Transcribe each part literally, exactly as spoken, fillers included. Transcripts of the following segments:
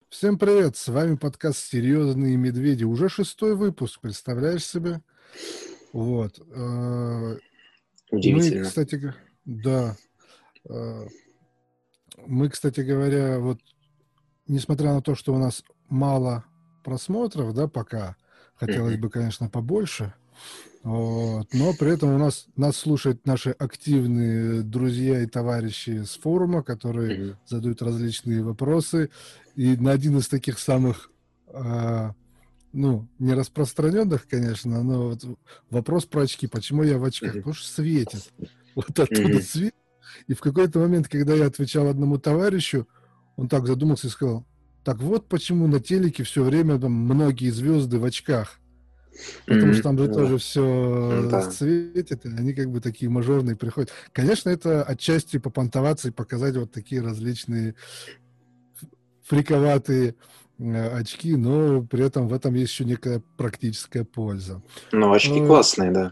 Всем привет, с вами подкаст «Серьезные медведи». Уже шестой выпуск, представляешь себе? Вот. э, Мы, Удивительно. кстати, г- да, э, мы, кстати говоря, вот, несмотря на то, что у нас мало просмотров, да, пока, хотелось Мгм. бы, конечно, побольше, вот, но при этом у нас, нас слушают наши активные друзья и товарищи с форума, которые Мгм. задают различные вопросы, и на один из таких самых а, ну, не распространенных, конечно, но вот вопрос про очки. Почему я в очках? Мгм. Потому что светит. Вот оттуда Мгм. свет. И в какой-то момент, когда я отвечал одному товарищу, он так задумался и сказал, так вот почему на телеке все время там многие звезды в очках. Потому что Мгм. там же Ну да. тоже Ну все да. светит, и они как бы такие мажорные приходят. Конечно, это отчасти попонтоваться и показать вот такие различные фриковатые э, очки, но при этом в этом есть еще некая практическая польза. Но очки Э, классные, да.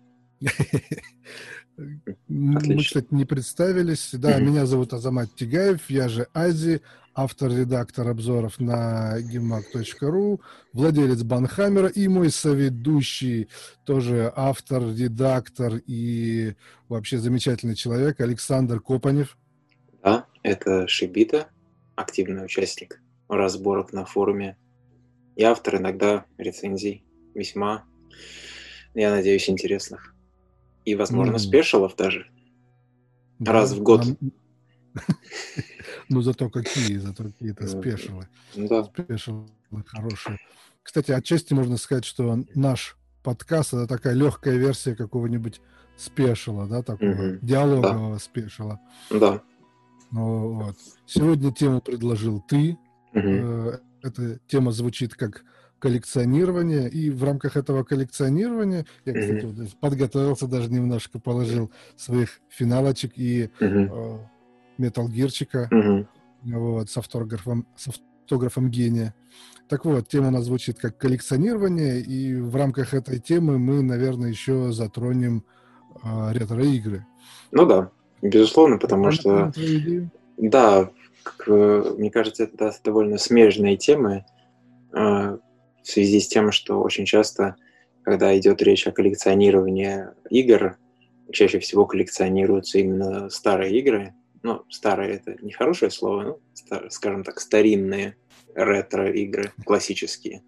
М. Мы, Отлично. кстати, не представились. Да, Мгм. меня зовут Азамат Тигаев, я же Ази, автор-редактор обзоров на гиммак точка ру, владелец Банхаммера и мой соведущий, тоже автор, редактор и вообще замечательный человек Александр Копанев. Да, это Шибита, активный участник разборок на форуме и автор иногда рецензий, весьма, я надеюсь, интересных. И, возможно, Ну, спешалов даже. Раз да, в год. нам, ну, зато какие, зато какие-то М, спешилы. Да. Спешилы хорошие. Кстати, отчасти можно сказать, что наш подкаст — это такая легкая версия какого-нибудь спешила, да, такого Мгм. Да. диалогового спешила. Да. Ну, вот. Сегодня тему предложил ты. Мгм. Э, Эта тема звучит как коллекционирование, и в рамках этого коллекционирования я, кстати, Мгм. вот здесь подготовился, даже немножко положил своих финалочек и Мгм. э, металлгирчика Мгм. вот, с автографом, с автографом гения. Так вот, тема у нас звучит как коллекционирование, и в рамках этой темы мы, наверное, еще затронем а, ретро-игры. Ну да, безусловно, потому Правильно что понял твою идею? да, к мне кажется, это даст довольно смежные темы, а, в связи с тем, что очень часто, когда идет речь о коллекционировании игр, чаще всего коллекционируются именно старые игры. Ну, старые — это нехорошее слово, ну, ста скажем так, старинные ретро-игры, классические.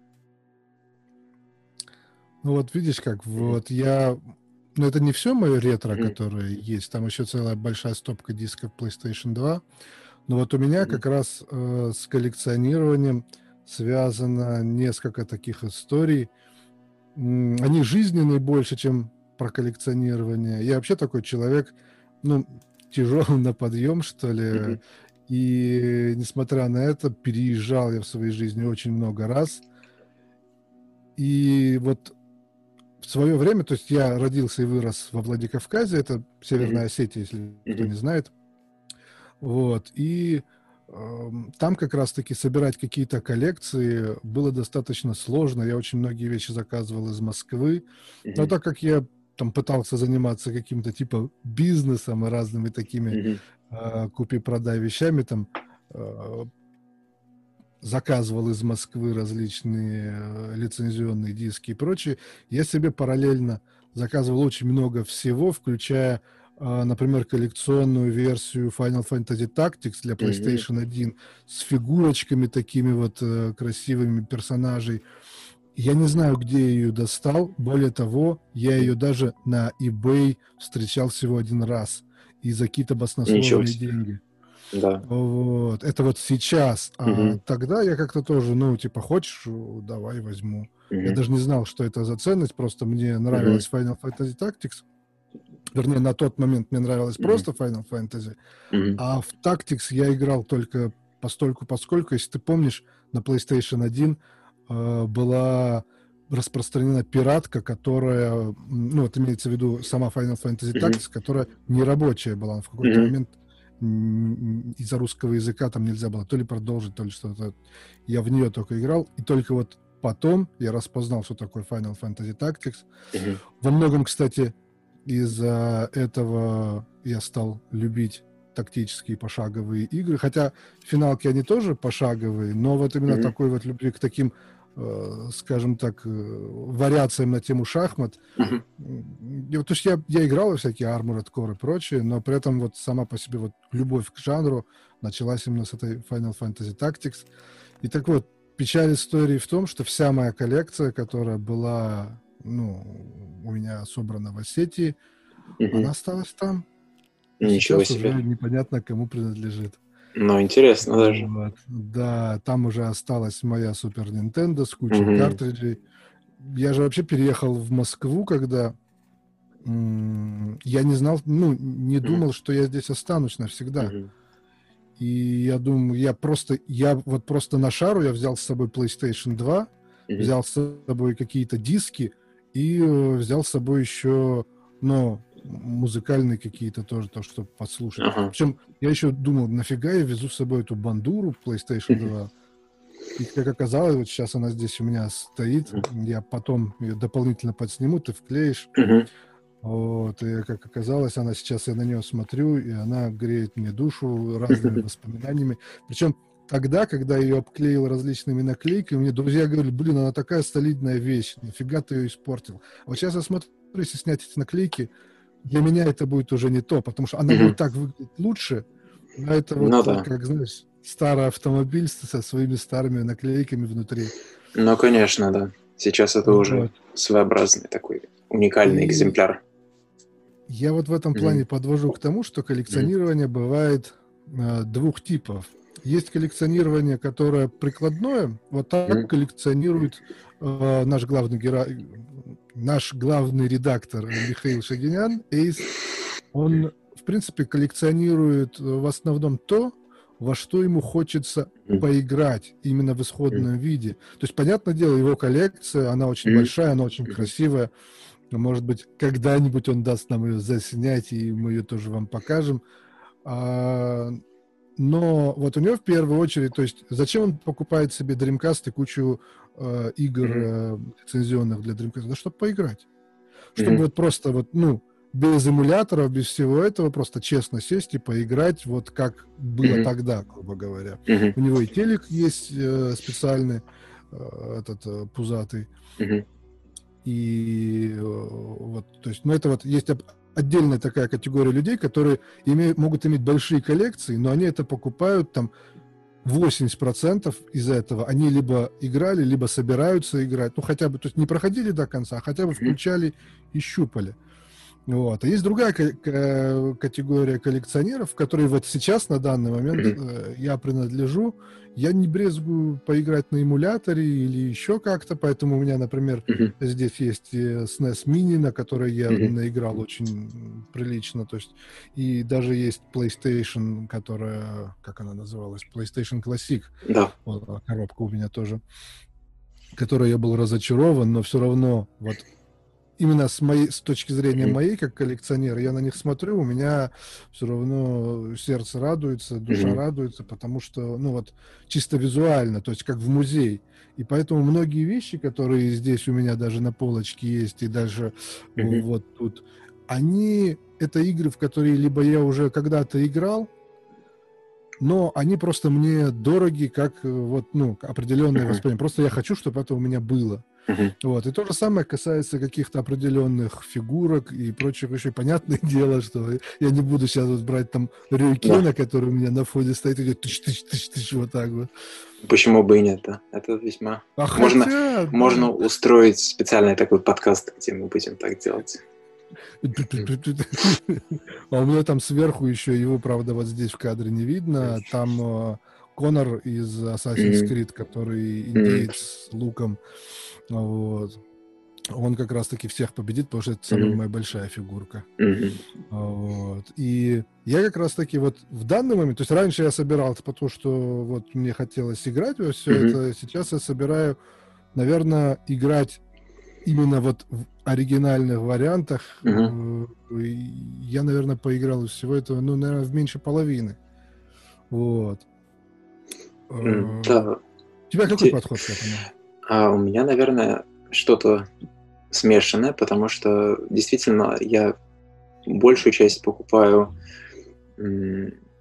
Ну вот видишь как, Мгм. вот я... Ну это не все мое ретро, Мгм. которое есть, там еще целая большая стопка дисков PlayStation два, но вот у меня Мгм. как раз э, с коллекционированием связано несколько таких историй. М, Они жизненные больше, чем про коллекционирование. Я вообще такой человек, ну, тяжелый на подъем, что ли. Мгм. И, несмотря на это, переезжал я в своей жизни очень много раз. И вот в свое время, то есть я родился и вырос во Владикавказе, это Мгм. Северная Осетия, если кто Мгм. не знает. Вот. И эм, там как раз-таки собирать какие-то коллекции было достаточно сложно. Я очень многие вещи заказывал из Москвы. Но Мгм. так как я там пытался заниматься каким-то типа бизнесом и разными такими Мгм. э, купи-продай вещами, там э, заказывал из Москвы различные э, лицензионные диски и прочее, я себе параллельно заказывал очень много всего, включая, э, например, коллекционную версию Final Fantasy Tactics для Мгм. PlayStation один с фигурочками такими вот э, красивыми персонажей. Я не знаю, где я ее достал. Более того, я ее даже на eBay встречал всего один раз и за какие-то Ничего баснословные себе. деньги. Да. Вот. Это вот сейчас. А Мгм. тогда я как-то тоже, ну, типа, хочешь, давай возьму. Я Мгм. даже не знал, что это за ценность, просто мне Мгм. нравилась Final Fantasy Tactics. Вернее, на тот момент мне нравилась Мгм. просто Final Fantasy, Мгм. а в Tactics я играл только постольку, поскольку, если ты помнишь, на PlayStation один э, была распространена пиратка, которая, м, ну, вот имеется в виду сама Final Fantasy Мгм. Tactics, которая не рабочая была. В какой-то Мгм. момент м, из-за русского языка там нельзя было то ли продолжить, то ли что-то. Я в нее только играл, и только вот потом я распознал, что такое Final Fantasy Tactics. Мгм. Во многом, кстати, из-за этого я стал любить тактические пошаговые игры, хотя финалки они тоже пошаговые, но вот именно mm-hmm. такой вот любви к таким, э, скажем так, э, вариациям на тему шахмат. Mm-hmm. И, вот, то есть я, я играл во всякие Armored Core и прочее, но при этом вот сама по себе вот любовь к жанру началась именно с этой Final Fantasy Tactics. И так вот, печаль истории в том, что вся моя коллекция, которая была, ну, у меня собрана в Осетии, mm-hmm. она осталась там. И Ничего сейчас себе. уже непонятно, кому принадлежит. Ну, интересно даже. Вот. Да, там уже осталась моя Супер Нинтендо с кучей mm-hmm. картриджей. Я же вообще переехал в Москву, когда м- я не знал, ну, не думал, mm-hmm. что я здесь останусь навсегда. Mm-hmm. И я думаю, я просто, я вот просто на шару я взял с собой PlayStation два, mm-hmm. взял с собой какие-то диски и э, взял с собой еще, ну, музыкальные какие-то тоже, то, чтобы послушать. Uh-huh. Причем я еще думал, нафига я везу с собой эту бандуру PlayStation два. И как оказалось, вот сейчас она здесь у меня стоит, uh-huh. я потом ее дополнительно подсниму, ты вклеишь. Uh-huh. Вот, и как оказалось, она сейчас, я на нее смотрю, и она греет мне душу разными uh-huh. воспоминаниями. Причем тогда, когда я ее обклеил различными наклейками, мне друзья говорили, блин, она такая солидная вещь, нафига ты ее испортил. А вот сейчас я смотрю, если снять эти наклейки, для меня это будет уже не то, потому что она mm-hmm. будет так выглядеть лучше, но это вот, ну, да. как, знаешь, старый автомобиль со своими старыми наклейками внутри. Ну, конечно, да. Сейчас это вот. Уже своеобразный такой уникальный И экземпляр. Я вот в этом mm-hmm. плане подвожу к тому, что коллекционирование mm-hmm. бывает э, двух типов. Есть коллекционирование, которое прикладное, вот так mm-hmm. коллекционирует э, наш главный герой, наш главный редактор Михаил Шагинян, Эйс. Он, в принципе, коллекционирует в основном то, во что ему хочется mm-hmm. поиграть именно в исходном mm-hmm. виде. То есть, понятное дело, его коллекция, она очень mm-hmm. большая, она очень mm-hmm. красивая. Может быть, когда-нибудь он даст нам ее заснять, и мы ее тоже вам покажем. А, но вот у него в первую очередь, то есть зачем он покупает себе Dreamcast и кучу э, игр э, лицензионных для Dreamcast? Да чтобы поиграть. Чтобы mm-hmm. вот просто вот, ну, без эмуляторов, без всего этого, просто честно сесть и поиграть, вот как было mm-hmm. тогда, грубо говоря. Mm-hmm. У него и телек есть э, специальный, э, этот э, пузатый. Mm-hmm. И э, вот, то есть, ну, это вот есть отдельная такая категория людей, которые имеют, могут иметь большие коллекции, но они это покупают там восемьдесят процентов из этого. Они либо играли, либо собираются играть. Ну, хотя бы, то есть не проходили до конца, а хотя бы включали и щупали. Вот. А есть другая к- категория коллекционеров, в которой вот сейчас, на данный момент, mm-hmm. я принадлежу. Я не брезгую поиграть на эмуляторе или еще как-то, поэтому у меня, например, mm-hmm. здесь есть эс эн и эс Mini, на которой я mm-hmm. наиграл очень прилично, то есть, и даже есть PlayStation, которая, как она называлась, PlayStation Classic, да. вот, коробка у меня тоже, которой я был разочарован, но все равно вот именно с моей, с точки зрения моей, как коллекционера, я на них смотрю, у меня все равно сердце радуется, душа mm-hmm. радуется, потому что, ну вот, чисто визуально, то есть как в музей. И поэтому многие вещи, которые здесь у меня даже на полочке есть, и даже mm-hmm. вот тут, они, это игры, в которые либо я уже когда-то играл, но они просто мне дороги, как вот, ну, определенное mm-hmm. воспоминание. Просто я хочу, чтобы это у меня было. Uh-huh. Вот. И то же самое касается каких-то определенных фигурок и прочих еще. Понятное дело, что я не буду сейчас вот брать там Рюйкена, yeah. который у меня на фоне стоит, и идет тыч-тыч-тыч-тыч, вот так вот. Почему бы и нет, да? Это весьма... А можно, хотя, можно да. устроить специальный такой подкаст, где мы будем так делать. А у меня там сверху еще, его, правда, вот здесь в кадре не видно, там Конор из Assassin's Creed, который индеец с луком. Вот. Он как раз-таки всех победит, потому что это самая mm-hmm. моя большая фигурка. Mm-hmm. Вот. И я как раз-таки вот в данный момент, то есть раньше я собирал это потому, что вот мне хотелось играть во все mm-hmm. это, сейчас я собираю, наверное, играть именно вот в оригинальных вариантах. Mm-hmm. Я, наверное, поиграл из всего этого, ну, наверное, в меньше половины. Вот. Mm-hmm. Да. У тебя какой Те... подход к этому? А у меня, наверное, что-то смешанное, потому что действительно я большую часть покупаю м-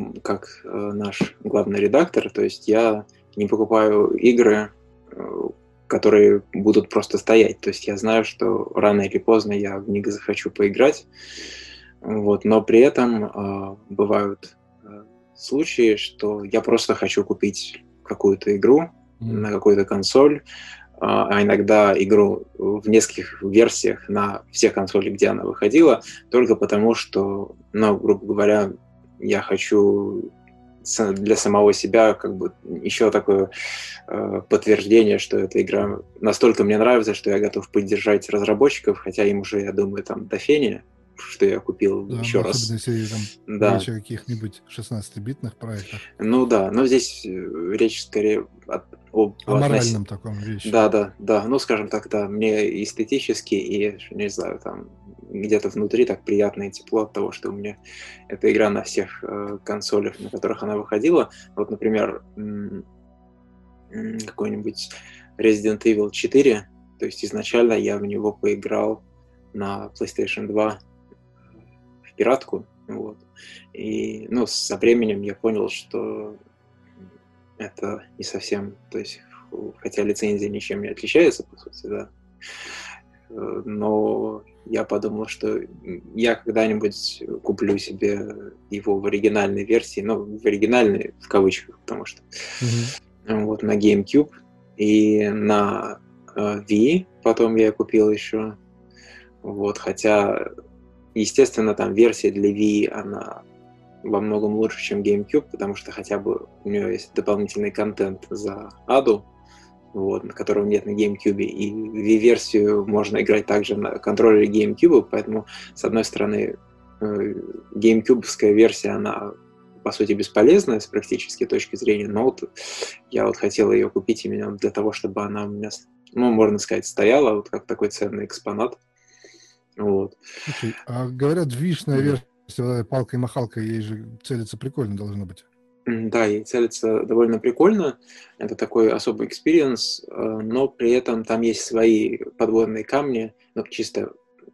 как э, наш главный редактор, то есть я не покупаю игры, э, которые будут просто стоять. То есть я знаю, что рано или поздно я в них захочу поиграть. Вот, но при этом э, бывают э, случаи, что я просто хочу купить какую-то игру mm. на какую-то консоль, а иногда игру в нескольких версиях на всех консолях, где она выходила, только потому что, ну, грубо говоря, я хочу для самого себя как бы еще такое э, подтверждение, что эта игра настолько мне нравится, что я готов поддержать разработчиков, хотя им уже, я думаю, там до фени, что я купил да, еще ну, раз. Особенно если там да. речь о каких-нибудь шестнадцатибитных проектах. Ну да, но здесь речь скорее от, об... О моральном относ... таком вещи. Да, да, да. Ну, скажем так, да, мне эстетически и, не знаю, там где-то внутри так приятно и тепло от того, что у меня эта игра на всех э, консолях, на которых она выходила. Вот, например, м- м- какой-нибудь Resident Evil четыре, то есть изначально я в него поиграл на PlayStation два в пиратку, вот. И, ну, со временем я понял, что это не совсем, то есть, хотя лицензия ничем не отличается, по сути, да, но я подумал, что я когда-нибудь куплю себе его в оригинальной версии, ну, в оригинальной, в кавычках, потому что mm-hmm. вот, на GameCube и на uh, Wii потом я купил еще, вот, хотя, естественно, там версия для Wii, она во многом лучше, чем GameCube, потому что хотя бы у нее есть дополнительный контент за аду, вот, которого нет на GameCube, и Wii-версию можно играть также на контроллере GameCube, поэтому, с одной стороны, GameCube-ская версия, она, по сути, бесполезная с практической точки зрения, но вот я вот хотел ее купить именно для того, чтобы она у меня, ну, можно сказать, стояла, вот как такой ценный экспонат. Вот. Слушай, а говорят, Wii-шная mm-hmm. версия, палкой-махалкой, ей же целиться прикольно должно быть. Да, ей целится довольно прикольно. Это такой особый экспириенс, но при этом там есть свои подводные камни. Но чисто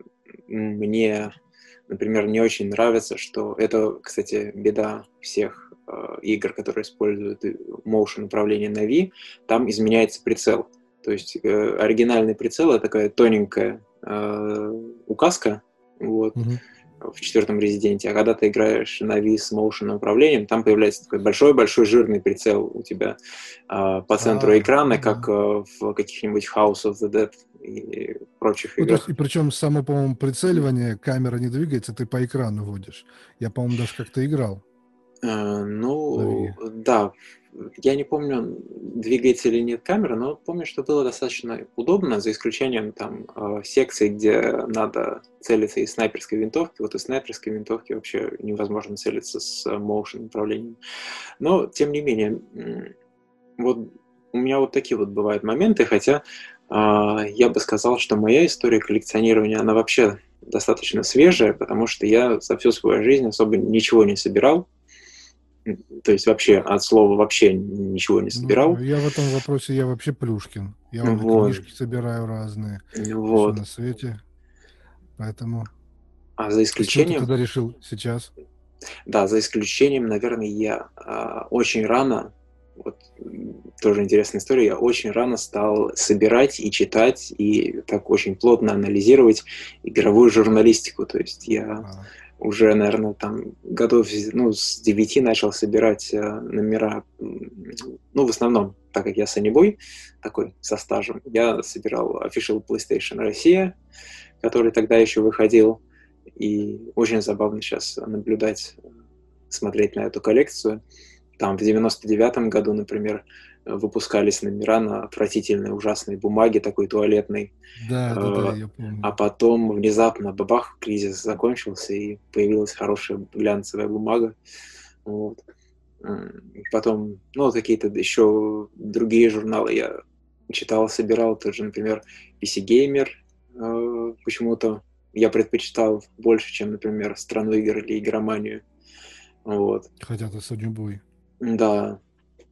мне, например, не очень нравится, что это, кстати, беда всех игр, которые используют motion управление на Wii. Там изменяется прицел. То есть оригинальный прицел — это такая тоненькая указка, вот, mm-hmm. в четвертом Резиденте, а когда ты играешь на Wii с motion управлением, там появляется такой большой-большой жирный прицел у тебя э, по центру а, экрана, да. как э, в каких-нибудь House of the Dead и прочих ну, играх. То есть, и причем само, по-моему, прицеливание, камера не двигается, ты по экрану водишь. Я, по-моему, даже как-то играл. Э, ну, да. Я не помню, двигается или нет камера, но помню, что было достаточно удобно, за исключением там секций, где надо целиться из снайперской винтовки. Вот из снайперской винтовки вообще невозможно целиться с motion управлением. Но, тем не менее, вот у меня вот такие вот бывают моменты, хотя я бы сказал, что моя история коллекционирования, она вообще достаточно свежая, потому что я за всю свою жизнь особо ничего не собирал. То есть вообще от слова вообще ничего не собирал. Ну, я в этом вопросе, я вообще Плюшкин. Я вот вот. книжки собираю разные, вот. все на свете. Поэтому... А за исключением... Что ты тогда решил сейчас? Да, за исключением, наверное, я а, очень рано, вот тоже интересная история, я очень рано стал собирать и читать, и так очень плотно анализировать игровую журналистику. То есть я... А. уже, наверное, там годов, ну, с девяти начал собирать э, номера, ну, в основном, так как я санебой такой, со стажем, я собирал Official PlayStation Россия, который тогда еще выходил, и очень забавно сейчас наблюдать, смотреть на эту коллекцию. Там в девяносто девятом году, например, выпускались номера на отвратительной, ужасной бумаге, такой туалетной. Да, да, да, я помню. А потом внезапно, бабах, кризис закончился, и появилась хорошая глянцевая бумага. Вот. Потом, ну, какие-то еще другие журналы я читал, собирал. Тот же, например, пи си Gamer. Почему-то я предпочитал больше, чем, например, Страну игр или Игроманию. Вот. Хотя ты санебой. Да.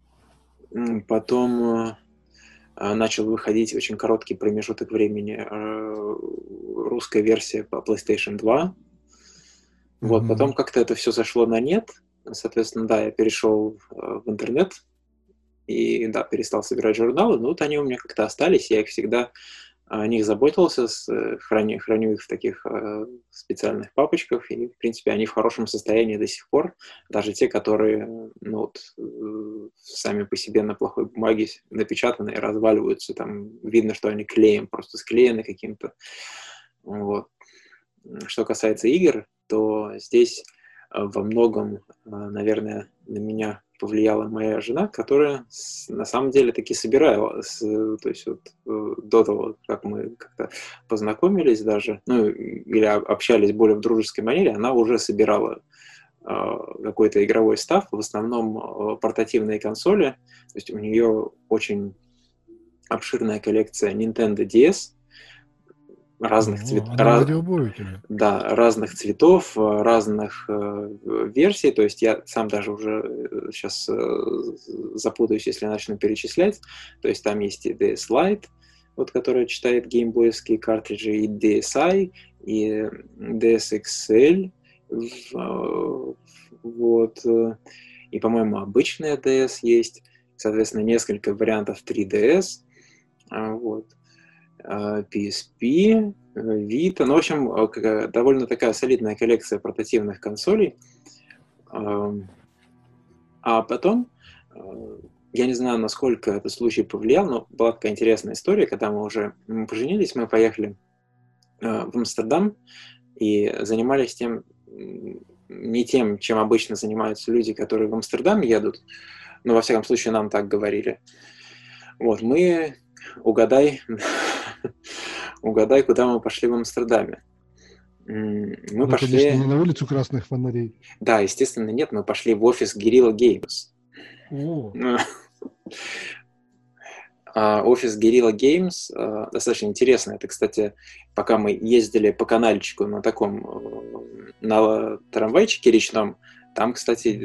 Потом э, начал выходить очень короткий промежуток времени э, русская версия по PlayStation два. Mm-hmm. Вот, потом как-то это все сошло на нет. соответственно, да, я перешел в интернет и, да, перестал собирать журналы, но вот они у меня как-то остались, я их всегда о них заботился, с, храню, храню их в таких э, специальных папочках, и, в принципе, они в хорошем состоянии до сих пор, даже те, которые, ну, вот, э, сами по себе на плохой бумаге напечатаны и разваливаются, там видно, что они клеем, просто склеены каким-то. Вот. Что касается игр, то здесь во многом, наверное, на меня повлияла моя жена, которая на самом деле таки собирала, то есть вот до того, как мы как-то познакомились даже, ну или общались более в дружеской манере, она уже собирала какой-то игровой став, в основном портативные консоли, то есть у нее очень обширная коллекция Nintendo ди эс, разных цветов, раз, да, разных цветов, разных э, версий. То есть я сам даже уже сейчас э, запутаюсь, если начну перечислять. То есть там есть и ди эс Lite, вот, которая читает геймбойские картриджи, и ди эс ай, и ди эс икс эл, э, вот, и, по-моему, обычная ди эс есть, соответственно, несколько вариантов три ди эс, вот. пи эс пи, Vita, ну, в общем, довольно такая солидная коллекция портативных консолей. А потом, я не знаю, насколько этот случай повлиял, но была такая интересная история, когда мы уже поженились, мы поехали в Амстердам и занимались тем, не тем, чем обычно занимаются люди, которые в Амстердам едут, но, во всяком случае, нам так говорили. Вот, мы, угадай, угадай, куда мы пошли в Амстердаме. Мы ну, пошли... конечно, не на улицу красных фонарей. Да, естественно, нет, мы пошли в офис Guerrilla Games. О. Офис Guerrilla Games достаточно интересно. Это, кстати, пока мы ездили по канальчику на таком, на трамвайчике речном, там, кстати,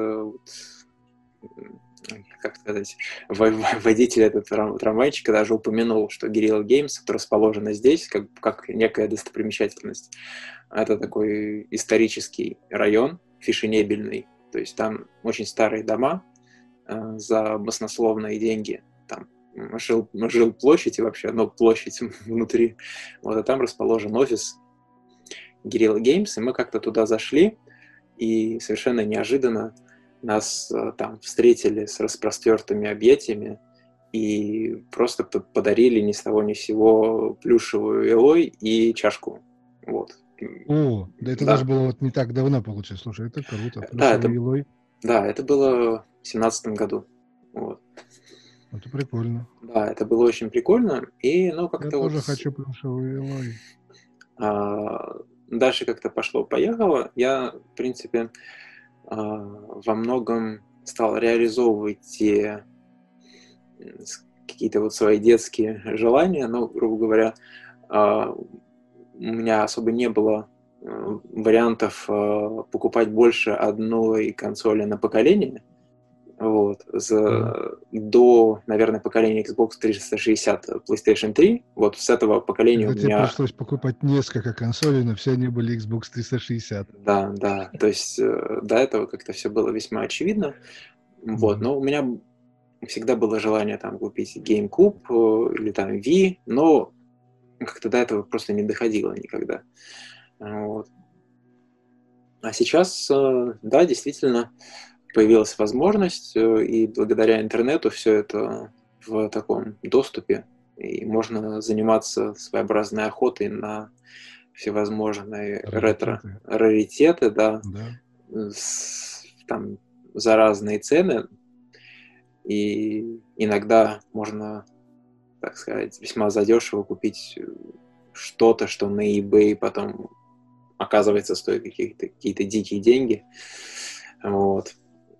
как сказать, водитель этого трамвайчика даже упомянул, что Guerrilla Games расположена здесь, как, как некая достопримечательность. Это такой исторический район, фешенебельный, то есть там очень старые дома э, за баснословные деньги, там жил, жил площадь и вообще, ну, площадь внутри, вот, а там расположен офис Guerrilla Games, и мы как-то туда зашли, и совершенно неожиданно нас там встретили с распростертыми объятиями и просто подарили ни с того ни с сего плюшевую Элой и чашку. Вот. О, да это да. даже было вот не так давно, получается. Слушай, это круто. Плюшевый да, это, Элой. Да, это было в семнадцатом году. Вот. Это прикольно. Да, это было очень прикольно. И, ну, как-то Я вот... тоже хочу плюшевый Элой. А, дальше как-то пошло-поехало. Я, в принципе, во многом стал реализовывать те какие-то вот свои детские желания, ну, грубо говоря, у меня особо не было вариантов покупать больше одной консоли на поколение. Вот. За, mm-hmm. До, наверное, поколения Xbox триста шестьдесят, PlayStation три, вот с этого поколения Когда у меня... тебе пришлось покупать несколько консолей, но все они были Xbox триста шестьдесят. Да, да, то есть до этого как-то все было весьма очевидно. Mm-hmm. Вот, но у меня всегда было желание там купить GameCube или там Wii, но как-то до этого просто не доходило никогда. Вот. А сейчас, да, действительно, появилась возможность, и благодаря интернету все это в таком доступе, и можно заниматься своеобразной охотой на всевозможные ретро раритеты, да, да. С, там, за разные цены, и иногда можно, так сказать, весьма задешево купить что-то, что на eBay потом оказывается стоит какие-то, какие-то дикие деньги. Вот.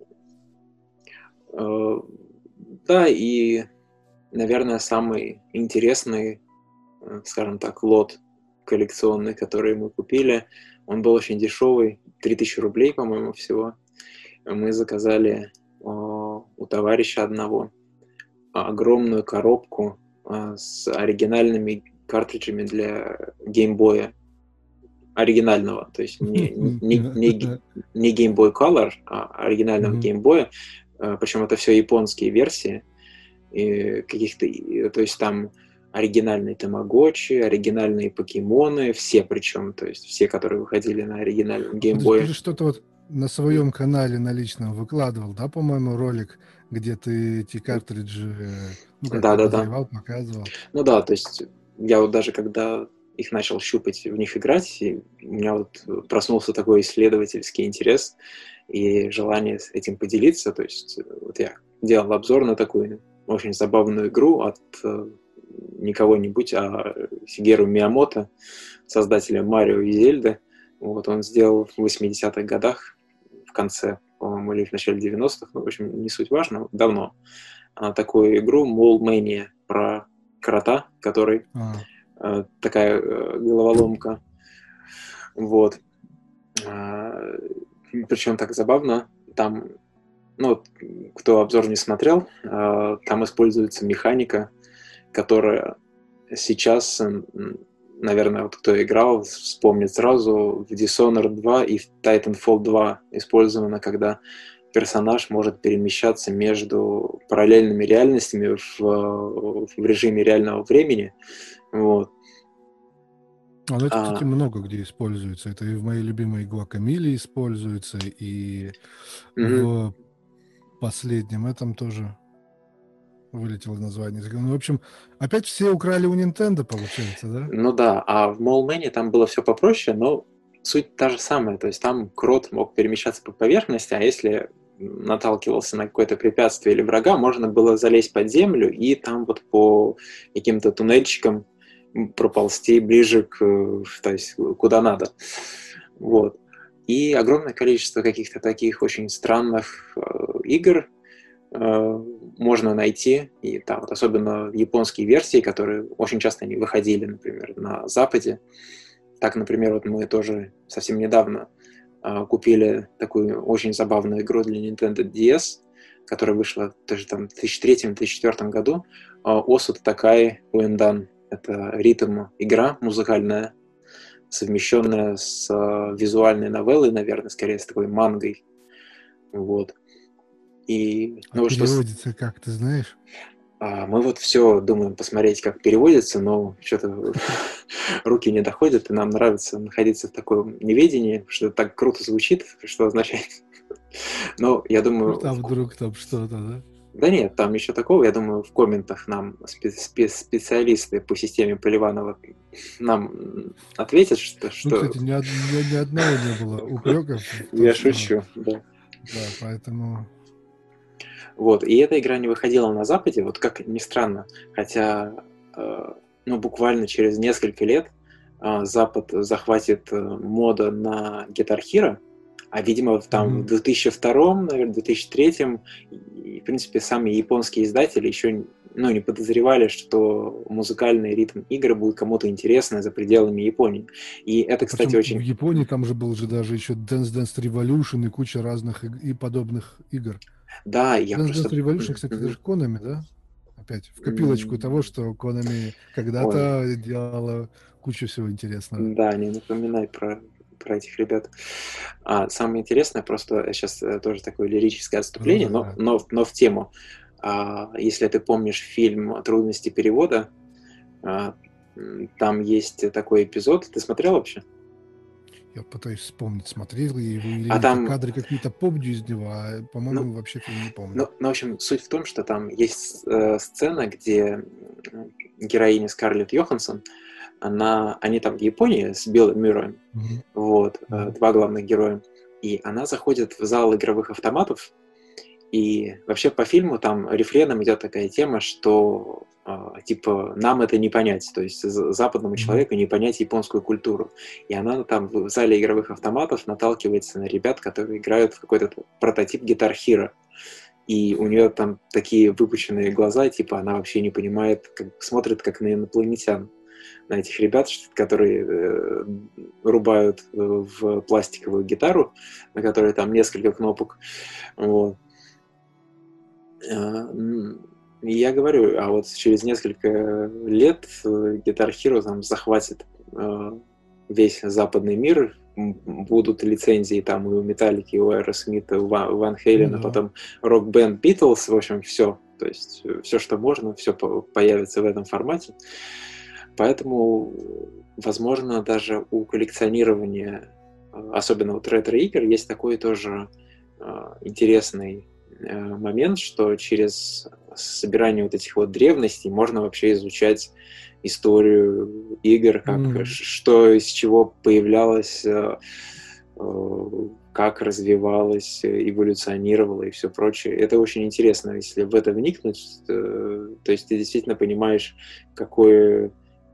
Да, и, наверное, самый интересный, скажем так, лот коллекционный, который мы купили, он был очень дешевый, три тысячи рублей, по-моему, всего. Мы заказали у товарища одного огромную коробку с оригинальными картриджами для геймбоя. оригинального, то есть не, не, не, не Game Boy Color, а оригинального Game Boy, причем это все японские версии, и каких-то, то есть там оригинальные тамагочи, оригинальные покемоны, все причем, то есть все, которые выходили на оригинальном Game Boy. Ты же что-то вот на своем канале на личном выкладывал, да, по-моему, ролик, где ты эти картриджи, ну, как да, обозревал, да, да. показывал. Ну да, то есть я вот даже когда их начал щупать, в них играть, и у меня вот проснулся такой исследовательский интерес и желание с этим поделиться. То есть вот я делал обзор на такую очень забавную игру от не кого-нибудь, а Сигеру Миямото, создателя Марио и Зельды. Вот он сделал в восьмидесятых годах, в конце, по-моему, или в начале девяностых, ну, в общем, не суть важно, давно, такую игру Mole Mania про крота, который А. э, такая э, головоломка. Вот. А, причем так забавно, там, ну, кто обзор не смотрел, э, там используется механика, которая сейчас, наверное, вот кто играл, вспомнит сразу, в Dishonored два и в Titanfall два использована, когда персонаж может перемещаться между параллельными реальностями в, в режиме реального времени. Вот. А, ну это, А, кстати, много где используется. Это и в моей любимой Guacamelee используется, и mm-hmm. в последнем этом тоже вылетело название. Ну, в общем, опять все украли у Nintendo, получается, да? Ну да, а в Mole Mania там было все попроще, но суть та же самая. То есть там крот мог перемещаться по поверхности, а если наталкивался на какое-то препятствие или врага, можно было залезть под землю и там вот по каким-то туннельчикам проползти ближе к, то есть, куда надо. Вот. И огромное количество каких-то таких очень странных э, игр э, можно найти, и там вот особенно японские версии, которые очень часто не выходили, например, на Западе. Так, например, вот мы тоже совсем недавно э, купили такую очень забавную игру для Nintendo ди эс, которая вышла тоже там в две тысячи третьем - две тысячи четвёртом году. э, Osu Takai Uendan. Это ритм-игра музыкальная, совмещенная с э, визуальной новеллой, наверное, скорее с такой мангой. Вот. И, а ну, переводится что... как, ты знаешь? А, мы вот все думаем посмотреть, как переводится, но что-то руки не доходят, и нам нравится находиться в таком неведении, что так круто звучит, что означает. Но я думаю... А вдруг там что-то, да? Да нет, там еще такого, я думаю, в комментах нам спе- специалисты по системе Поливанова нам ответят, что... что... Ну, кстати, ни, од... ни, ни одного не было упреков. Я шучу, да. Да, поэтому... Вот, и эта игра не выходила на Западе, вот как ни странно, хотя, э, ну, буквально через несколько лет э, Запад захватит э, мода на Guitar Hero, а, видимо, там mm-hmm. в две тысячи втором, наверное, две тысячи третьем, и, в принципе, сами японские издатели еще, ну, не подозревали, что музыкальный ритм игры будет кому-то интересны за пределами Японии. И это, кстати, Причем очень... в Японии там же был же даже еще Dance Dance Revolution и куча разных и подобных игр. Да, я Dance просто... Dance Revolution, кстати, mm-hmm. даже Konami, да? Опять в копилочку mm-hmm. того, что Konami когда-то Ой. делала кучу всего интересного. Да, не напоминай про... про этих ребят. А, самое интересное, просто сейчас тоже такое лирическое отступление, но, но, но в тему. А, если ты помнишь фильм «Трудности перевода», а, там есть такой эпизод. Ты смотрел вообще? Я пытаюсь вспомнить, смотрел я его или а нет. Там... Кадры какие-то помню из него, а, по-моему, ну, вообще-то не помню. Ну, ну, в общем, суть в том, что там есть э, сцена, где героиня Скарлетт Йоханссон, она, они там в Японии с Биллом Мюрреем, mm-hmm. вот, mm-hmm. два главных героя, и она заходит в зал игровых автоматов, и вообще по фильму там рефреном идет такая тема, что э, типа нам это не понять, то есть западному mm-hmm. человеку не понять японскую культуру, и она там в зале игровых автоматов наталкивается на ребят, которые играют в какой-то прототип Guitar Hero. И у нее там такие выпученные глаза, типа она вообще не понимает, как, смотрит как на инопланетян, на этих ребят, которые э, рубают в пластиковую гитару, на которой там несколько кнопок. Вот. И я говорю, а вот через несколько лет Guitar Hero там захватит э, весь западный мир, будут лицензии там и у Металлики, и у Аэросмита, и у Ван Хейлена, Ну да. потом рок-бенд Битлз, в общем, все. То есть все, что можно, все появится в этом формате. Поэтому, возможно, даже у коллекционирования, особенно вот ретро-игр, есть такой тоже интересный момент, что через собирание вот этих вот древностей можно вообще изучать историю игр, как, mm. что из чего появлялось, как развивалось, эволюционировало и все прочее. Это очень интересно, если в это вникнуть, то, то есть ты действительно понимаешь, какой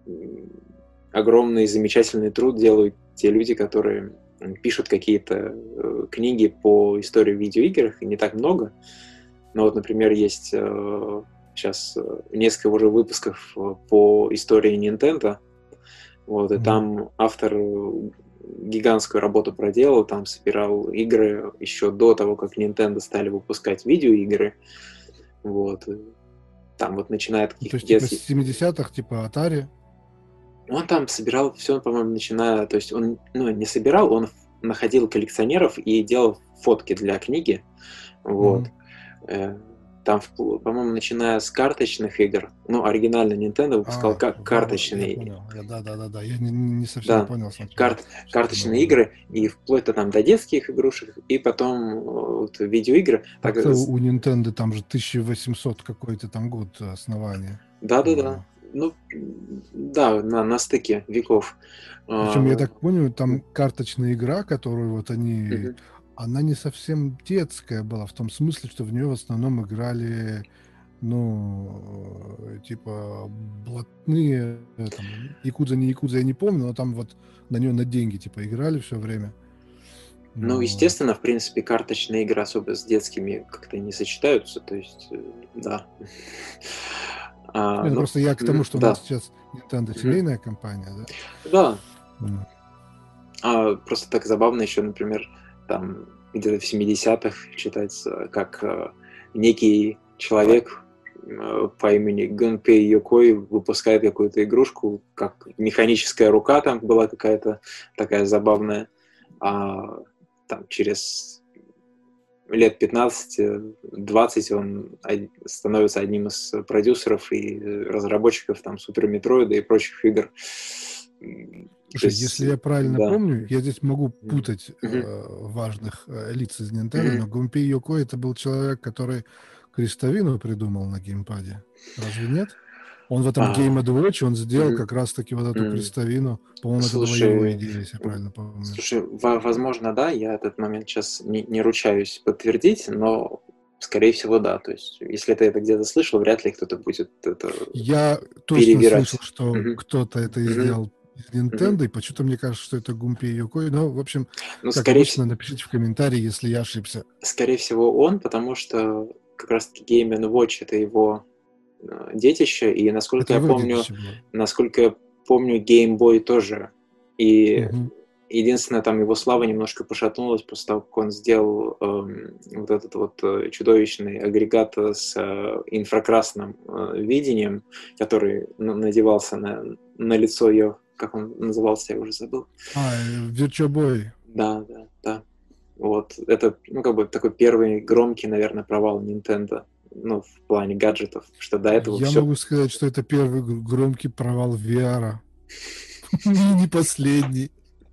огромный замечательный труд делают те люди, которые пишут какие-то книги по истории видеоигр, и не так много. Но вот, например, есть сейчас несколько уже выпусков по истории Nintendo, вот, и mm-hmm. там автор гигантскую работу проделал, там собирал игры еще до того, как Nintendo стали выпускать видеоигры, вот. Там вот начинает... То есть, типа, с семидесятых, типа, Atari? Он там собирал все, по-моему, начиная... То есть он, ну, не собирал, он находил коллекционеров и делал фотки для книги, вот. Mm-hmm. Там, по-моему, начиная с карточных игр, ну, оригинально Nintendo выпускал а, к- карточные... Я понял, да-да-да, я не, не совсем да. понял сначала. Карт, карточные игры, и вплоть до там до детских игрушек, и потом вот, видеоигры. Так так... у Nintendo там же тысяча восемьсот какой-то там год основания. Да-да-да. Ну, да, на, на стыке веков. Причем, а... я так понял, там карточная игра, которую вот они... Uh-huh. Она не совсем детская была, в том смысле, что в нее в основном играли, ну, типа, блатные, там, якудза, не якудза, я не помню, но там вот на нее на деньги, типа, играли все время. Ну, естественно, в принципе, карточные игры особо с детскими как-то не сочетаются, то есть, да. А, Нет, ну, просто я к тому, что да. у нас сейчас Nintendo семейная mm-hmm. компания, да? Да. Mm. А, просто так забавно еще, например, там где-то в семидесятых читается, как э, некий человек э, по имени Гунпей Йокой выпускает какую-то игрушку, как механическая рука там была какая-то такая забавная, а там через лет пятнадцать-двадцать он становится одним из продюсеров и разработчиков там Супер Метроида и прочих игр. Слушай, есть, если я правильно да. помню, я здесь могу путать mm-hmm. э, важных э, лиц из Nintendo, mm-hmm. но Гунпей Йокой это был человек, который крестовину придумал на геймпаде. Разве нет? Он в этом а, Game энд Watch, он сделал mm-hmm. как раз-таки вот эту mm-hmm. крестовину. По-моему, слушай, это была его идея, если я правильно помню. Слушай, возможно, да, я этот момент сейчас не, не ручаюсь подтвердить, но скорее всего, да. То есть, если ты это где-то слышал, вряд ли кто-то будет это Я точно слышал, что mm-hmm. кто-то это mm-hmm. сделал из Nintendo, mm-hmm. и почему-то мне кажется, что это Гунпей Йокой. Но, в общем, ну, как обычно, в... напишите в комментарии, если я ошибся. Скорее всего, он, потому что как раз-таки Game энд Watch — это его детище, и насколько это я помню, насколько я помню, Game Boy тоже. И mm-hmm. единственное, там его слава немножко пошатнулась после того, как он сделал эм, вот этот вот чудовищный агрегат с э, инфракрасным э, видением, который надевался на, на лицо ее. Как он назывался, я уже забыл. А, Virtua Boy. Да, да, да. Вот. Это, ну, как бы такой первый громкий, наверное, провал Nintendo, ну, в плане гаджетов, что до этого Я все... могу сказать, что это первый громкий провал ви ар. Не последний.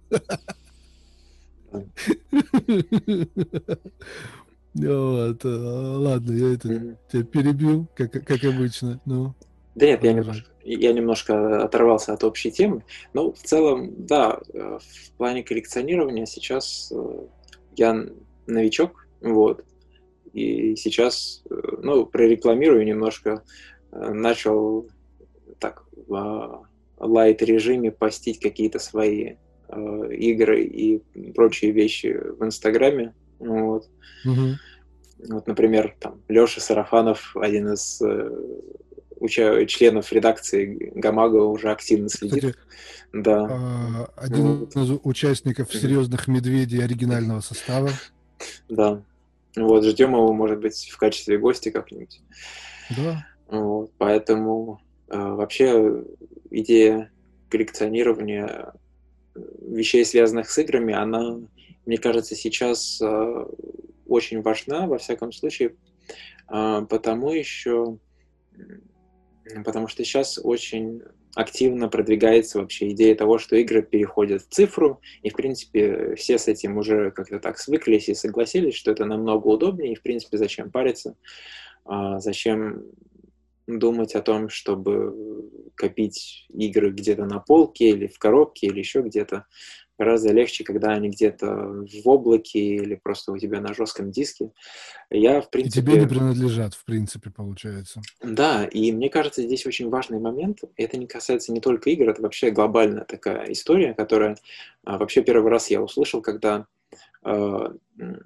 Ладно, я это тебя перебил, как обычно. Да нет, я немножко, я немножко оторвался от общей темы, но в целом, да, в плане коллекционирования сейчас я новичок, вот, и сейчас, ну, прорекламирую немножко, начал так в лайт-режиме постить какие-то свои игры и прочие вещи в Инстаграме, вот. Угу. Вот, например, там Леша Сарафанов, один из уча- членов редакции Гамага, уже активно следит. Кстати, да. Один вот. из участников серьезных медведей оригинального состава. Да. Вот, ждем его, может быть, в качестве гостя как-нибудь. Да. Вот, поэтому э, вообще идея коллекционирования вещей, связанных с играми, она, мне кажется, сейчас э, очень важна, во всяком случае, э, потому еще, потому что сейчас очень активно продвигается вообще идея того, что игры переходят в цифру, и, в принципе, все с этим уже как-то так свыклись и согласились, что это намного удобнее, и, в принципе, зачем париться, а, зачем думать о том, чтобы копить игры где-то на полке или в коробке или еще где-то. Гораздо легче, когда они где-то в облаке или просто у тебя на жестком диске. Я, в И тебе не принципе, принадлежат, в принципе, получается. да, и мне кажется, здесь очень важный момент. Это не касается не только игр, это вообще глобальная такая история, которая а, вообще первый раз я услышал, когда а, м,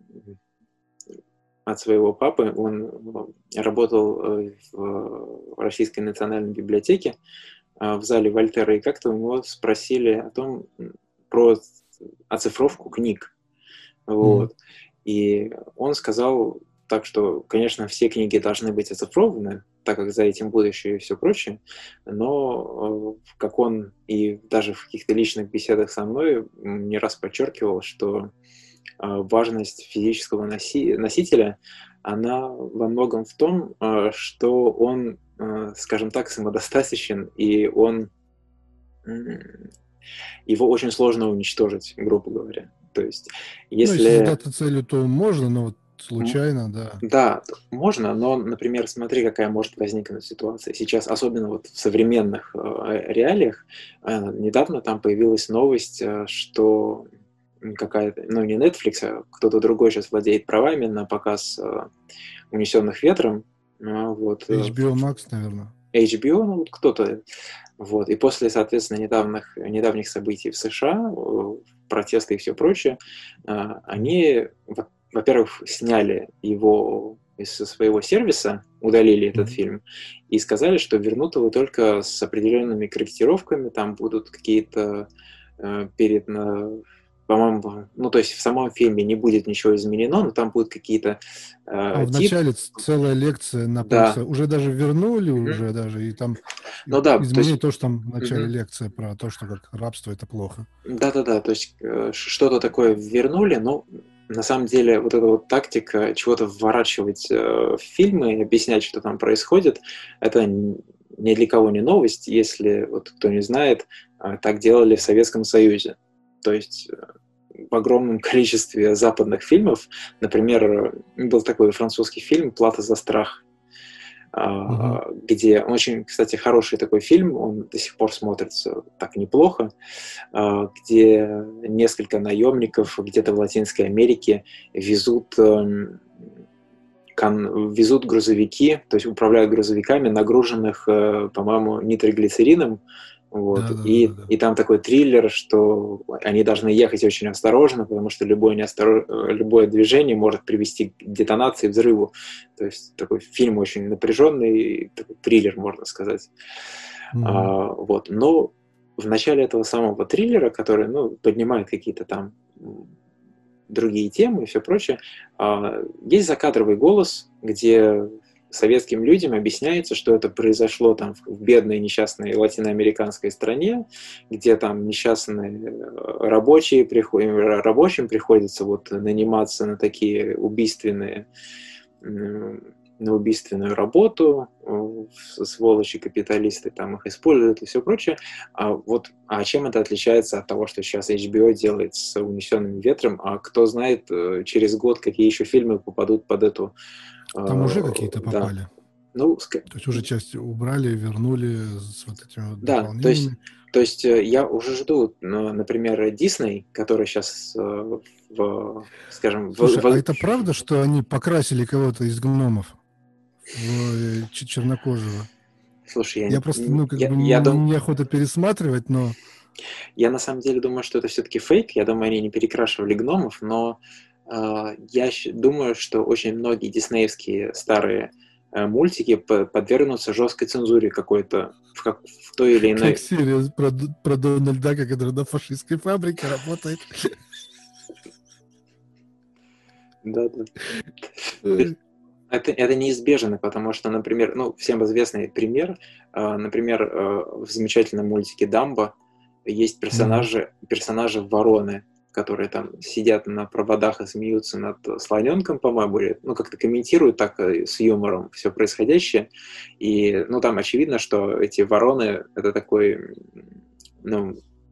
от своего папы, он работал э, в Российской национальной библиотеке а, в зале Вольтера, и как-то у него спросили о том, м, про оцифровку книг. Мгм. Вот. И он сказал так, что, конечно, все книги должны быть оцифрованы, так как за этим будущее и все прочее, но э, как он и даже в каких-то личных беседах со мной м, не раз подчеркивал, что э, важность физического носи- носителя, она во многом в том, э, что он, э, скажем так, самодостаточен, и он м, его очень сложно уничтожить, грубо говоря. То есть, Ну, если если задаться целью, то можно, но вот м, случайно, да. да, можно, но, например, смотри, какая может возникнуть ситуация. Сейчас, особенно вот в современных э, реалиях, э, недавно там появилась новость, э, что какая-то, ну не Netflix, а кто-то другой сейчас владеет правами на показ э, «Унесенных ветром». А, вот, э, H B O Max, наверное. эйч би о, ну вот кто-то. Вот. И после, соответственно, недавних, недавних событий в США, э, протесты и все прочее, э, они, во- во-первых, сняли его из своего сервиса, удалили этот Мгм. фильм и сказали, что вернут его только с определенными корректировками, там будут какие-то э, перед, на- по-моему, ну, то есть в самом фильме не будет ничего изменено, но там будут какие-то А э, в тип, начале ц- целая лекция на да. полчаса. Уже даже вернули Мгм. уже даже, и там Ну да, то изменили есть то, что там в начале мгм. лекция про то, что как рабство это плохо. Да-да-да, то есть э, ш- что-то такое вернули, но на самом деле вот эта вот тактика чего-то вворачивать э, в фильмы и объяснять, что там происходит, это н- ни для кого не новость, если вот кто не знает, э, так делали в Советском Союзе. То есть э, в огромном количестве западных фильмов, например, э, был такой французский фильм «Плата за страх», Мгм. а, где очень, кстати, хороший такой фильм, он до сих пор смотрится так неплохо, а, где несколько наемников где-то в Латинской Америке везут, эм, кон- везут грузовики, то есть управляют грузовиками, нагруженных, э, по-моему, нитроглицерином. Вот. Да, да, да, И, да, да. и там такой триллер, что они должны ехать очень осторожно, потому что любое, неостор... э, любое движение может привести к детонации, взрыву. То есть такой фильм очень напряженный, такой триллер, можно сказать. Мгм. А, вот. Но в начале этого самого триллера, который, ну, поднимает какие-то там м, другие темы и все прочее, а, есть закадровый голос, где советским людям объясняется, что это произошло там в бедной несчастной латиноамериканской стране, где там несчастные э, рабочие приходят, рабочим приходится вот наниматься на такие убийственные на убийственную работу, э, сволочи капиталисты там их используют и все прочее. А вот, а чем это отличается от того, что сейчас эйч би о делает с «Унесенным ветром», а кто знает, э, через год какие еще фильмы попадут под эту, Там э, уже какие-то да, попали. ну, ска- То есть уже часть убрали, вернули с вот этими вот да, то есть, дополнениями. то есть э, я уже жду, ну, например, Дисней, который сейчас, в, скажем, в, Слушай, а в- это правда, что они покрасили кого-то из гномов в э, ч- чернокожего? слушай, я, Я просто, не- ну, как я, бы я, дум, неохота пересматривать, но Я на самом деле думаю, что это все-таки фейк. Я думаю, они не перекрашивали гномов, но э, я щ- думаю, что очень многие диснеевские старые э, мультики по- подвергнутся жесткой цензуре какой-то в, как, в той или как иной. серия про, Д- про Дональда, который на фашистской фабрике работает. Да, да. Ой. Это, это неизбежно, потому что, например, ну, всем известный пример, э, например, э, в замечательном мультике «Дамбо» есть персонажи, персонажи вороны, которые там сидят на проводах и смеются над слоненком, по-моему, или, ну, как-то комментируют так с юмором все происходящее. И, ну, там очевидно, что эти вороны — это такой, ну,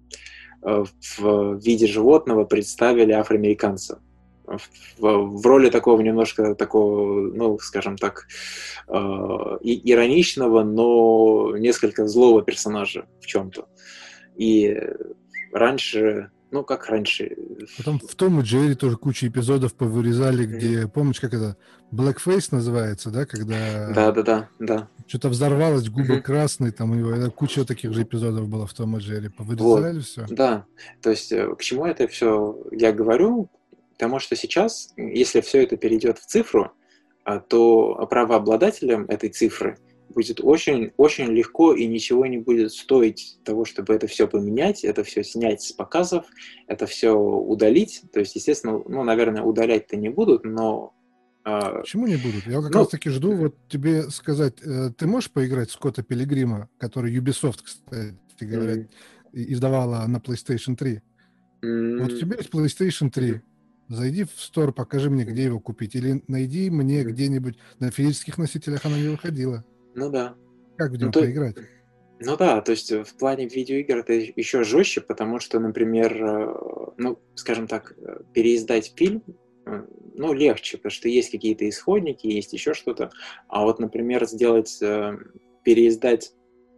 в виде животного представили афроамериканца. В, в роли такого немножко такого, ну, скажем так, э, ироничного, но несколько злого персонажа в чем-то. И раньше, ну, как раньше... Потом в Том и Джерри тоже кучу эпизодов повырезали, где, mm-hmm. помнишь, как это, Blackface называется, да, когда... Да-да-да, да. Что-то взорвалось, губы mm-hmm. красные, там, у него куча таких же эпизодов было в Том и Джерри. Повырезали вот. все? Да, то есть к чему это все я говорю? Потому что сейчас, если все это перейдет в цифру, то правообладателям этой цифры будет очень-очень легко и ничего не будет стоить того, чтобы это все поменять, это все снять с показов, это все удалить. То есть, естественно, ну, наверное, удалять-то не будут, но... Почему не будут? Я как ну, раз-таки жду вот тебе сказать, ты можешь поиграть в Скотта Пилигрима, который Ubisoft, кстати говоря, mm-hmm. издавала на PlayStation три? Mm-hmm. Вот у тебя есть PlayStation три. Mm-hmm. Зайди в Store, покажи мне, где его купить. Или найди мне mm-hmm. где-нибудь на физических носителях она не выходила. Ну да. Как в него ну, то... поиграть? Ну да, то есть в плане видеоигр это еще жестче, потому что, например, ну, скажем так, переиздать фильм, ну, легче, потому что есть какие-то исходники, есть еще что-то. А вот, например, сделать, переиздать,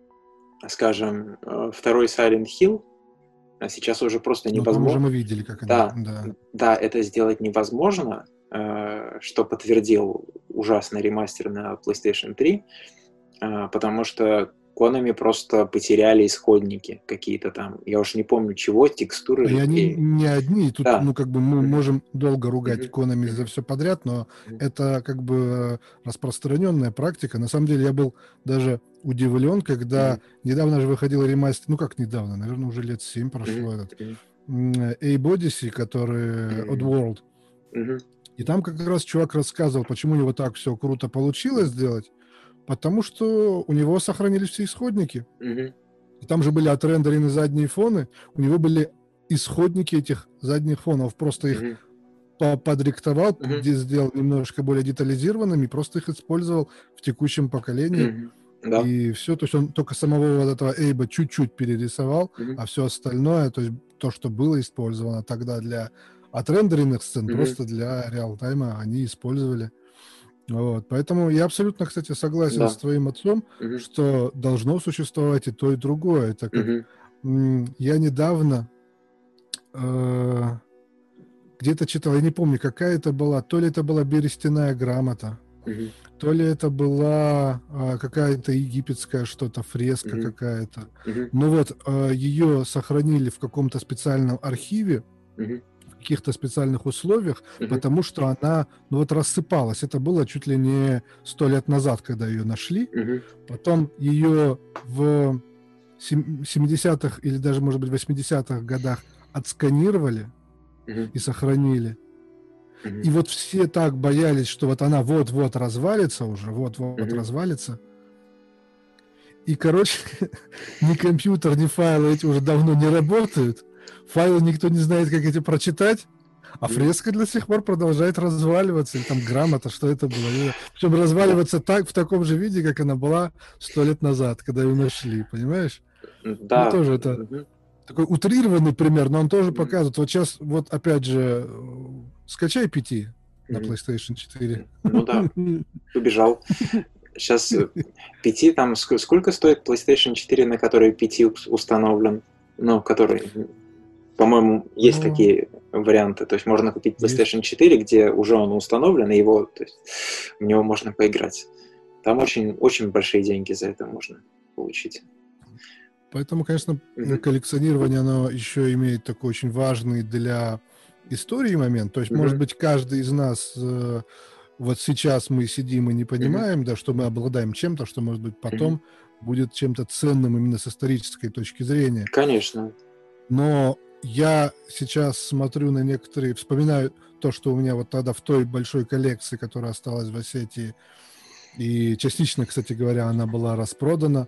скажем, второй Silent Hill, сейчас уже просто невозможно. Ну, там уже мы видели, как да, это... Да. да, это сделать невозможно, что подтвердил ужасный ремастер на PlayStation три, потому что Konami просто потеряли исходники какие-то там. Я уж не помню чего, текстуры. И они и... не одни. Тут, да. ну, как бы мы mm-hmm. можем долго ругать mm-hmm. Konami mm-hmm. за все подряд, но mm-hmm. это как бы распространенная практика. На самом деле я был даже удивлен, когда mm-hmm. недавно же выходил ремастер, ну как недавно, наверное, уже лет семь прошло mm-hmm. этот Abe Odyssey, который mm-hmm. Oddworld. Mm-hmm. И там как раз чувак рассказывал, почему у него так все круто получилось сделать. Потому что у него сохранились все исходники. Mm-hmm. И там же были отрендерены задние фоны. У него были исходники этих задних фонов. Просто их mm-hmm. подриктовал, mm-hmm. сделал немножко более детализированными, просто их использовал в текущем поколении. Mm-hmm. Да. И все, то есть он только самого вот этого Эйба чуть-чуть перерисовал, mm-hmm. а все остальное, то есть то, что было использовано тогда для отрендеренных сцен, mm-hmm. просто для реал-тайма они использовали. Вот. Поэтому я абсолютно, кстати, согласен да. с твоим отцом, uh-huh. что должно существовать и то, и другое. Это как uh-huh. м- я недавно э- где-то читал, я не помню, какая это была, то ли это была берестяная грамота, uh-huh. то ли это была э- какая-то египетская что-то, фреска uh-huh. какая-то. Uh-huh. Но вот э- ее сохранили в каком-то специальном архиве, uh-huh. в каких-то специальных условиях, uh-huh. потому что она, ну вот, рассыпалась. Это было чуть ли не сто лет назад, когда ее нашли. Uh-huh. Потом ее в семидесятых или даже, может быть, восьмидесятых годах отсканировали uh-huh. и сохранили. Uh-huh. И вот все так боялись, что вот она вот-вот развалится уже, вот-вот uh-huh. развалится. И, короче, ни компьютер, ни файлы эти уже давно не работают. Файлы никто не знает, как эти прочитать, а фреска до сих пор продолжает разваливаться. Или там грамота, что это было. Причем разваливаться так, в таком же виде, как она была сто лет назад, когда ее нашли, понимаешь? Да. Ну, тоже это угу. такой утрированный пример, но он тоже угу. показывает. Вот сейчас, вот опять же, скачай пи ти угу. на PlayStation четыре. Ну да, убежал. Сейчас пи ти, там сколько стоит PlayStation четыре, на которой пи ти установлен? Ну, который... По-моему, есть ну, такие варианты. То есть можно купить PlayStation есть. четыре, где уже он установлен, и его, то есть, в него можно поиграть. Там очень, очень большие деньги за это можно получить. Поэтому, конечно, mm-hmm. коллекционирование, оно еще имеет такой очень важный для истории момент. То есть, mm-hmm. может быть, каждый из нас... Э, вот сейчас мы сидим и не понимаем, mm-hmm. да, что мы обладаем чем-то, что, может быть, потом mm-hmm. будет чем-то ценным именно с исторической точки зрения. Конечно. Но я сейчас смотрю на некоторые, вспоминаю то, что у меня вот тогда в той большой коллекции, которая осталась в Осетии, и частично, кстати говоря, она была распродана,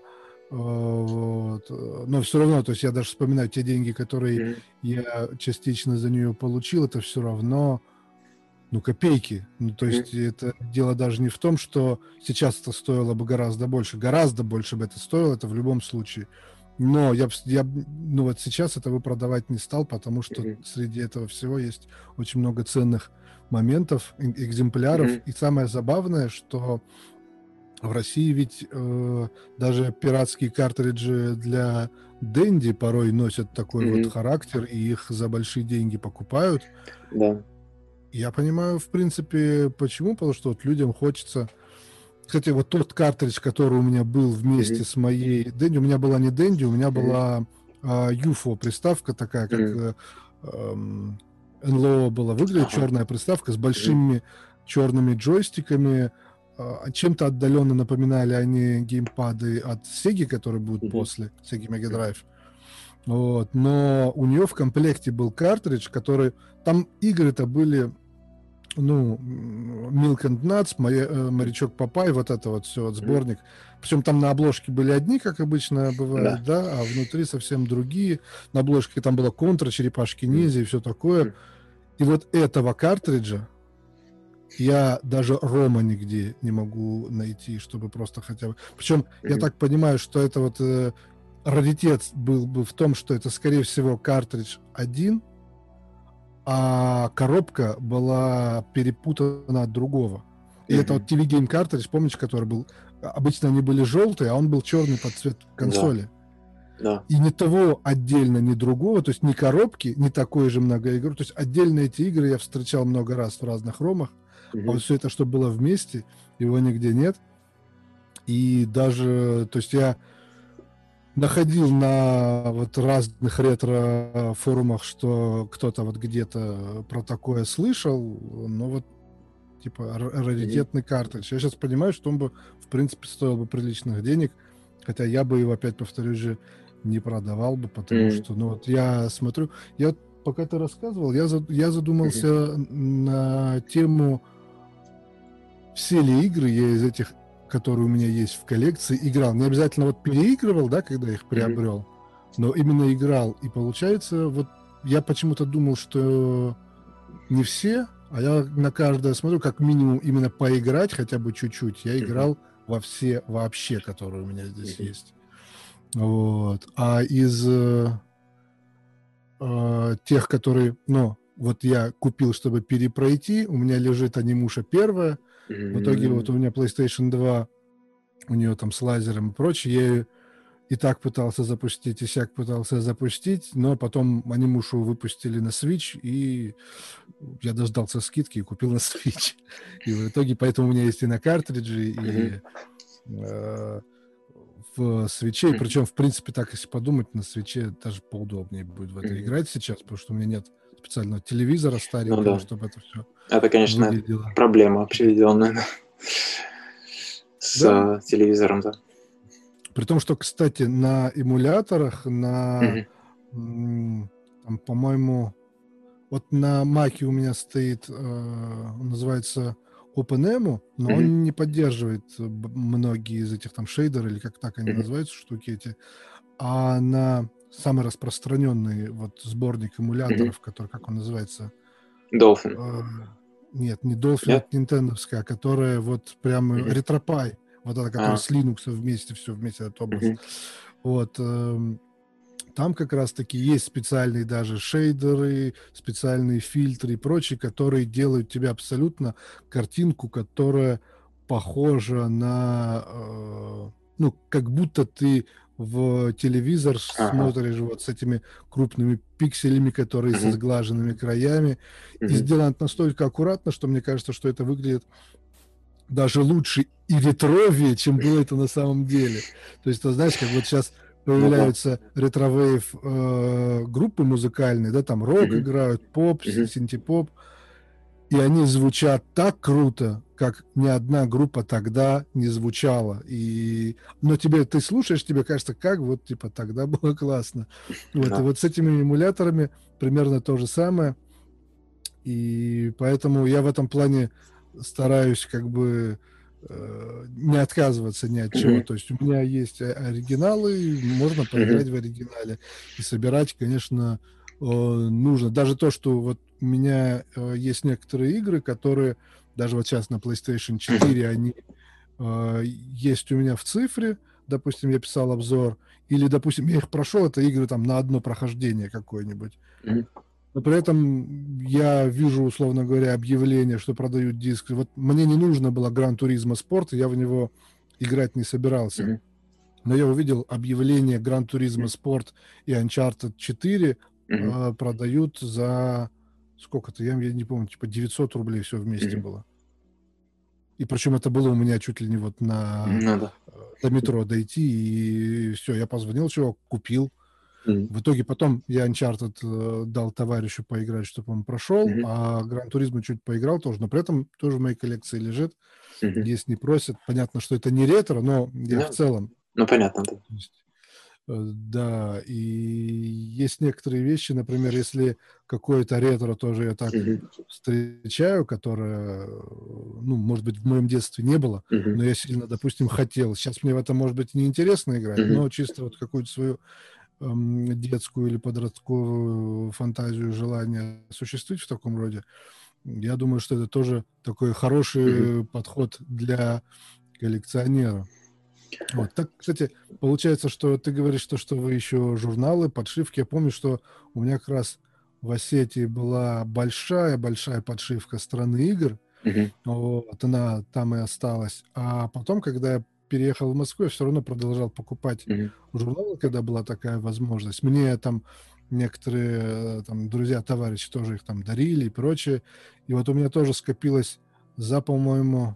Вот. Но все равно, то есть я даже вспоминаю те деньги, которые Мгм. я частично за нее получил, это все равно, ну, копейки. Ну, то Мгм. есть это дело даже не в том, что сейчас это стоило бы гораздо больше. Гораздо больше бы это стоило, это в любом случае. Но я, б с- я, б- ну, вот сейчас этого продавать не стал, потому что Мгм. среди этого всего есть очень много ценных моментов, э- экземпляров. Мгм. И самое забавное, что в России ведь э, даже пиратские картриджи для Денди порой носят такой вот Мгм. характер, и их за большие деньги покупают. Да. Я понимаю, в принципе, почему, потому что вот людям хочется... Кстати, вот тот картридж, который у меня был вместе Мгм. с моей Денди, у меня была не Денди, у меня Мгм. была а, юфо приставка такая, как Мгм. э, эм, эн эл о была, выглядит Ага. черная приставка с Мгм. большими черными джойстиками. А, чем-то отдаленно напоминали они геймпады от Sega, которые будут Мгм. после Sega Mega Мгм. Drive. Вот. Но у нее в комплекте был картридж, который... Там игры-то были, ну, Milk and Nuts, моя- э, Морячок Папай, вот это вот все, вот Мгм. сборник. Причем там на обложке были одни, как обычно Да. бывает, да, а внутри совсем другие. На обложке там была контра, черепашки Мгм. ниндзя и все такое. Мгм. И вот этого картриджа я даже рома нигде не могу найти, чтобы просто хотя бы... Причем я Мгм. так понимаю, что это вот э, раритет был бы в том, что это, скорее всего, картридж один, а коробка была перепутана от другого. И это вот Мгм. ти ви Game картридж, помнишь, который был... Обычно они были желтые, а он был черный под цвет Да. консоли. Да. И ни того отдельно, ни другого, то есть ни коробки, ни такой же многоигру. То есть отдельно эти игры я встречал много раз в разных ромах, а вот Мгм. все это, что было вместе, его нигде нет. И даже, то есть я находил на вот разных ретро-форумах, что кто-то вот где-то про такое слышал, но вот типа р- Мгм. раритетный картридж. Я сейчас понимаю, что он бы, в принципе, стоил бы приличных денег, хотя я бы его, опять повторюсь же, не продавал бы, потому М. что, ну вот я смотрю, я вот пока ты рассказывал, я, за- я Мгм. задумался на тему, все ли игры я из этих, которые у меня есть в коллекции, играл. Не обязательно вот переигрывал, да, когда их Мгм. приобрел, но именно играл. И получается, вот я почему-то думал, что не все, а я на каждое смотрю, как минимум именно поиграть хотя бы чуть-чуть. Я Мгм. играл во все вообще, которые у меня здесь Мгм. есть. Вот. А из э, э, тех, которые, ну, вот я купил, чтобы перепройти, у меня лежит анимуша первая. В итоге вот М. у меня PlayStation два, у нее там с лазером и прочее, я ее и так пытался запустить, и сяк пытался запустить, но потом анимушу выпустили на Switch, и я дождался скидки и купил на Switch. И в итоге, поэтому у меня есть и на картридже, Мгм. и э, в свече. Мгм. Причем, в принципе, так, если подумать, на свече даже поудобнее будет в это Мгм. играть сейчас, потому что у меня нет специального телевизора Ну старенького, да. чтобы это все Это, конечно, выглядело. проблема определенная, да, с Да, э, телевизором, да. при том, что, кстати, на эмуляторах, на, Мгм. м, там, по-моему, вот на Маке у меня стоит, э, он называется OpenEMU, но Мгм. он не поддерживает э, б- многие из этих там шейдеров, или как так они Мгм. называются, штуки эти. А на самый распространенный вот сборник Мгм. эмуляторов, который, как он называется, Dolphin. э, нет, не Dolphin, Нет? это нинтендовская, а которая вот прям Мгм. RetroPie, вот это, который А. с Linux вместе, все вместе, этот образ. Мгм. Вот, эм, там как раз-таки есть специальные даже шейдеры, специальные фильтры и прочие, которые делают тебе абсолютно картинку, которая похожа на, э, ну, как будто ты в телевизор Ага. смотришь вот с этими крупными пикселями, которые со Мгм. сглаженными краями. И Мгм. сделано это настолько аккуратно, что мне кажется, что это выглядит даже лучше и ретровее, чем было это на самом деле. То есть, ты знаешь, как вот сейчас Ну да. появляются ретро-вейв э, группы музыкальные, да, там рок Мгм. играют, поп, Мгм. синтепоп, и они звучат так круто, как ни одна группа тогда не звучала. И... Но тебе, ты слушаешь, тебе кажется, как вот, типа, тогда было классно. Вот, и Да. вот с этими эмуляторами примерно то же самое. И поэтому я в этом плане стараюсь как бы э, не отказываться ни от чего. Мгм. То есть у меня есть о- оригиналы, можно Мгм. поиграть в оригинале. И собирать, конечно, э, нужно. Даже то, что вот у меня э, есть некоторые игры, которые даже вот сейчас на PlayStation Мгм. четыре, они э, есть у меня в цифре. Допустим, я писал обзор. Или, допустим, я их прошел, это игры там на одно прохождение какое-нибудь. Мгм. Но при этом я вижу, условно говоря, объявление, что продают диск. Вот мне не нужно было Гран Туризмо Спорт, я в него играть не собирался. Мгм. Но я увидел объявление Гран Туризмо Мгм. Спорт и Uncharted четыре Мгм. э, продают за сколько-то, я, я не помню, типа девятьсот рублей все вместе Мгм. было. И причем это было у меня чуть ли не вот на Ну да. э, до метро дойти, и все, я позвонил, чувак, купил. Мгм. В итоге потом я Uncharted э, дал товарищу поиграть, чтобы он прошел, Мгм. а Гран Туризмо чуть поиграл тоже, но при этом тоже в моей коллекции лежит. Мгм. Есть не просят. Понятно, что это не ретро, но я в Ну, целом. ну, понятно, да. То есть, э, да, и есть некоторые вещи, например, если какое-то ретро тоже я так Мгм. встречаю, которое, э, ну, может быть, в моем детстве не было, Мгм. но я сильно, допустим, хотел. Сейчас мне в это, может быть, неинтересно играть, Мгм. но чисто вот какую-то свою эм, детскую или подростковую фантазию, желание осуществить в таком роде, я думаю, что это тоже такой Мгм. хороший подход для коллекционера. Вот. Так, кстати, получается, что ты говоришь, что, что вы еще журналы, подшивки. Я помню, что у меня как раз в Осетии была большая-большая подшивка страны игр. Мгм. Вот, она там и осталась. А потом, когда я переехал в Москву, я все равно продолжал покупать Мгм. журналы, когда была такая возможность. Мне там некоторые э, там друзья, товарищи тоже их там дарили и прочее. И вот у меня тоже скопилось за, по-моему,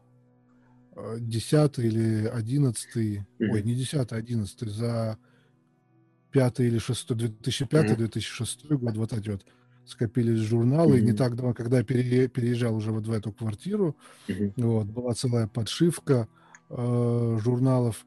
э, десятый или одиннадцатый, ой, Мгм. не десятый, а одиннадцатый, за пятый или шестой, две тысячи пятый, Мгм. две тысячи шестой год, вот эти вот скопились журналы. И не Мгм. так давно, когда я пере- переезжал уже вот в эту квартиру, Мгм. вот, была целая подшивка э, журналов,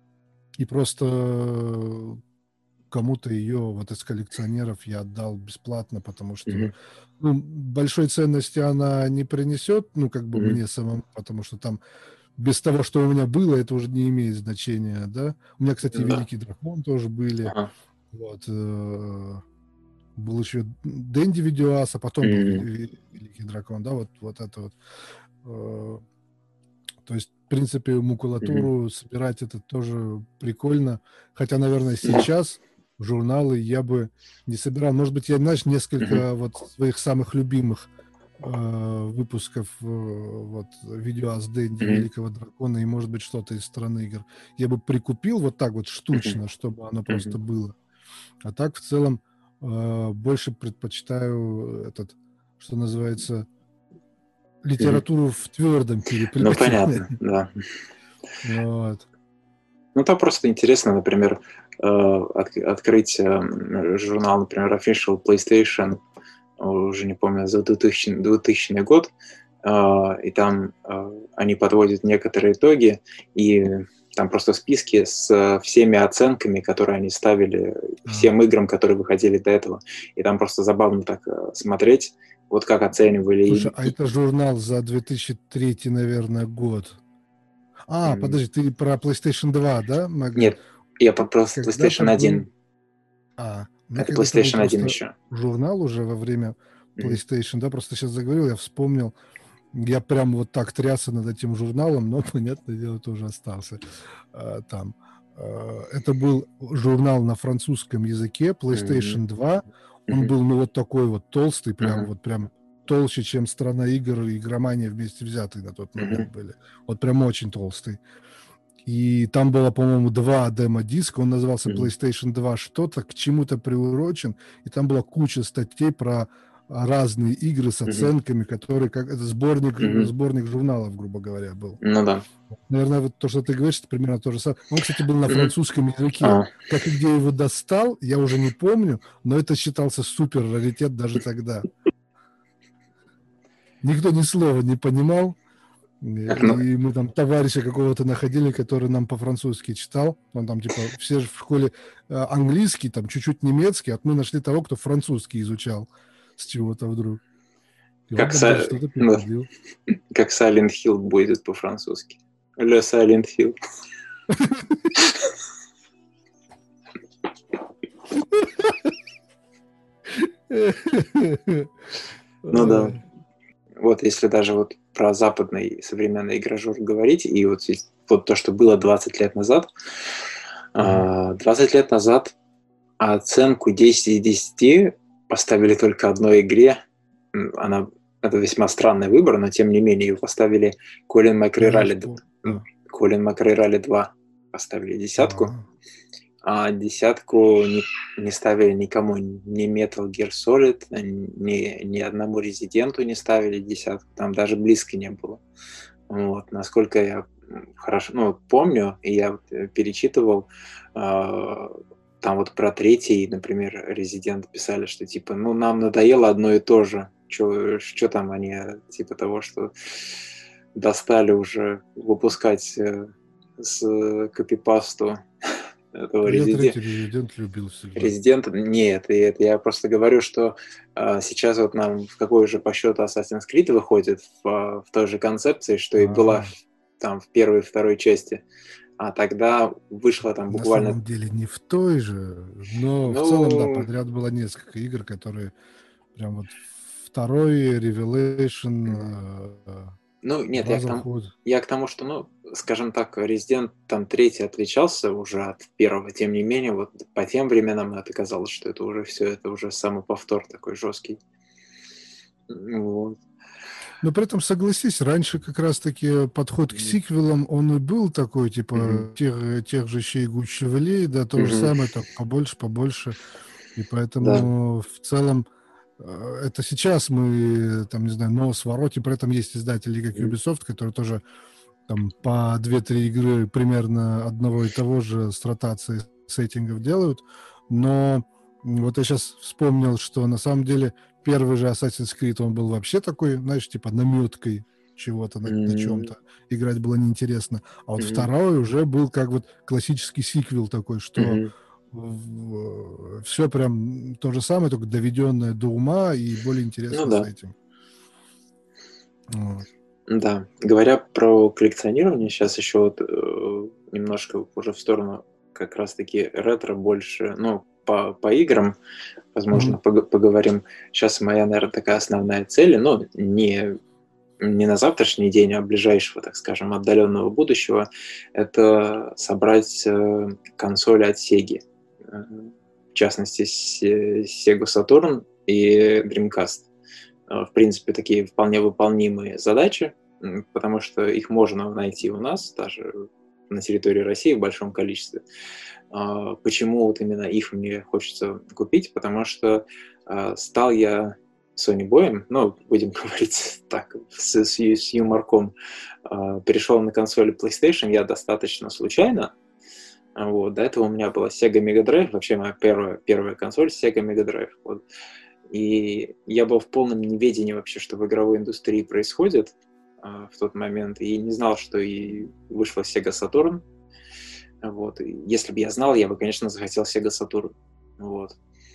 и просто э, кому-то ее вот из коллекционеров я отдал бесплатно, потому что Мгм. ну, большой ценности она не принесет, ну, как бы Мгм. мне самому, потому что там без того, что у меня было, это уже не имеет значения, да. У меня, кстати, Ну да. Великий Дракон тоже были, Ага. вот, э, был еще Дэнди Видеоас, а потом был Мгм. Вели- Великий Дракон, да, вот, вот это вот. Э, То есть, в принципе, Мгм. макулатуру собирать это тоже прикольно. Хотя, наверное, Да. сейчас журналы я бы не собирал. Может быть, я, знаешь, Мгм. несколько вот своих самых любимых э, выпусков э, вот видео о Дэнди Мгм. Великого Дракона и, может быть, что-то из страны игр. Я бы прикупил вот так вот Мгм. штучно, чтобы оно просто Мгм. было. А так, в целом, э, больше предпочитаю этот, что называется, Мгм. литературу в твердом Ну, переплете. понятно, да. Вот. Ну, там просто интересно, например, э, от- открыть э, журнал, например, Official PlayStation, уже не помню, за двухтысячный, двухтысячный год, э, и там э, они подводят некоторые итоги, и там просто списки с всеми оценками, которые они ставили А. всем играм, которые выходили до этого. И там просто забавно так э, смотреть, вот как оценивали. Слушай, И- а и- это журнал за две тысячи третий, наверное, год. А, м, подожди, ты про PlayStation два, да, Мэг? Нет, я по- просто Когда-то PlayStation был... один. А, у меня Это когда-то был PlayStation один просто еще. журнал уже во время Мгм. PlayStation, да, просто сейчас заговорил, я вспомнил, я прям вот так трясся над этим журналом, но, понятное дело, тоже остался а, там. А, это был журнал на французском языке, Мгм. PlayStation два. Он Мгм. был, ну, вот такой вот толстый, прям Ага. вот прям толще, чем «Страна игр» и «Игромания» вместе взятые на тот момент Мгм. были. Вот прям очень толстый. И там было, по-моему, два демо-диска. Он назывался Мгм. PlayStation два что-то, к чему-то приурочен. И там была куча статей про а, разные игры с Мгм. оценками, которые как это сборник, Мгм. сборник журналов, грубо говоря, был. Ну да. Наверное, вот то, что ты говоришь, это примерно то же самое. Он, кстати, был на Мгм. французском языке. А, Как и где я его достал, я уже не помню, но это считался супер раритет даже тогда. Никто ни слова не понимал. ну, И мы там товарища какого-то находили, который нам по-французски читал. Он там, типа, все же в школе э, английский, там чуть-чуть немецкий, а мы нашли того, кто французский изучал с чего-то вдруг. И он как, там даже Са- что-то ну, переводил. как Silent Hill будет по-французски. Le Silent Hill. Ну да. Вот если даже вот про западный современный игражур говорить, и вот, вот то, что было двадцать лет назад, mm-hmm. двадцать лет назад оценку десять из десяти поставили только одной игре. Она, это весьма странный выбор, но тем не менее ее поставили Колин Макрей Ралли. Колин Макрей Ралли два поставили десятку. Uh-huh. А десятку не, не ставили никому, ни Metal Gear Solid, ни, ни одному Резиденту не ставили десятку, там даже близко не было. Вот. Насколько я хорошо ну, помню, и я перечитывал, э, там вот про третий, например, Резидент писали, что типа, ну, нам надоело одно и то же. Что там они, типа того, что достали уже выпускать э, с копипасту этого я резидент... третий Резидент любил всегда. Резидент, нет, и это я просто говорю, что э, сейчас вот нам в какой же по счету Assassin's Creed выходит в, в той же концепции, что А-а-а. и была там в первой и второй части, а тогда вышло там буквально... На самом деле не в той же, но ну... в целом, да, подряд было несколько игр, которые прям вот второй, Revelation... Э, Ну, нет, я к, тому, я к тому, что, ну, скажем так, Resident там третий отличался уже от первого, тем не менее, вот по тем временам это казалось, что это уже все, это уже самоповтор такой жесткий. Вот. Но при этом, согласись, раньше как раз-таки подход к сиквелам, он и был такой, типа, mm-hmm. тех, тех же Щейгу Шевелей, да, то mm-hmm. же самое, так побольше, побольше, и поэтому да. в целом это сейчас мы, там, не знаю, нос воротим, при этом есть издатели, как Ubisoft, которые тоже там по две-три игры примерно одного и того же с ротацией сеттингов делают, но вот я сейчас вспомнил, что на самом деле первый же Assassin's Creed, он был вообще такой, знаешь, типа наметкой чего-то, на, mm-hmm. на чем-то. Играть было неинтересно. А вот mm-hmm. второй уже был как вот классический сиквел такой, что mm-hmm. все прям то же самое, только доведенное до ума и более интересно ну, да. с этим. Вот. Да. Говоря про коллекционирование, сейчас еще вот э, немножко уже в сторону как раз-таки ретро больше, ну, по, по играм, возможно, mm-hmm. пог- поговорим. Сейчас моя, наверное, такая основная цель, ну, не, не на завтрашний день, а ближайшего, так скажем, отдаленного будущего, это собрать э, консоли от Sega. В частности, Sega Saturn и Dreamcast. В принципе, такие вполне выполнимые задачи, потому что их можно найти у нас, даже на территории России в большом количестве. Почему вот именно их мне хочется купить? Потому что стал я Sony Boy'ем, ну, будем говорить так, с, с, с юморком, перешел на консоли PlayStation я достаточно случайно. Вот. До этого у меня была Sega Mega Drive, вообще моя первая, первая консоль Sega Mega Drive. Вот. И я был в полном неведении вообще, что в игровой индустрии происходит а, в тот момент, и не знал, что и вышла Sega Saturn. Вот. И если бы я знал, я бы, конечно, захотел Sega Saturn. Вот.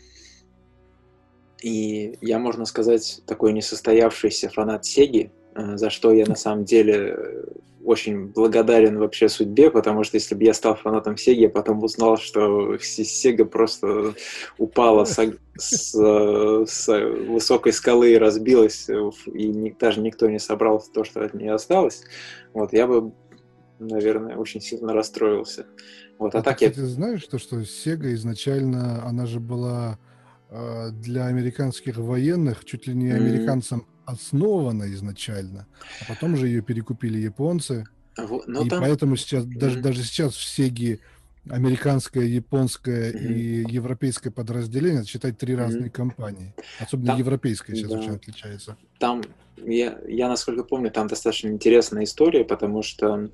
И я, можно сказать, такой несостоявшийся фанат Сеги, за что я на самом деле очень благодарен вообще судьбе, потому что если бы я стал фанатом Сеги, я потом узнал, что Сега просто упала с, с, с высокой скалы и разбилась, и ни, даже никто не собрал то, что от нее осталось. Вот, я бы, наверное, очень сильно расстроился. Вот, а, а так ты, я... кстати, знаешь, что, что Сега изначально, она же была э, для американских военных, чуть ли не американцам mm-hmm. основана изначально, а потом же ее перекупили японцы, ну, и там... поэтому сейчас, mm-hmm. даже, даже сейчас в Сеге американское, японское mm-hmm. и европейское подразделение, это считать три mm-hmm. разные компании. Особенно там... европейская сейчас да. очень отличается. Там, я, я насколько помню, там достаточно интересная история, потому что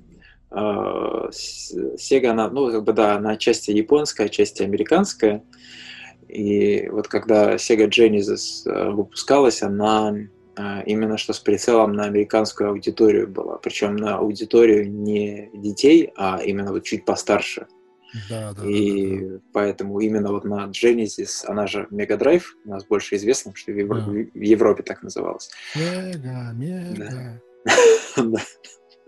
Sega, она, ну, как бы, да, она отчасти японская, отчасти американская. И вот когда Sega Genesis выпускалась, она именно что с прицелом на американскую аудиторию была. Причем на аудиторию не детей, а именно вот чуть постарше. Да, да, и да, да, да. поэтому именно вот на Genesis, она же Mega Drive, у нас больше известно, что в, Евро... да. в Европе так называлась. Mega, Mega. Да.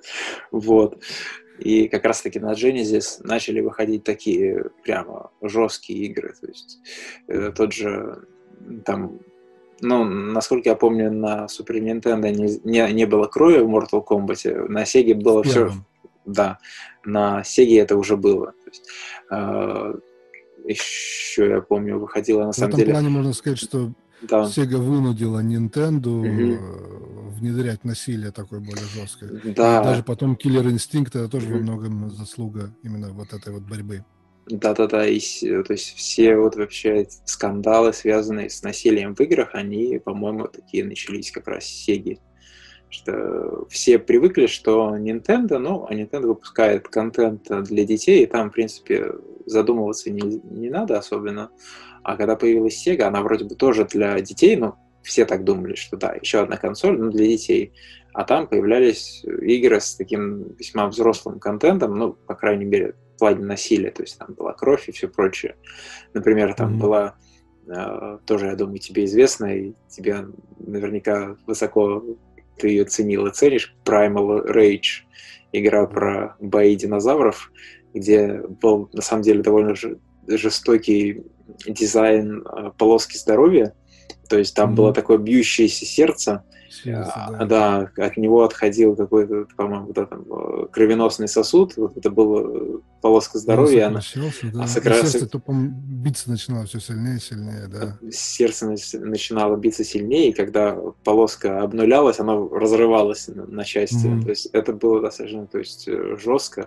Вот. И как раз-таки на Genesis начали выходить такие прямо жесткие игры. То есть э, тот же там, ну, насколько я помню, на Super Nintendo не, не, не было крови в Mortal Kombat, на Sega было В все. первом. Да, на Sega это уже было. То есть, э, еще я помню, выходила на В самом этом деле. плане можно сказать, что Да. Sega вынудила Nintendo Угу. внедрять насилие такое более жесткое. И Да. даже потом Killer Instinct это тоже Угу. во многом заслуга именно вот этой вот борьбы. Да-да-да, и то есть все вот вообще скандалы, связанные с насилием в играх, они, по-моему, такие начались как раз с Sega. Что все привыкли, что Nintendo, ну, а Nintendo выпускает контент для детей, и там, в принципе, задумываться не, не надо особенно. А когда появилась Sega, она вроде бы тоже для детей, но все так думали, что да, еще одна консоль, но для детей. А там появлялись игры с таким весьма взрослым контентом, ну, по крайней мере, в плане насилия, то есть там была кровь и все прочее. Например, там mm-hmm. была э, тоже, я думаю, тебе известно, и тебе наверняка высоко ты ее ценил и ценишь, Primal Rage, игра про бои динозавров, где был на самом деле довольно жестокий дизайн э, полоски здоровья, то есть там mm-hmm. было такое бьющееся сердце, Сердце, а, да. да, от него отходил какой-то, по-моему, да, там, кровеносный сосуд, вот это была полоска здоровья. Он сокращался, она, да. А сокра... И сердце то, по-моему, биться начинало все сильнее и сильнее, да. Сердце начинало биться сильнее, и когда полоска обнулялась, она разрывалась на, на части. Mm-hmm. То есть это было достаточно, то есть, жестко.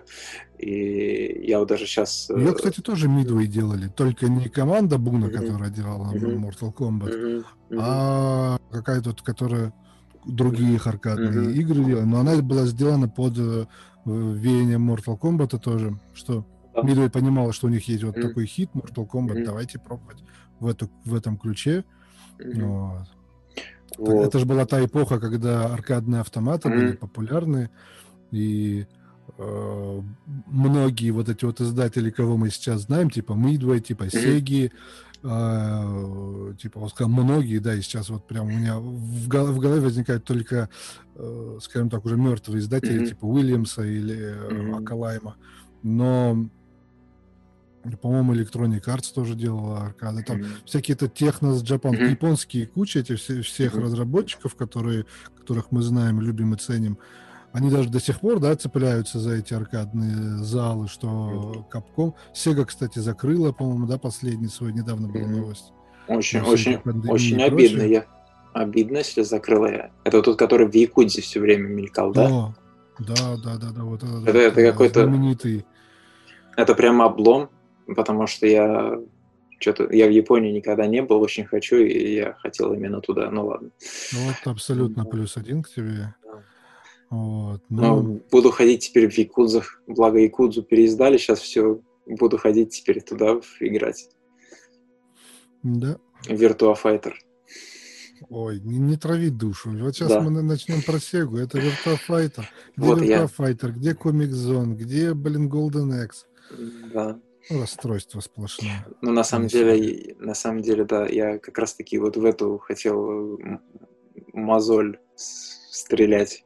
И я вот даже сейчас... Ее, кстати, тоже Midway делали, только не команда Буна, mm-hmm. которая делала mm-hmm. Mortal Kombat, mm-hmm. а какая-то, которая другие их аркадные mm-hmm. игры делала. Но она была сделана под веянием Mortal Kombat тоже, что yeah. Midway понимала, что у них есть вот mm-hmm. такой хит Mortal Kombat, mm-hmm. давайте пробовать в, эту, в этом ключе. Mm-hmm. Вот. Вот. Это же была та эпоха, когда аркадные автоматы mm-hmm. были популярны, и э, многие вот эти вот издатели, кого мы сейчас знаем, типа Midway, типа Sega, э, типа, вот, многие, да, и сейчас вот прям у меня в голове, в голове возникают только, э, скажем так, уже мертвые издатели, mm-hmm. типа Уильямса или mm-hmm. Акалайма, но по-моему, Electronic Arts тоже делала аркады. Там mm-hmm. всякие-то техно с Japan, mm-hmm. японские кучи, эти все, всех mm-hmm. разработчиков, которые, которых мы знаем, любим и ценим, они даже до сих пор, да, цепляются за эти аркадные залы, что Capcom. Sega, кстати, закрыла, по-моему, да, последний свой, недавно была новость. Очень, очень, очень обидно. Я... Обидно, если закрыла я. Это вот тот, который в Якудзе все время мелькал, да? О, да, да, да, да, вот этот это, вот, это какой-то... знаменитый. Это прям облом, потому что я что-то... Я в Японии никогда не был, очень хочу, и я хотел именно туда, ну ладно. Вот абсолютно mm-hmm. плюс один к тебе. Вот, но... но буду ходить теперь в Якудзах, благо Якудзу переиздали, сейчас все, буду ходить теперь туда играть. Да. Virtua Fighter. Ой, не, не трави душу. Вот сейчас да. мы начнем про Сегу. Это Virtua Fighter. Где вот Virtua я. Fighter? Где Comic Zone? Где, блин, Golden Axe? Да. Расстройство сплошное. Ну, на самом деле, на самом деле, да, я как раз-таки вот в эту хотел мозоль стрелять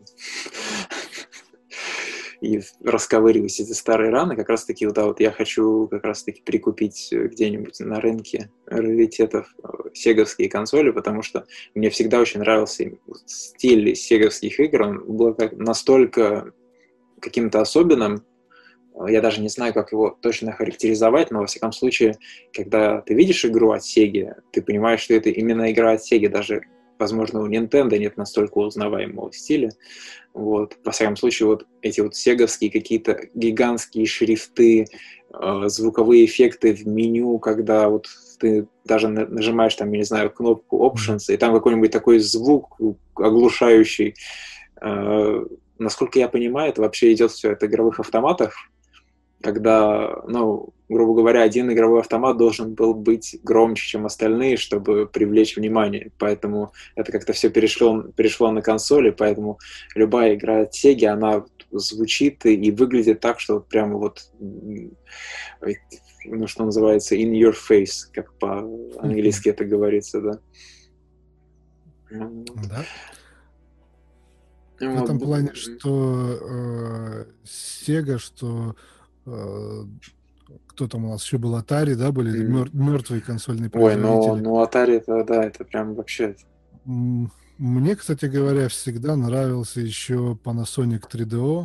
и расковыривать эти старые раны. Как раз-таки, да, вот я хочу как раз-таки прикупить где-нибудь на рынке раритетов сеговские консоли, потому что мне всегда очень нравился стиль сеговских игр. Он был настолько каким-то особенным, я даже не знаю, как его точно характеризовать, но, во всяком случае, когда ты видишь игру от Sega, ты понимаешь, что это именно игра от Sega. Даже, возможно, у Nintendo нет настолько узнаваемого стиля. Вот. Во всяком случае, вот эти вот сеговские какие-то гигантские шрифты, э, звуковые эффекты в меню, когда вот ты даже нажимаешь там, я не знаю, кнопку Options, и там какой-нибудь такой звук оглушающий. Э, насколько я понимаю, это вообще идет все от игровых автоматов, когда, ну, грубо говоря, один игровой автомат должен был быть громче, чем остальные, чтобы привлечь внимание. Поэтому это как-то все перешло, перешло на консоли, поэтому любая игра от Sega, она звучит и выглядит так, что прямо вот, ну, что называется, in your face, как по-английски это говорится, да. Да. В Вот, этом б- плане, м, что э, Sega, что э, кто там у нас еще был, Atari, да, были м. мертвые консольные Ой, ну, производители. ну Atari, это, да, это прям вообще... М, Мне, кстати говоря, всегда нравился еще Panasonic три ди о.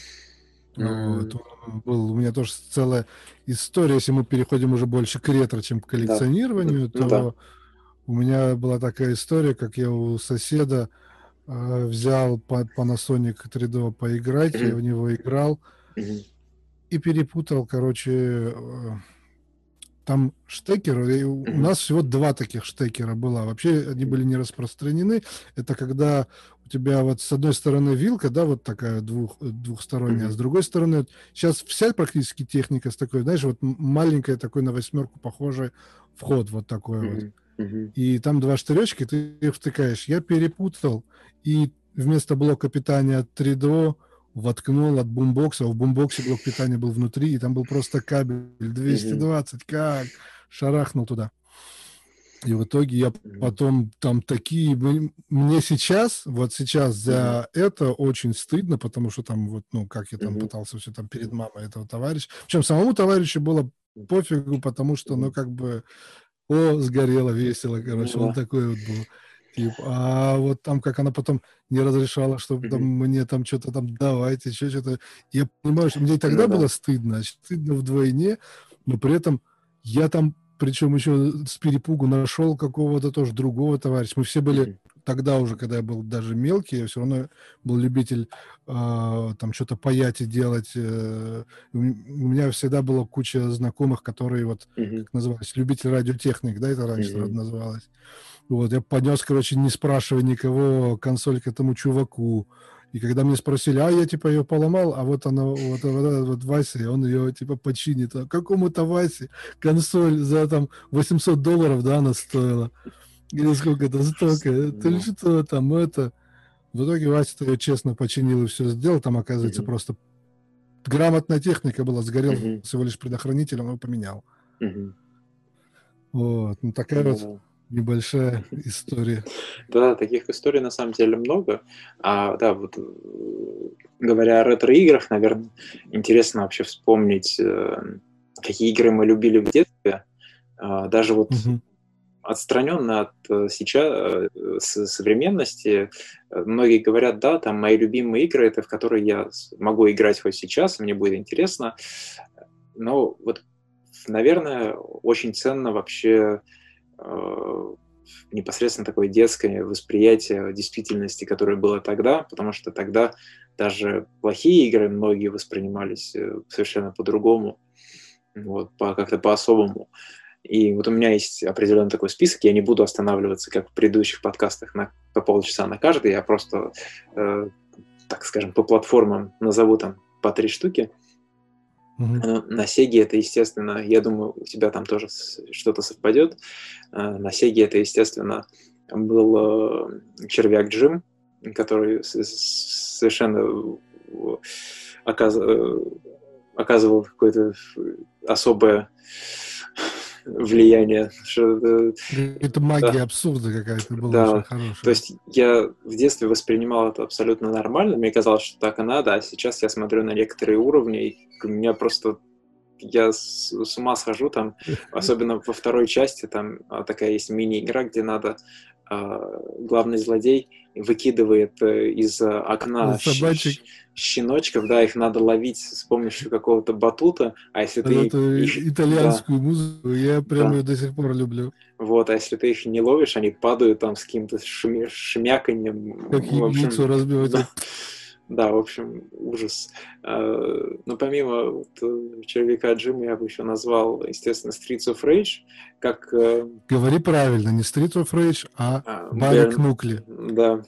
Вот. м, Он был, у меня тоже целая история, если мы переходим уже больше к ретро, чем к Да, да, коллекционированию, ну да. то у меня была такая история, как я у соседа э, взял па- Panasonic три ди о поиграть, я Мгм, в него играл мгм, и перепутал, короче, э, там штекер, и у у мгм, нас всего два таких штекера было. Вообще они были не распространены. Это когда у тебя вот с одной стороны вилка, да, вот такая двух, э, двухсторонняя, а с мгм, другой стороны сейчас вся практически техника с такой, знаешь, вот м- маленькая такой на восьмерку похожий вход вот такой вот. мгм, мгм, И там два штыречка, и ты их втыкаешь. Я перепутал, и вместо блока питания от три ди о воткнул от бумбокса. В бумбоксе блок питания был внутри, и там был просто кабель двести мгм, двадцать. Как? Шарахнул туда. И в итоге я мгм, потом там такие... м- Мне сейчас, вот сейчас мгм, за это очень стыдно, потому что там вот, ну, как я там мгм, пытался все там перед мамой этого товарища. Причем самому товарищу было пофигу, потому что, ну, мгм. как бы о, сгорело, весело, Ну короче, он да. такой вот был. Типа, а вот там, как она потом не разрешала, чтобы там Мгм. мне там что-то там давайте, еще что-то. Я понимаю, что мне и Ну тогда да. было стыдно, а щас стыдно вдвойне, но при этом я там, причем еще с перепугу нашел какого-то тоже другого товарища. Мы все были Мгм, тогда уже, когда я был даже мелкий, я все равно был любитель а, там что-то паять и делать. э. У м- у меня всегда была куча знакомых, которые вот мгм, как называлось, любитель радиотехник, да, это раньше мгм, называлось. Вот, я поднес, короче, не спрашивая никого, консоль к этому чуваку. И когда мне спросили, а я типа ее поломал, а вот она, вот, вот этот вот Вася, и он ее типа починит. А какому-то Васе консоль за там восемьсот долларов, да, она стоила. Или сколько это столько, это ли ну, что там, это. В итоге Вася ее честно починил и все сделал. Там, оказывается, мгм, просто грамотная техника была, сгорел мгм, всего лишь предохранитель, он его поменял. мгм. Вот, ну такая Ну вот да. небольшая история. Да, таких историй на самом деле много. А, да, вот э, говоря о ретро-играх, наверное, интересно вообще вспомнить, э, какие игры мы любили в детстве. А, даже вот Мгм. отстраненно от э, сейчас э, с- современности, э, многие говорят, да, там мои любимые игры это в которые я с- могу играть хоть сейчас, мне будет интересно. Но вот, наверное, очень ценно вообще э, непосредственно такое детское восприятие действительности, которое было тогда, потому что тогда даже плохие игры многие воспринимались э, совершенно по-другому, вот, по, как-то по-особому. И вот у меня есть определенный такой список, я не буду останавливаться, как в предыдущих подкастах, на, по полчаса на каждый, я просто, э, так скажем, по платформам назову там по три штуки. Мгм. Ну, на Сеге это, естественно, я думаю, у тебя там тоже с- что-то совпадет. Э, На Сеге это, естественно, был э, червяк Джим, который с- с- совершенно э, оказ- э, оказывал какое-то особое влияние. Что, э, Это да, магия абсурда какая-то была очень да, то хорошая. есть я в детстве воспринимал это абсолютно нормально, мне казалось, что так и надо, а сейчас я смотрю на некоторые уровни, и у меня просто я с, с ума схожу там, особенно во второй части, там а, такая есть мини-игра, где надо а, главный злодей выкидывает э, из а, окна щ- щ- Собачек, щеночков, да, их надо ловить с помощью какого-то батута, а если вот ты эту их, да, итальянскую музыку, я прям да, ее до сих пор люблю. вот, а если ты их не ловишь, они падают там с каким-то шуме- шмяканьем. Как В яйцо общем, разбивать. да, да, в общем, ужас. А, Но помимо вот, э, червяка Джима я бы еще назвал, естественно, Streets of Rage, как э, Говори правильно, не Street of Rage, а а, Барик Бер- Нукли. да.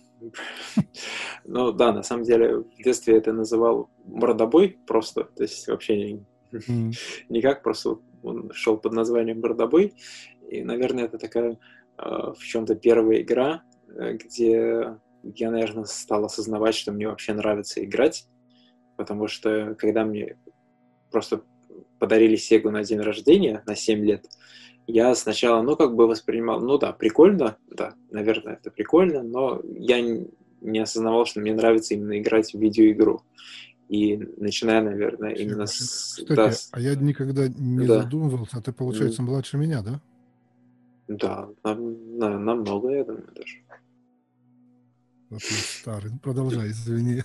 Ну да, на самом деле в детстве я это называл мордобой просто, то есть вообще не- М. никак, просто он шел под названием мордобой. И, наверное, это такая э, в чем-то первая игра, э, где я, наверное, стал осознавать, что мне вообще нравится играть, потому что когда мне просто подарили Сегу на день рождения на семь лет, я сначала, ну, как бы воспринимал, ну да, прикольно, да, наверное, это прикольно, но я н- не осознавал, что мне нравится именно играть в видеоигру. И начиная, наверное, именно с... Кстати, да, а я никогда не да. задумывался, а ты, получается, младше меня, да? Да, нам, на- намного, я думаю, даже. Вот я старый. Продолжай, извини.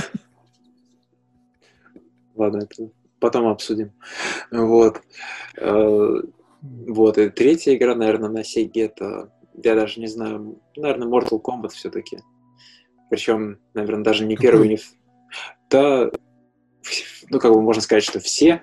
Ладно, это потом обсудим. Вот. Э, Вот, и третья игра, наверное, на Сеге, это, я даже не знаю, наверное, Mortal Kombat все-таки. Причем, наверное, даже не Какой? первый, не... в- Да, ну, как бы можно сказать, что все,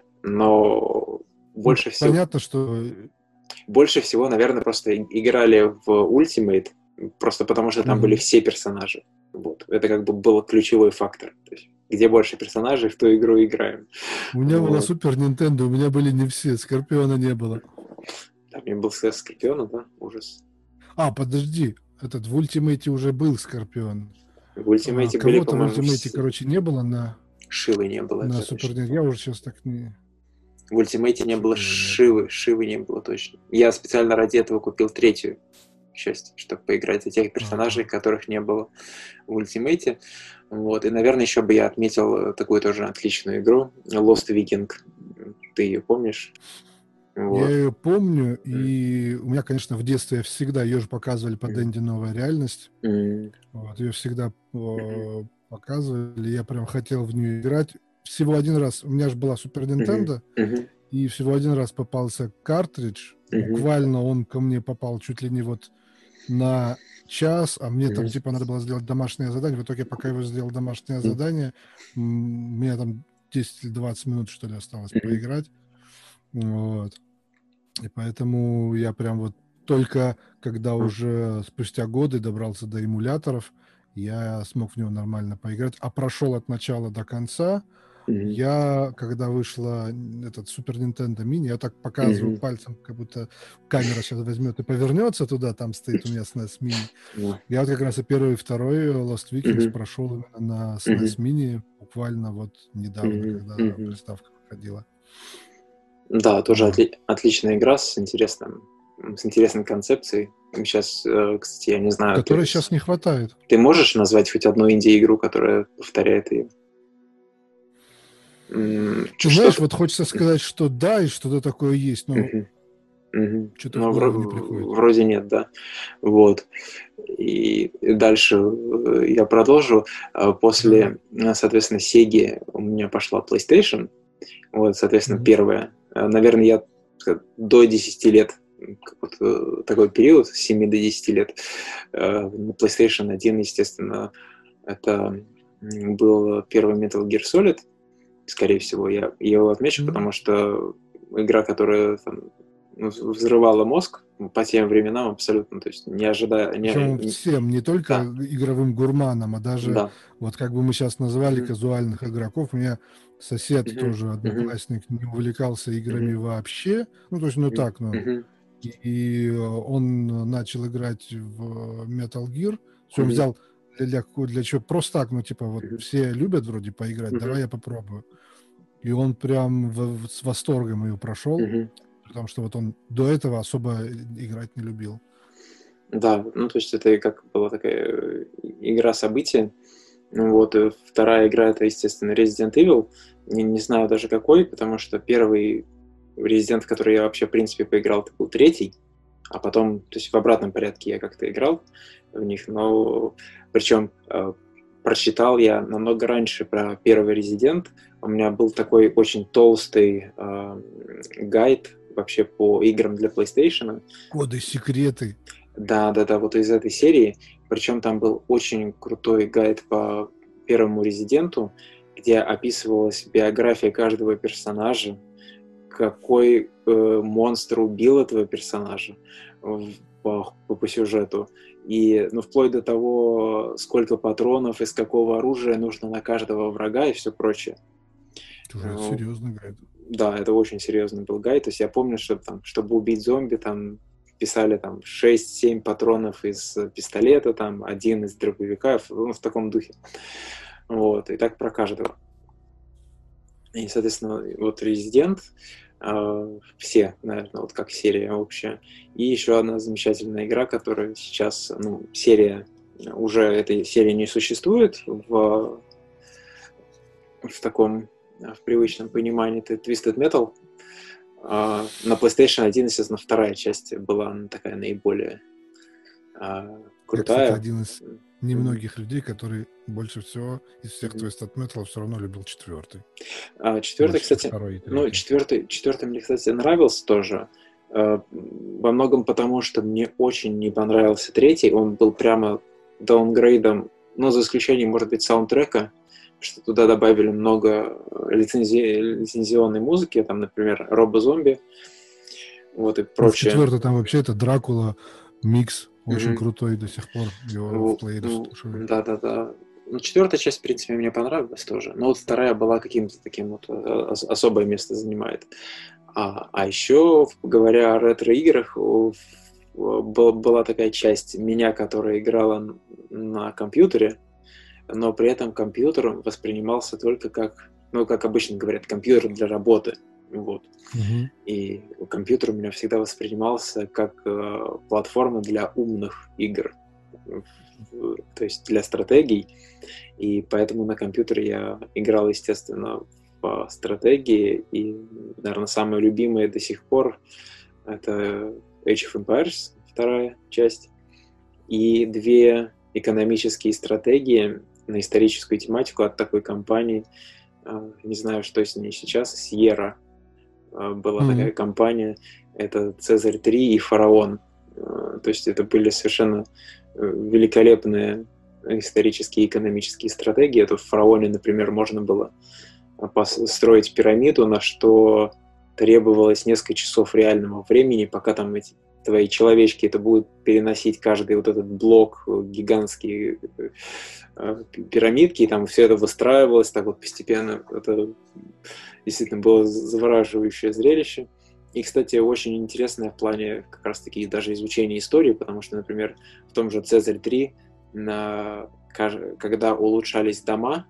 но Ну, больше всего, понятно, что... больше всего, наверное, просто и- играли в Ultimate, просто потому что там были Мгм. все персонажи. Вот. Это как бы был ключевой фактор. То есть, где больше персонажей, в ту игру играем. У меня была Вот. Супер Нинтендо, у меня были не все, Скорпиона не было. Там мне был С Скорпиона, да? Ужас. А, подожди, этот в Ультимейте уже был Скорпион. В А, Ультимейте были, кого-то в по-моему, Ультимейте, все. короче, не было на, Шивы не было, на это Супер точно. Нинтендо. Я уже сейчас так не... В Ультимейте не было Шивы не Шивы, Шивы не было точно. Я специально ради этого купил третью часть, чтобы поиграть за тех персонажей, Ага. которых не было в Ультимейте. Вот. И, наверное, еще бы я отметил такую тоже отличную игру Lost Viking. Ты ее помнишь? Я Вот. ее помню, и у меня, конечно, в детстве всегда ее же показывали по Мгм. Дэнди «Новая реальность». Мгм. Вот, ее всегда Мгм. э, показывали, я прям хотел в нее играть. Всего один раз, у меня же была Супер Мгм. Нинтендо, Мгм. и всего один раз попался картридж. Мгм. Буквально он ко мне попал чуть ли не вот на час, а мне там Мгм. типа надо было сделать домашнее задание. В итоге, пока я его сделал домашнее Мгм. задание, м, мне там десять или двадцать минут, что ли, осталось Мгм. поиграть. Вот. И поэтому я прям вот только когда уже спустя годы добрался до эмуляторов, я смог в него нормально поиграть. А прошел от начала до конца. Мгм. Я, когда вышла н- этот Супер Nintendo Mini, я так показываю Мгм. пальцем, как будто камера сейчас возьмет и повернется туда, там стоит у меня эс эн эс Mini. Да. Я вот как раз и первый, и второй Lost Vikings Мгм. прошел именно на Мгм. эс эн эс Mini, буквально вот недавно, Мгм. когда Мгм. приставка выходила. Да, тоже Вот. отли- отличная игра с интересным, с интересной концепцией. Сейчас, э, кстати, я не знаю, ты, Которой сейчас не хватает. ты можешь назвать хоть одну инди-игру, которая повторяет ее? М, Ты ч- знаешь, Что-то... вот хочется сказать, что да, и что-то такое есть, но Мгм. Мгм. что-то в Ну, голову не вро- приходит. вроде нет, да. Вот. И дальше э, я продолжу. А Давай. После, э, соответственно, Sega у меня пошла PlayStation. Вот, соответственно, Мгм. первая. Э, Наверное, я так, до десяти лет, м, как вот, э, такой период, с семи до десяти лет, э, на PlayStation один, естественно, это м, был первый Metal Gear Solid, скорее всего. Я его отмечу, Мгм. потому что игра, которая там, ну, взрывала мозг по тем временам абсолютно, то есть не ожидая... Не, Причем не- всем, не только да, игровым гурманам, а даже, да. вот как бы мы сейчас назвали Мгм, казуальных игроков. У меня сосед мгм, тоже, мгм, одноклассник, не увлекался играми мгм, вообще. Ну, то есть, ну мгм, так, ну. мгм, И, и он начал играть в Metal Gear. Все, он мгм, взял для, для, какого- для чего? Просто так, ну, типа, вот мгм, все любят вроде поиграть, мгм, давай я попробую. И он прям в- в- с восторгом ее прошел, мгм. потому что вот он до этого особо играть не любил. Да, ну то есть это и как была такая э, игра события. Ну вот, и вторая игра это, естественно, Resident Evil. Не, не знаю даже какой, потому что первый Resident, в который я вообще, в принципе, поиграл, это был третий, а потом, то есть в обратном порядке я как-то играл в них, но причем э, прочитал я намного раньше про первый Resident. У меня был такой очень толстый э, гайд вообще по играм для PlayStation. Коды, секреты. Да, да, да, вот из этой серии. Причем там был очень крутой гайд по первому резиденту, где описывалась биография каждого персонажа, какой э, монстр убил этого персонажа в- по, по, по сюжету. И ну, вплоть до того, сколько патронов, из какого оружия нужно на каждого врага и все прочее. Слушай, это Э, серьезно, говорит. Да, это очень серьезный был гайд. То есть я помню, что там, чтобы убить зомби, там писали там шесть-семь патронов из пистолета, там один из дробовика, ну, в таком духе. Вот, и так про каждого. И, соответственно, вот Резидент, э, все, наверное, вот как серия общая. И еще одна замечательная игра, которая сейчас, ну, серия уже этой серии не существует в, в таком, в привычном понимании. Это Twisted Metal. А на PlayStation один, естественно, вторая часть была такая наиболее а, крутая. Я, кстати, один из немногих mm-hmm. людей, который больше всего из всех mm-hmm. Twisted Metal все равно любил четвертый. А, четвертый, кстати, ну, четвертый, четвертый мне, кстати, нравился тоже. А, во многом потому, что мне очень не понравился третий. Он был прямо даунгрейдом, но за исключением, может быть, саундтрека, что туда добавили много лицензи... лицензионной музыки, там, например, Робо-зомби, вот и прочее. В четвертый там вообще это Дракула микс, очень mm-hmm. крутой до сих пор, его ну, в плеере ну, слушаю. Да-да-да. Ну, четвертая часть, в принципе, мне понравилась тоже, но вот вторая была каким-то таким вот особое место занимает. А, а еще, говоря о ретро-играх, была такая часть меня, которая играла на компьютере, но при этом компьютер воспринимался только как, ну, как обычно говорят, компьютер для работы. Вот. Mm-hmm. И компьютер у меня всегда воспринимался как э, платформа для умных игр, то есть для стратегий. И поэтому на компьютере я играл, естественно, в стратегии. И, наверное, самые любимые до сих пор это Age of Empires, вторая часть, и две экономические стратегии на историческую тематику от такой компании. Не знаю, что с ней сейчас. Sierra была mm-hmm. такая компания. Это Цезарь три и Фараон. То есть это были совершенно великолепные исторические и экономические стратегии. Это в Фараоне, например, можно было построить пирамиду, на что требовалось несколько часов реального времени, пока там эти твои человечки это будут переносить каждый вот этот блок, гигантские э, пирамидки, и там все это выстраивалось так вот постепенно. Это действительно было завораживающее зрелище. И, кстати, очень интересное в плане как раз-таки даже изучения истории, потому что, например, в том же Цезарь три, на, когда улучшались дома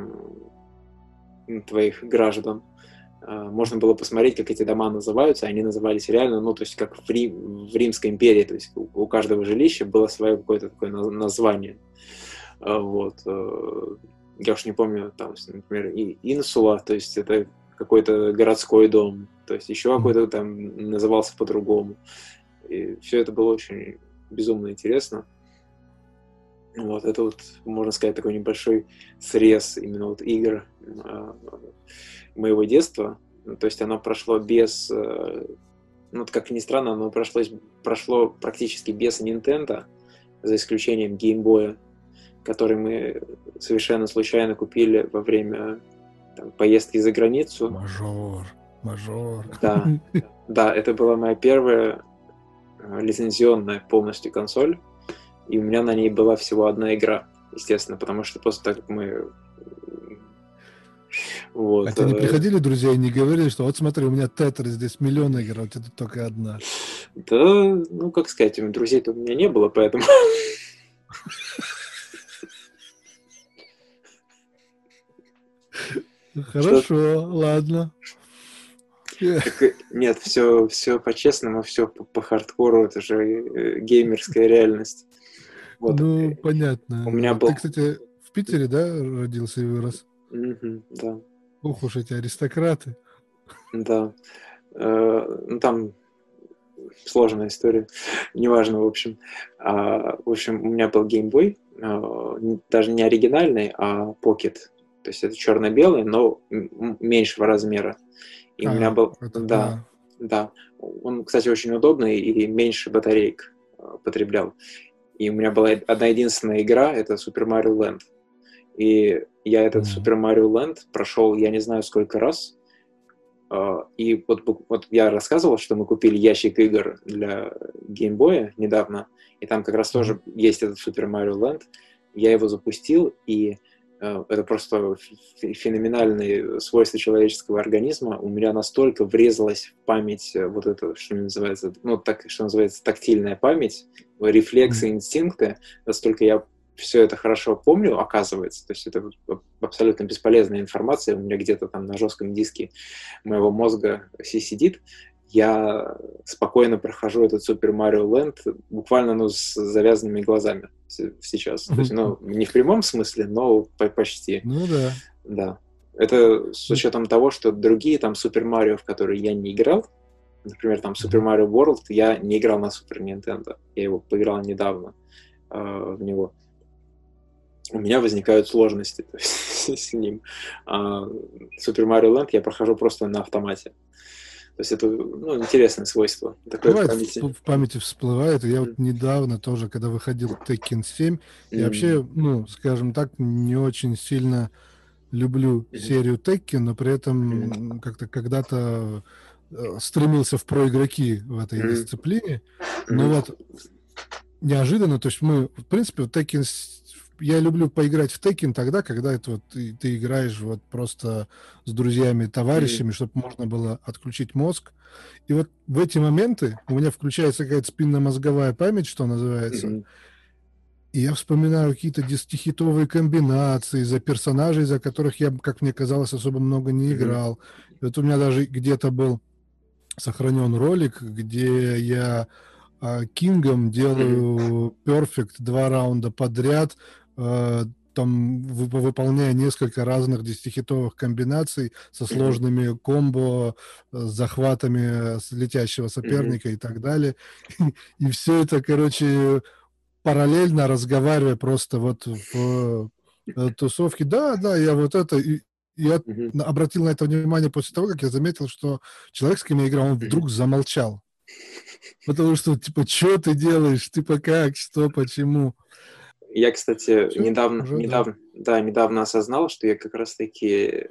твоих граждан, можно было посмотреть, как эти дома называются, они назывались реально, ну, то есть, как в, Рим, в Римской империи, то есть, у, у каждого жилища было свое какое-то такое название. Вот. Я уж не помню, там, например, Инсула, то есть, это какой-то городской дом, то есть, еще какой-то там назывался по-другому. И все это было очень безумно интересно. Вот, это вот, можно сказать, такой небольшой срез именно вот игр моего детства. То есть оно прошло без, ну, как ни странно, оно прошло, прошло практически без Nintendo, за исключением Game Boy, который мы совершенно случайно купили во время там, поездки за границу. Мажор, мажор. Да, да, это была моя первая лицензионная полностью консоль, и у меня на ней была всего одна игра, естественно, потому что после того, как мы... Вот. А тебе не приходили друзья и не говорили, что вот смотри, у меня Тетрис, здесь миллион игр, а у тебя тут только одна? Да, ну, как сказать, друзей-то у меня не было, поэтому... Хорошо, что... ладно. Так, нет, все, все по-честному, все по, по хардкору, это же геймерская реальность. Вот. Ну, понятно. У меня был... Ты, кстати, в Питере, да, родился и вырос? Mm-hmm, да. Ох уж эти аристократы. Да. Э, ну, там сложная история. Неважно, в общем. А, в общем, у меня был Game Boy, а, даже не оригинальный, а Pocket. То есть это черно-белый, но м- меньшего размера. И а, у меня был... Это, да, да. Он, кстати, очень удобный и меньше батареек потреблял. И у меня была одна единственная игра, это Super Mario Land. И я этот mm-hmm. Super Mario Land прошел я не знаю сколько раз. И вот, вот я рассказывал, что мы купили ящик игр для Game Boy недавно, и там как раз mm-hmm. тоже есть этот Super Mario Land. Я его запустил, и это просто феноменальные свойства человеческого организма. У меня настолько врезалась в память вот это, что называется, ну, так, что называется, тактильная память, рефлексы, инстинкты, настолько я все это хорошо помню, оказывается. То есть это абсолютно бесполезная информация. У меня где-то там на жестком диске моего мозга сидит. я спокойно прохожу этот Super Mario Land буквально, ну, с завязанными глазами сейчас. То есть, ну, не в прямом смысле, но почти. Ну да. Да. Это с учетом того, что другие там Super Mario, в которые я не играл, например, там Super Mario World, я не играл на Super Nintendo. Я его поиграл недавно э, в него. У меня возникают сложности то есть, с ним. А Super Mario Land я прохожу просто на автомате. То есть это, ну, интересное свойство. Такое Бывает, в памяти. в памяти всплывает. Я вот недавно тоже, когда выходил Tekken семь, я вообще, ну, скажем так, не очень сильно люблю серию Tekken, но при этом как-то когда-то э, стремился в проигроки в этой дисциплине. Но вот неожиданно, то есть мы, в принципе, в Tekken, я люблю поиграть в Tekken тогда, когда это вот ты, ты играешь вот просто с друзьями, товарищами, чтобы можно было отключить мозг. И вот в эти моменты у меня включается какая-то спинномозговая память, что называется, Mm-hmm. и я вспоминаю какие-то десятихитовые комбинации за персонажей, за которых я, как мне казалось, особо много не играл. Mm-hmm. И вот у меня даже где-то был сохранен ролик, где я а, Кингом делаю перфект два раунда подряд, а, там вы, выполняя несколько разных десятихитовых комбинаций со сложными mm-hmm. комбо, с захватами с летящего соперника mm-hmm. и так далее. И все это, короче, параллельно разговаривая просто вот в тусовке. Да, да, я вот это... И, я mm-hmm. обратил на это внимание после того, как я заметил, что человек, с кем я играл, он mm-hmm. вдруг замолчал. Потому что, типа, что ты делаешь? Типа, как? Что? Почему? Я, кстати, Всё, недавно, уже, недавно, да. да, недавно осознал, что я как раз-таки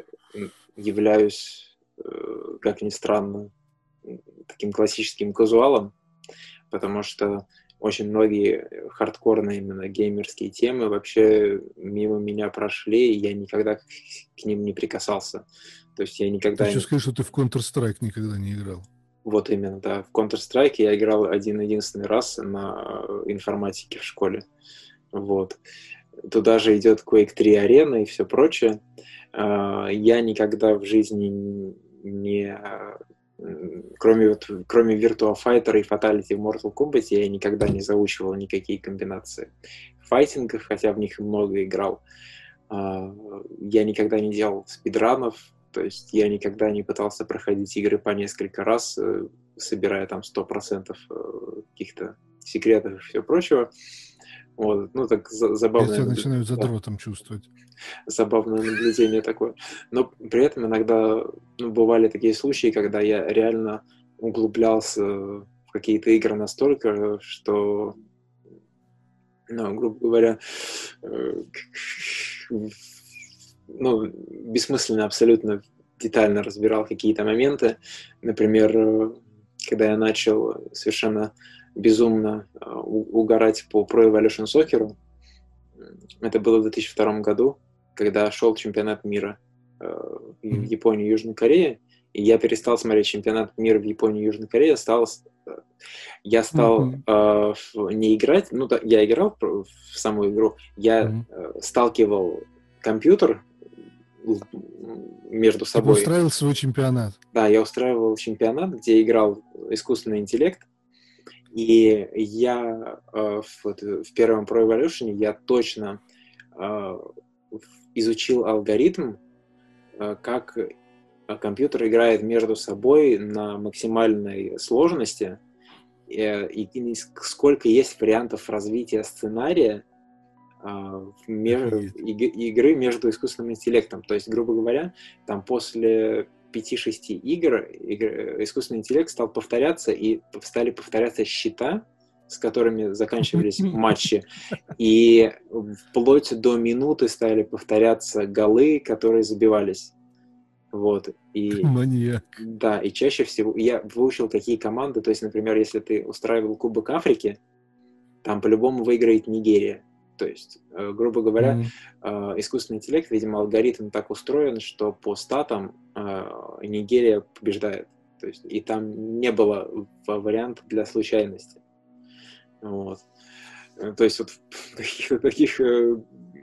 являюсь, как ни странно, таким классическим казуалом, потому что очень многие хардкорные именно геймерские темы вообще мимо меня прошли, и я никогда к ним не прикасался. То есть я никогда... Ты что, скажешь, что ты в Counter-Strike никогда не играл? Вот именно, да. В Counter-Strike я играл один-единственный раз на информатике в школе. Вот. Туда же идет Quake три арена и все прочее. Я никогда в жизни не... Кроме, вот, кроме Virtua Fighter и Fatality в Mortal Kombat я никогда не заучивал никакие комбинации файтингов, хотя в них много играл. Я никогда не делал спидранов, то есть я никогда не пытался проходить игры по несколько раз, собирая там сто процентов каких-то секретов и все прочего. Вот. Ну, так забавно. Я тебя начинаю задротом да. чувствовать. Забавное наблюдение такое. Но при этом иногда ну, бывали такие случаи, когда я реально углублялся в какие-то игры настолько, что, ну, грубо говоря, ну, бессмысленно абсолютно детально разбирал какие-то моменты. Например, когда я начал совершенно безумно угорать по Pro Evolution Soccer, это было в две тысячи втором году, когда шел чемпионат мира в Японии и Южной Корее, и я перестал смотреть чемпионат мира в Японии и Южной Корее, стал, я стал mm-hmm. э, не играть, ну да, я играл в саму игру, я mm-hmm. э, сталкивал компьютер между собой. Ты устраивал свой чемпионат? Да, я устраивал чемпионат, где играл искусственный интеллект, и я э, в, в первом Pro Evolution я точно э, изучил алгоритм, э, как компьютер играет между собой на максимальной сложности, э, и, и сколько есть вариантов развития сценария э, между, и, игры между искусственным интеллектом. То есть, грубо говоря, там после пяти-шести игр, игр искусственный интеллект стал повторяться, и стали повторяться счета, с которыми заканчивались матчи, и вплоть до минуты стали повторяться голы, которые забивались. Вот. И, маньяк. Да, и чаще всего я выучил такие команды, то есть, например, если ты устраивал Кубок Африки, там по-любому выиграет Нигерия. То есть, э, грубо говоря, mm. э, искусственный интеллект, видимо, алгоритм так устроен, что по статам э, Нигерия побеждает. То есть, и там не было вариантов для случайности. Вот. То есть вот в таких, таких э,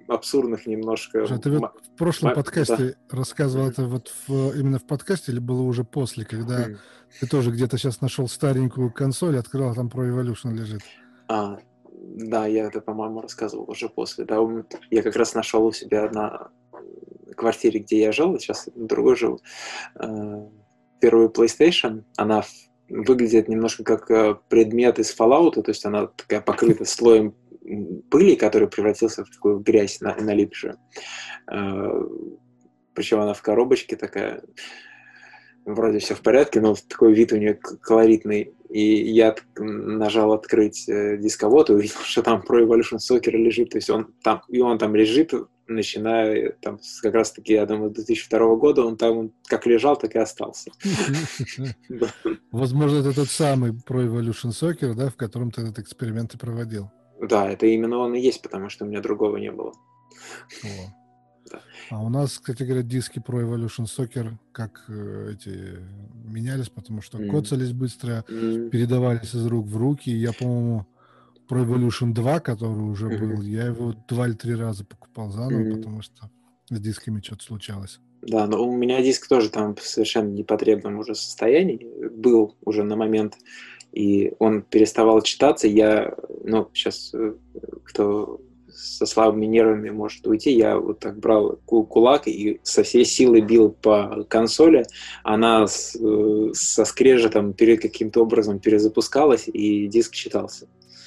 абсурдных немножко... Слушай, а ты вот м- в прошлом м- подкасте да. рассказывал Мгм. это вот в- именно в подкасте или было уже после, когда Мгм. ты тоже где-то сейчас нашел старенькую консоль, открыл, а там Pro Evolution лежит? А, да, я это, по-моему, рассказывал уже после. Да, У м- я как раз нашел у себя на м, квартире, где я жил, сейчас на другой жил, э, первую PlayStation. Она в- выглядит немножко как э, предмет из Fallout, то есть она такая покрыта слоем м, пыли, который превратился в такую грязь на- налипшую. Э, Причем она в коробочке такая, вроде все в порядке, но такой вид у нее к- колоритный. И я т- нажал открыть э, дисковод и увидел, что там Pro Evolution Soccer лежит. То есть он там, и он там лежит, начиная там с как раз таки, я думаю, две тысячи второго года, он там он как лежал, так и остался. Да, Возможно, это тот самый Pro Evolution Soccer, да, в котором ты этот эксперимент и проводил. Да, это именно он и есть, потому что у меня другого не было. О. Да. А у нас, кстати говоря, диски Pro Evolution Soccer как э, эти менялись, потому что М, коцались быстро, м, передавались из рук в руки. Я, по-моему, Pro Evolution два, который уже был, мгм, я его два или три раза покупал заново, м. потому что с дисками что-то случалось. Да, но у меня диск тоже там в совершенно непотребном уже состоянии был уже на момент, и он переставал читаться. Я, ну, сейчас кто со слабыми нервами может уйти, я вот так брал ку- кулак и со всей силы бил по консоли. Она с- э, со скрежетом перед каким-то образом перезапускалась, и диск читался.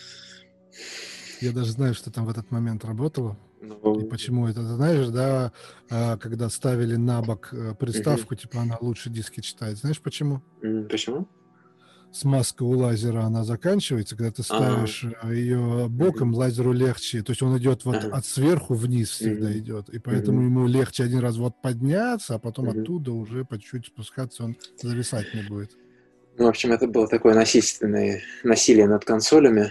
Я даже знаю, что там в этот момент работало. И Ну, почему это, ты знаешь, да, а, когда ставили на бок э, мгм. приставку, типа она лучше диски читает. Знаешь почему? М, Почему? Смазка у лазера, она заканчивается, когда ты А, ставишь ее мгм. боком, лазеру легче. То есть он идет вот Ага. от сверху вниз всегда Мгм. идет. И поэтому Мгм. ему легче один раз вот подняться, а потом Мгм. оттуда уже по чуть-чуть спускаться, он зависать не будет. Ну, в общем, это было такое насильственное насилие над консолями.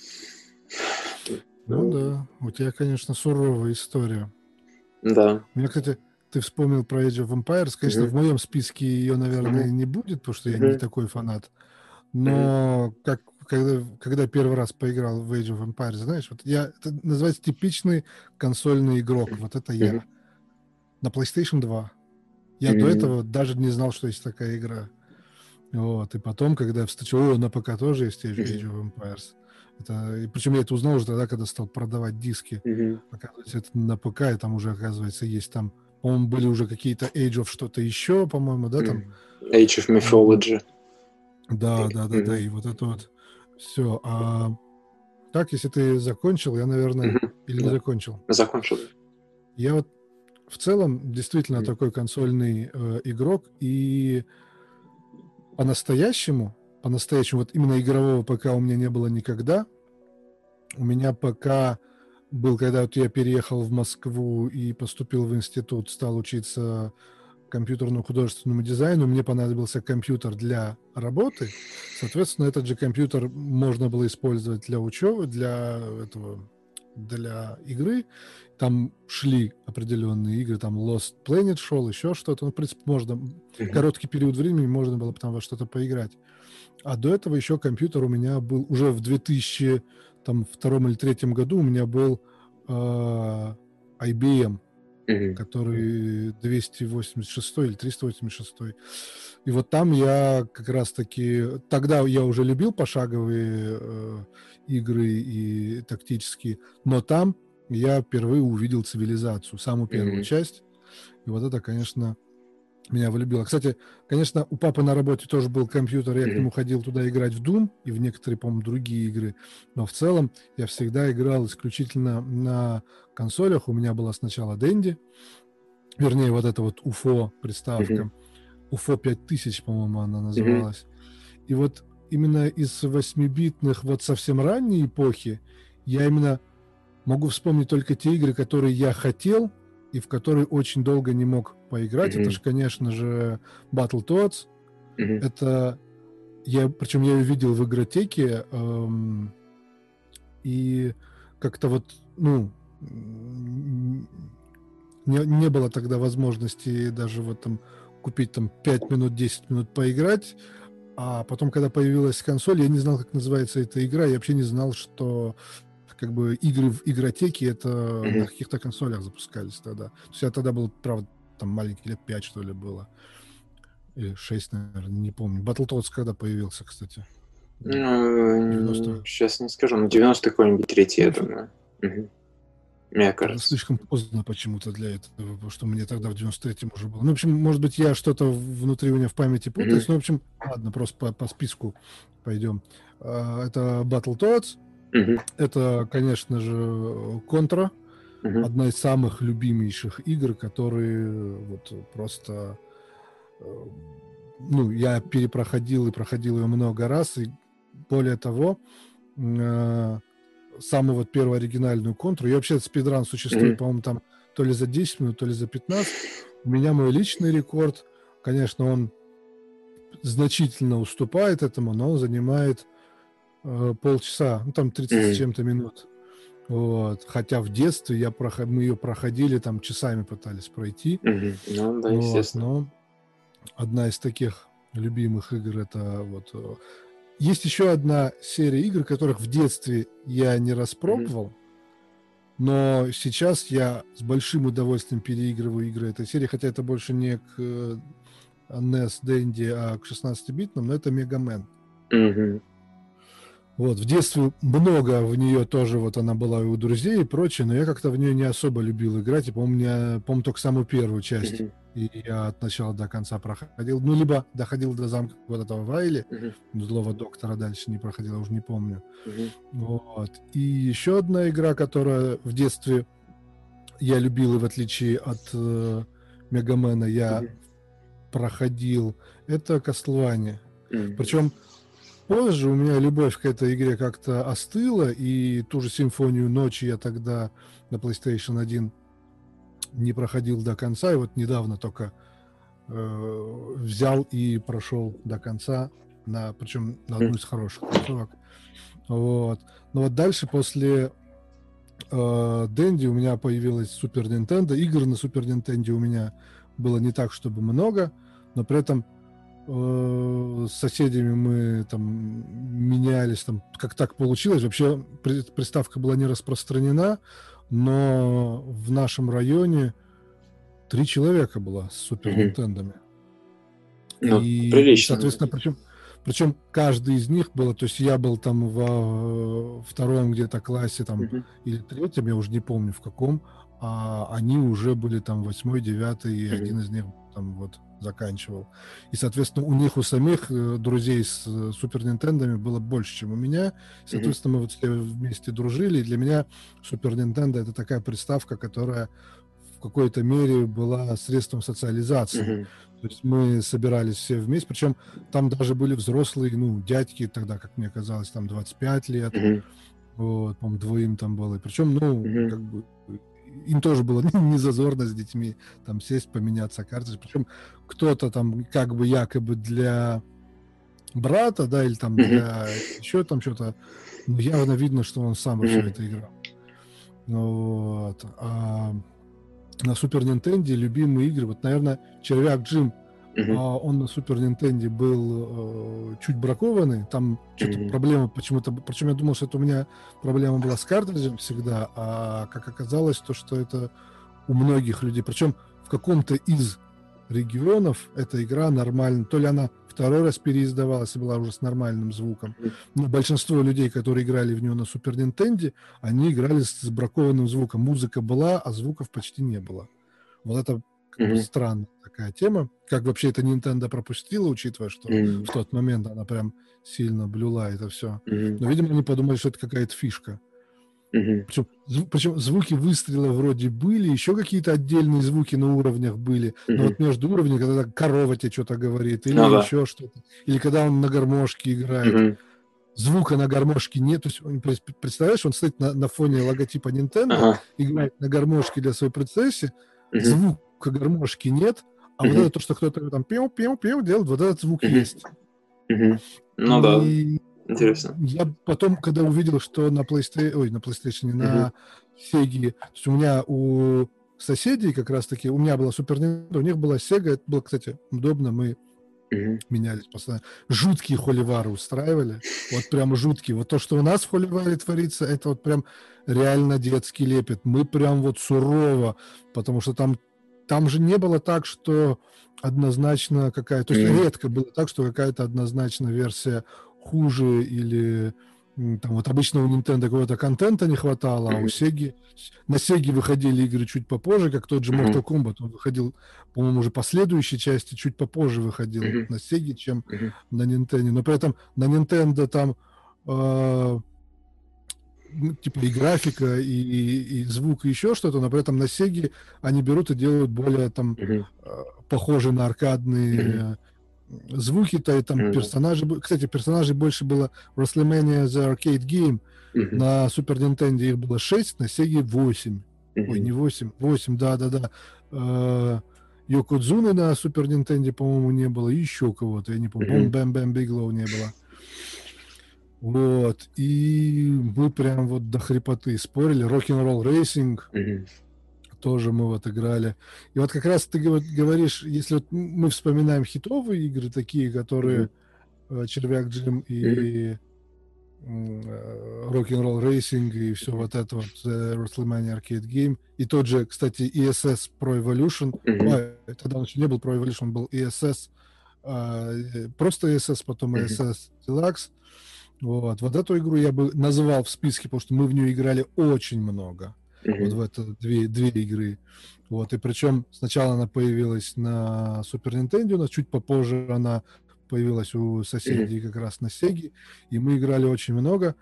Ну Ну, да, у тебя, конечно, суровая история. да. У меня, кстати, ты вспомнил про Age of Empires. Конечно, в Мгм. моем списке ее, наверное, Мгм. не будет, потому что я не Мгм. такой фанат. Мгм. Но как, когда, когда первый раз поиграл в Age of Empires, знаешь, вот я, это называется типичный консольный игрок. Вот это Мгм. я. На PlayStation два. Я до Мгм. этого даже не знал, что есть такая игра. Вот. И потом, когда я встречал, о, на ПК тоже есть Age Age Мгм. of Empires. Это, и причем я это узнал уже тогда, когда стал продавать диски. Мгм. Оказывается, это на ПК, и там уже, оказывается, есть там, по-моему, были уже какие-то Age of что-то еще, по-моему, да, там. Мгм. Age of М, Mythology. Да, да, да, да, Мгм. и вот это вот все. А так, если ты закончил, я, наверное, Мгм. или не Да. закончил. Закончил. Я вот в целом действительно Мгм. такой консольный э, игрок, и по-настоящему, по-настоящему, вот именно игрового ПК у меня не было никогда. У меня ПК был, когда вот я переехал в Москву и поступил в институт, стал учиться компьютерному художественному дизайну, мне понадобился компьютер для работы. Соответственно, этот же компьютер можно было использовать для учебы, для этого, для игры. Там шли определенные игры, там Lost Planet шел, еще что-то. Ну, в принципе, можно... Мгм. Короткий период времени можно было там во что-то поиграть. А до этого еще компьютер у меня был уже в две тысячи втором или третьем году у меня был э, ай би эм, Мгм. который двести восемьдесят шесть или триста восемьдесят шесть. И вот там я как раз-таки... Тогда я уже любил пошаговые э, игры и тактические, но там я впервые увидел цивилизацию, самую первую Мгм. часть. И вот это, конечно, меня влюбило. Кстати, конечно, у папы на работе тоже был компьютер, я к Мгм. нему ходил туда играть в Doom и в некоторые, по-моему, другие игры. Но в целом я всегда играл исключительно на консолях. У меня была сначала Dendy, вернее, вот эта вот уфо Мгм. приставка. уфо пять тысяч, по-моему, она Мгм. называлась. И вот именно из восьмибитных вот совсем ранней эпохи я именно могу вспомнить только те игры, которые я хотел и в которые очень долго не мог поиграть. Это Мгм. же, конечно же, Battletoads. Мгм. Это я, причем я ее видел в игротеке, эм, и как-то вот, ну, м, не, не было тогда возможности даже вот там купить там пять минут, десять минут поиграть. А потом, когда появилась консоль, я не знал, как называется эта игра, я вообще не знал, что как бы игры в игротеке, это Мгм. на каких-то консолях запускались тогда. То есть я тогда был, правда, там маленький, лет пять, что ли, было. Или шесть, наверное, не помню. Battletoads когда появился, кстати? Ну, девяносто. сейчас не скажу, но девяностый какой-нибудь третий, Ну, я в общем, думаю. Мгм. Мне тогда кажется. слишком поздно почему-то для этого, потому что мне тогда в девяносто третьем уже было. Ну, в общем, может быть, я что-то внутри у меня в памяти путаюсь. Мгм. Ну, в общем, ладно, просто по, по списку пойдем. А, Это Battletoads. Мгм. Это, конечно же, Контра. Мгм. Одна из самых любимейших игр, которые вот просто... э, Ну, я перепроходил и проходил ее много раз. И более того, э, самую вот первую оригинальную контру. И вообще спидран существует, Мгм. по-моему, там то ли за десять минут, то ли за пятнадцать. У меня мой личный рекорд, конечно, он значительно уступает этому, но он занимает э, полчаса, ну там тридцать с Мгм. чем-то минут. Вот. Хотя в детстве я проход... мы ее проходили, там часами пытались пройти. Мгм. Ну, да, Вот. естественно. Но одна из таких любимых игр это вот... э, Есть еще одна серия игр, которых в детстве я не Мгм. распробовал, но сейчас я с большим удовольствием переигрываю игры этой серии, хотя это больше не к э, нес, Dendy, а к шестнадцатибитным, но это Мегамен. Мгм. Вот, в детстве много в нее тоже, вот она была и у друзей и прочее, но я как-то в нее не особо любил играть, и, помню, я помню только самую первую часть, Мгм. и я от начала до конца проходил, ну, либо доходил до замка вот этого Вайли, Мгм. злого доктора дальше не проходил, я уже не помню. Мгм. Вот. И еще одна игра, которая в детстве я любил, и в отличие от э, Мегамена я Мгм. проходил, это Castlevania. Мгм. Причем позже у меня любовь к этой игре как-то остыла, и ту же Симфонию ночи я тогда на PlayStation один не проходил до конца, и вот недавно только э, взял и прошел до конца, на, причем на одну из хороших концовок. Вот. Но вот дальше, после э, Денди, у меня появилась Супер Нинтендо. Игр на Супер Нинтенде у меня было не так, чтобы много, но при этом э, с соседями мы там менялись, там как так получилось. Вообще при, приставка была не распространена, но в нашем районе три человека было с Супер Мгм. Нинтендами. Ну, И, и, прилично. соответственно, причем, причем каждый из них было, то есть я был там во втором где-то классе там Мгм. или третьем, я уже не помню в каком, а они уже были там восьмой, девятый, и Мгм. один из них там вот заканчивал. И, соответственно, у них у самих э, друзей с э, Супер Нинтендами было больше, чем у меня. Мгм. Соответственно, мы вот все вместе дружили, и для меня Супер Нинтендо это такая приставка, которая в какой-то мере была средством социализации. Мгм. То есть мы собирались все вместе, причем там даже были взрослые, ну, дядьки тогда, как мне казалось, там двадцать пять лет, Мгм. вот, по-моему, двоим там было. И причем, ну, Мгм. как бы им тоже было не зазорно с детьми там сесть, поменяться карточкой. Причем кто-то там как бы якобы для брата, да, или там Мгм. для еще там что-то, ну, явно видно, что он сам во все Мгм. это играл. Ну, вот. А на Супер Нинтенде любимые игры, вот, наверное, Червяк Джим, Мгм. а он на Супер Нинтенде был э, чуть бракованный, там что-то Мгм. проблема почему-то, причем я думал, что это у меня проблема была с картриджем всегда, а как оказалось, то, что это у многих людей, причем в каком-то из регионов эта игра нормально, то ли она второй раз переиздавалась и была уже с нормальным звуком, Мгм. но большинство людей, которые играли в нее на Супер Нинтенде, они играли с бракованным звуком. Музыка была, а звуков почти не было. Вот это как бы Мгм. странная такая тема. Как вообще это Nintendo пропустила, учитывая, что Мгм. в тот момент она прям сильно блюла это все. Мгм. Но, видимо, они подумали, что это какая-то фишка. Мгм. Причем, зву- причем звуки выстрела вроде были, еще какие-то отдельные звуки на уровнях были. Но Мгм. вот между уровнями, когда так корова тебе что-то говорит, или Ну да. еще что-то, или когда он на гармошке играет, Мгм. звука на гармошке нет. То есть, он, пред- представляешь, он стоит на, на фоне логотипа Nintendo, Ага. играет на гармошке для своей принцессы, Мгм. звука гармошки нет, а вот Мгм. это то, что кто-то там пиу-пиу-пиу делает, вот этот звук Мгм. есть. Мгм. Ну да, И интересно. я потом, когда увидел, что на PlayStation, ой, на PlayStation, Мгм. на Sega, то есть у меня у соседей как раз-таки, у меня была Super Nintendo, у них была Sega, это было, кстати, удобно, мы Мгм. Менялись постоянно. Жуткие холивары устраивали. Вот прям жуткие. Вот то, что у нас в холиваре творится, это вот прям реально детский лепет. Мы прям вот сурово, потому что там, там же не было так, что однозначно какая-то... То есть Мгм. редко было так, что какая-то однозначно версия хуже или м, там вот обычно у Nintendo какого-то контента не хватало, а у Мгм. Sega... На Sega выходили игры чуть попозже, как тот же Мгм. Mortal Kombat. Он выходил, по-моему, уже последующие части чуть попозже выходил Мгм. на Sega, чем Мгм. на Nintendo. Но при этом на Nintendo там э, ну, типа и графика, и, и, и звук, и еще что-то, но при этом на Sega они берут и делают более там Мгм. э, похожие на Мгм. аркадные звуки-то, и там Ну да. персонажи... бу- Кстати, персонажей больше было в WrestleMania The Arcade Game. Мгм. На Super Nintendo их было шесть, на Sega восемь. Ой, Мгм. не восемь, восемь, да-да-да. Э, Йокодзуны на Super Nintendo, по-моему, не было, и еще кого-то, я не помню. По-моему, Мгм. Бэм Бэм Биглоу не было. Вот, и мы прям вот до хрипоты спорили. Rock'n'Roll Racing Мгм. тоже мы вот играли. И вот как раз ты говор- говоришь, если вот мы вспоминаем хитовые игры, такие, Мгм. которые э, Червяк Джим Мгм. и м, э, Rock'n'Roll Racing и все вот это вот э, WrestleMania Arcade Game. И тот же, кстати, и эс эс Pro Evolution. Мгм. Ой, тогда он еще не был Pro Evolution, он был и эс эс. а, э, Просто и эс эс, потом Мгм. и эс эс Deluxe. Вот. Вот эту игру я бы называл в списке, потому что мы в нее играли очень много. Вот Мгм. в это две, две игры. Вот. И причем сначала она появилась на Super Nintendo, у нас чуть попозже она появилась у Мгм. соседей как раз на Sega, и мы играли очень много.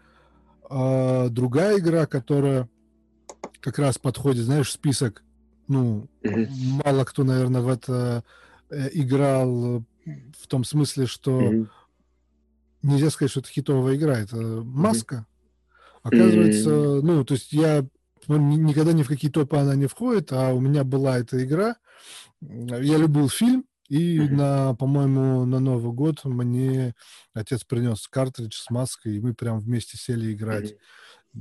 А другая игра, которая как раз подходит, знаешь, в список, ну, Мгм. мало кто, наверное, в это э, играл, в том смысле, что Мгм. нельзя сказать, что это хитовая игра, это Мгм. маска. Оказывается, М. ну, то есть я ну, ни- никогда ни в какие топы она не входит, а у меня была эта игра. М, Я любил фильм, и Мгм. на, по-моему, на Новый год мне отец принес картридж с маской, и мы прям вместе сели играть. Мгм.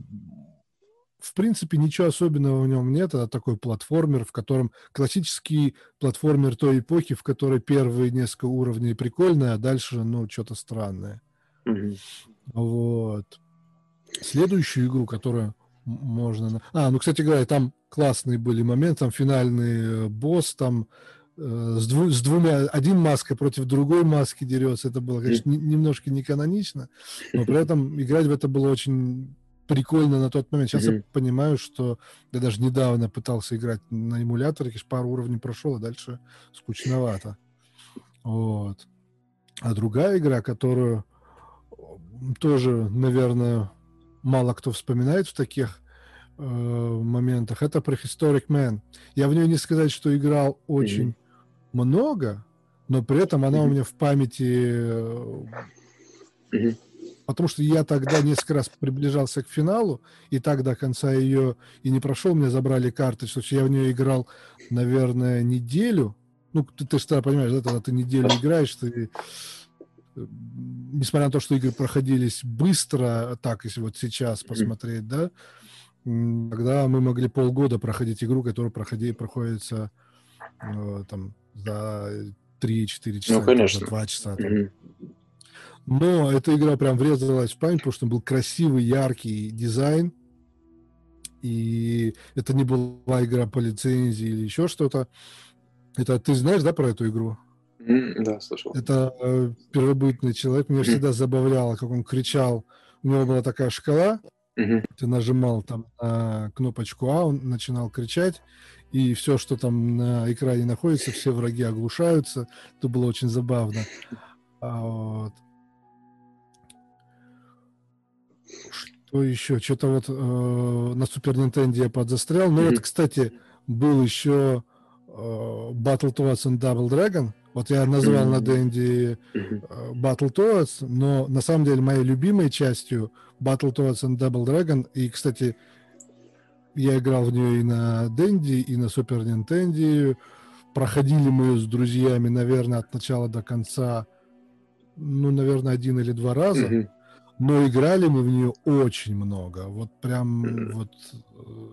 В принципе, ничего особенного в нем нет. Это такой платформер, в котором классический платформер той эпохи, в которой первые несколько уровней прикольные, а дальше, ну, что-то странное. Мгм. Вот. Следующую игру, которую м- можно... на- А, ну, кстати говоря, там классные были моменты, там финальный э, босс, там э, с, дву- с двумя... Один маска против другой маски дерется. Это было, Мгм. конечно, не- немножко не канонично, но при этом играть в это было очень прикольно на тот момент. Сейчас я Мгм. понимаю, что я даже недавно пытался играть на эмуляторе, конечно, пару уровней прошел, а дальше скучновато. Вот. А другая игра, которую м, тоже, наверное, мало кто вспоминает в таких э, моментах, это Prehistoric Man. Я в нее не сказать, что играл Мгм. очень много, но при этом она у Мгм. меня в памяти, э, Мгм. потому что я тогда несколько раз приближался к финалу, и так до конца ее и не прошел, мне забрали карты, что я в нее играл, наверное, неделю. Ну, ты, ты же тогда понимаешь, да, тогда ты неделю играешь, ты э, несмотря на то, что игры проходились быстро, так, если вот сейчас Мгм. посмотреть, да, м, тогда мы могли полгода проходить игру, которая проходи, проходится э, там за три-четыре Ну, часа, или там за конечно. два часа. Там. Мгм. Но эта игра прям врезалась в память, потому что был красивый, яркий дизайн, и это не была игра по лицензии или еще что-то. Это ты знаешь, да, про эту игру? М, Да, слышал. Это э, первобытный человек. Меня Мгм. всегда забавляло, как он кричал. У него была такая шкала, Мгм. ты нажимал там на кнопочку А, он начинал кричать, и все, что там на экране находится, все враги оглушаются. Это было очень забавно. А вот. Что еще? Что-то вот э, на Супер Nintendo я подзастрял. Ну вот, Мгм. кстати, был еще э, Battletoads and Double Dragon. Вот я назвал на М. Денди Мгм. э, Battletoads, но на самом деле моей любимой частью Battletoads and Double Dragon, и, кстати, я играл в нее и на Денди, и на Супер Nintendo. Проходили мы ее с друзьями, наверное, от начала до конца, ну, наверное, один или два раза. Мгм. Но играли мы в нее очень много. Вот прям М. вот э,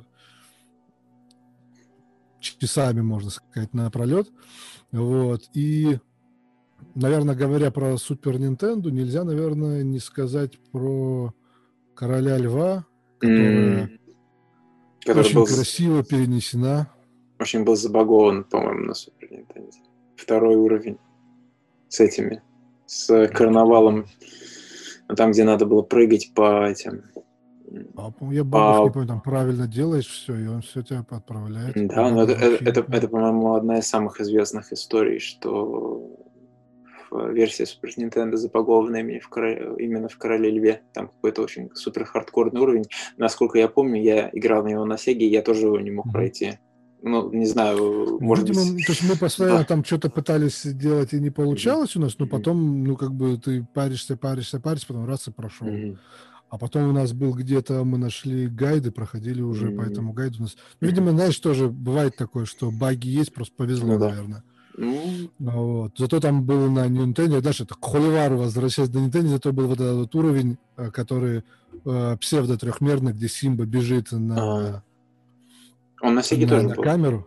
часами, можно сказать, напролет. Вот. И наверное, говоря про Супер Нинтендо, нельзя, наверное, не сказать про Короля Льва, которая М, Который очень был, з- красиво перенесена. очень был забагован, по-моему, на Супер Нинтендо. Второй уровень с этими, с карнавалом, ну, там, где надо было прыгать по этим, А, по- я багов не по... помню, там правильно делаешь все, и он все тебя отправляет. Да, но Багов это, это, вообще не это, это, помню. по-моему, одна из самых известных историй, что в версии Супер Nintendo забагована именно в, Короле, именно в Короле Льве. Там какой-то очень супер хардкорный уровень. Насколько я помню, я играл на него на Сеге, я тоже его не мог Мгм. пройти. Ну, не знаю, может быть... Видимо, то есть мы постоянно Да. там что-то пытались делать, и не Мгм. получалось у нас, но Мгм. потом, ну, как бы ты паришься, паришься, паришься, потом раз и прошел. Мгм. А потом у нас был где-то, мы нашли гайды, проходили уже по Мгм. этому гайду. У нас, ну, Мгм. видимо, знаешь, тоже бывает такое, что баги есть, просто повезло, Ну да. наверное. Ну, Вот. Зато там был на Nintendo, даже это к Холивару возвращаясь до Nintendo, зато был вот этот вот уровень, э, который э, псевдо-трехмерный, где Симба бежит а, на, он на Сеге на, тоже на был. камеру.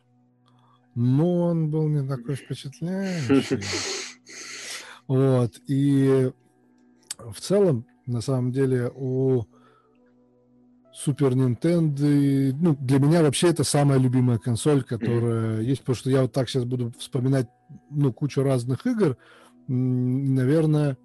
Но он был не такой впечатляющий. Вот. И в целом, на самом деле, у Супер Нинтендо, ну, для меня вообще это самая любимая консоль, Мгм. которая есть, потому что я вот так сейчас буду вспоминать, ну, кучу разных игр. М, Наверное,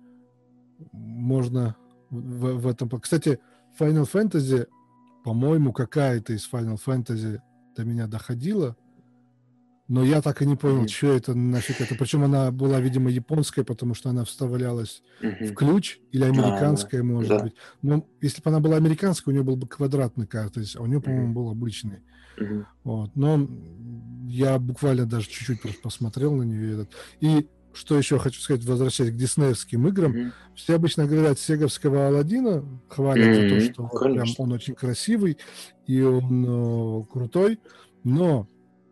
можно в, в этом... Кстати, Final Fantasy, по-моему, какая-то из Final Fantasy до меня доходила, но я так и не понял, Мгм. что это нафиг это. Причем она была, видимо, японская, потому что она вставлялась в Мгм. ключ, или А, да. американская, может Да. быть. Но если бы она была американская, у нее был бы квадратный картридж, а у нее, Мгм. по-моему, был обычный. Мгм. Вот. Но я буквально даже чуть-чуть просто посмотрел на нее. Этот. И что еще хочу сказать, возвращаясь к диснеевским играм, Мгм. все обычно говорят, сеговского Аладдина хвалят за то, Мгм. что вот прям Конечно. он очень красивый и он э, крутой, но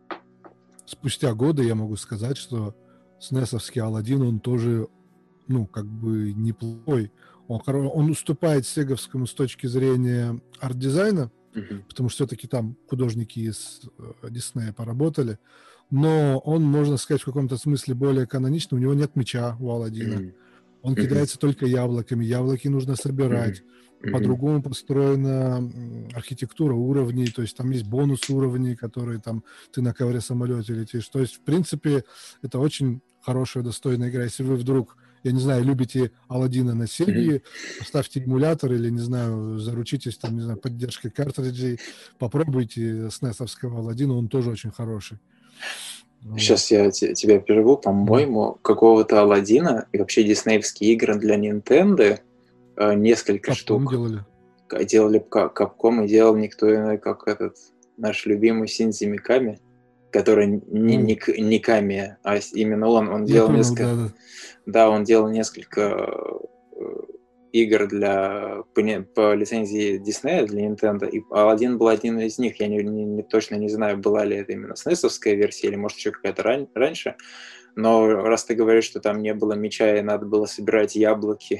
спустя годы я могу сказать, что снесовский Аладдин, он тоже, ну, как бы неплохой. Он, хоро- он уступает сеговскому с точки зрения арт-дизайна, Мгм. потому что все-таки там художники из э, Диснея поработали, но он, можно сказать, в каком-то смысле более каноничный. У него нет меча у Аладдина. Мгм. Он Мгм. кидается только яблоками. Яблоки нужно Мгм. собирать. Мгм. По-другому построена м, архитектура уровней. То есть там есть бонус уровней, которые там ты на ковре-самолете летишь. То есть, в принципе, это очень хорошая, достойная игра. Если вы вдруг, я не знаю, любите Аладдина на Мгм. Сеге, поставьте эмулятор или, не знаю, заручитесь там, не знаю, поддержкой картриджей, попробуйте снесовского Аладдина, он тоже очень хороший. Вот. Сейчас я те- тебя перерву. Мгм. По-моему, какого-то Аладдина и вообще диснеевские игры для Nintendo э, несколько Капком штук делали. к- делали Ка- Capcom, и делал никто иной, как этот наш любимый Синдзи Миками, который не, не, О, К- не Ками, а с- именно он. Он я делал понял, несколько... да-да. Да, он делал несколько э, игр для, по, не- по лицензии Диснея для Nintendo, и Aladdin был один из них. Я не, не- не- точно не знаю, была ли это именно снесовская версия, или может еще какая-то ран- раньше. Но раз ты говоришь, что там не было меча и надо было собирать яблоки,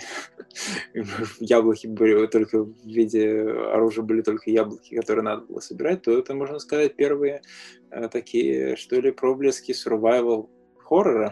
яблоки были только в виде оружия, были только яблоки, которые надо было собирать, то это, можно сказать, первые э, такие, что ли, проблески survival хоррора.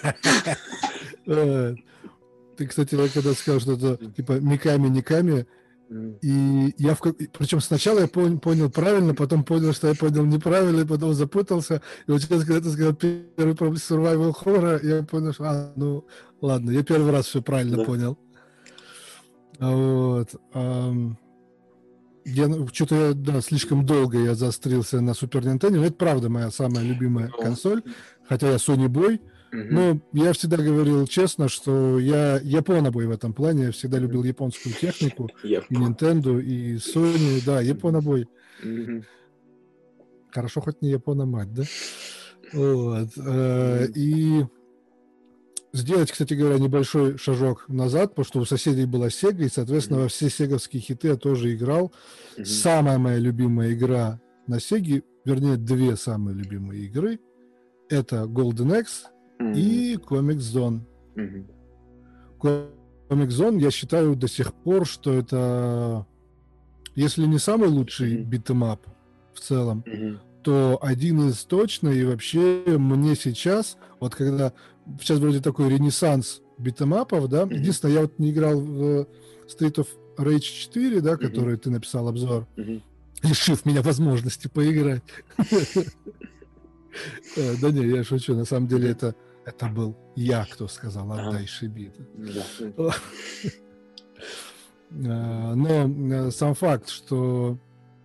Э, Ты, кстати, я когда сказал, что это типа Миками, Никами, М. и я в как... причем сначала я пон- понял правильно, потом понял, что я понял неправильно, и потом запутался. И вот сейчас, когда ты сказал первый проблем survival horror, я понял, что, а, ну, ладно, я первый раз все правильно Да. понял. А Вот. ам, Я, ну, что-то я, да, слишком долго я заострился на Супер Нинтендо. Это правда моя самая любимая Ну, консоль, хотя я Sony Boy. мгм, Но я всегда говорил честно, что я японобой в этом плане. Я всегда мгм. любил японскую технику. Я И понял. Nintendo, и Sony. Да, Мгм, японобой. мгм, Хорошо, хоть не япономать, да? Вот. э, мгм, И сделать, кстати говоря, небольшой шажок назад, потому что у соседей была Sega, и, соответственно, мгм, во все сеговские хиты я тоже играл. мгм, Самая моя любимая игра на Сеге, вернее, две самые любимые игры, это Golden Axe мгм, и Comic Zone. мгм, Comic Zone, я считаю до сих пор, что это, если не самый лучший мгм, битэмап в целом, мгм, то один из точно, и вообще мне сейчас, вот когда сейчас вроде такой ренессанс битэмапов, да. Mm-hmm. Единственное, я вот не играл в Street of Rage четыре, да, который mm-hmm. ты написал обзор, mm-hmm. лишив меня возможности поиграть. Да не, я шучу. На самом деле это это был я, кто сказал «отдай Шибита». Но сам факт, что...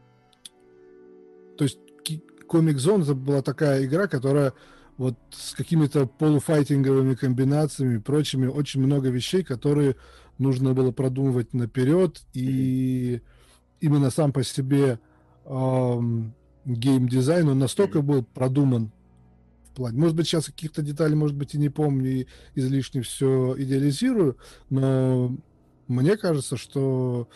То есть Comic Zone это была такая игра, которая вот с какими-то полуфайтинговыми комбинациями и прочими, очень много вещей, которые нужно было продумывать наперед, и именно сам по себе эм, геймдизайн, он настолько был продуман в плане. Может быть, сейчас каких-то деталей, может быть, и не помню, и излишне все идеализирую, но мне кажется, что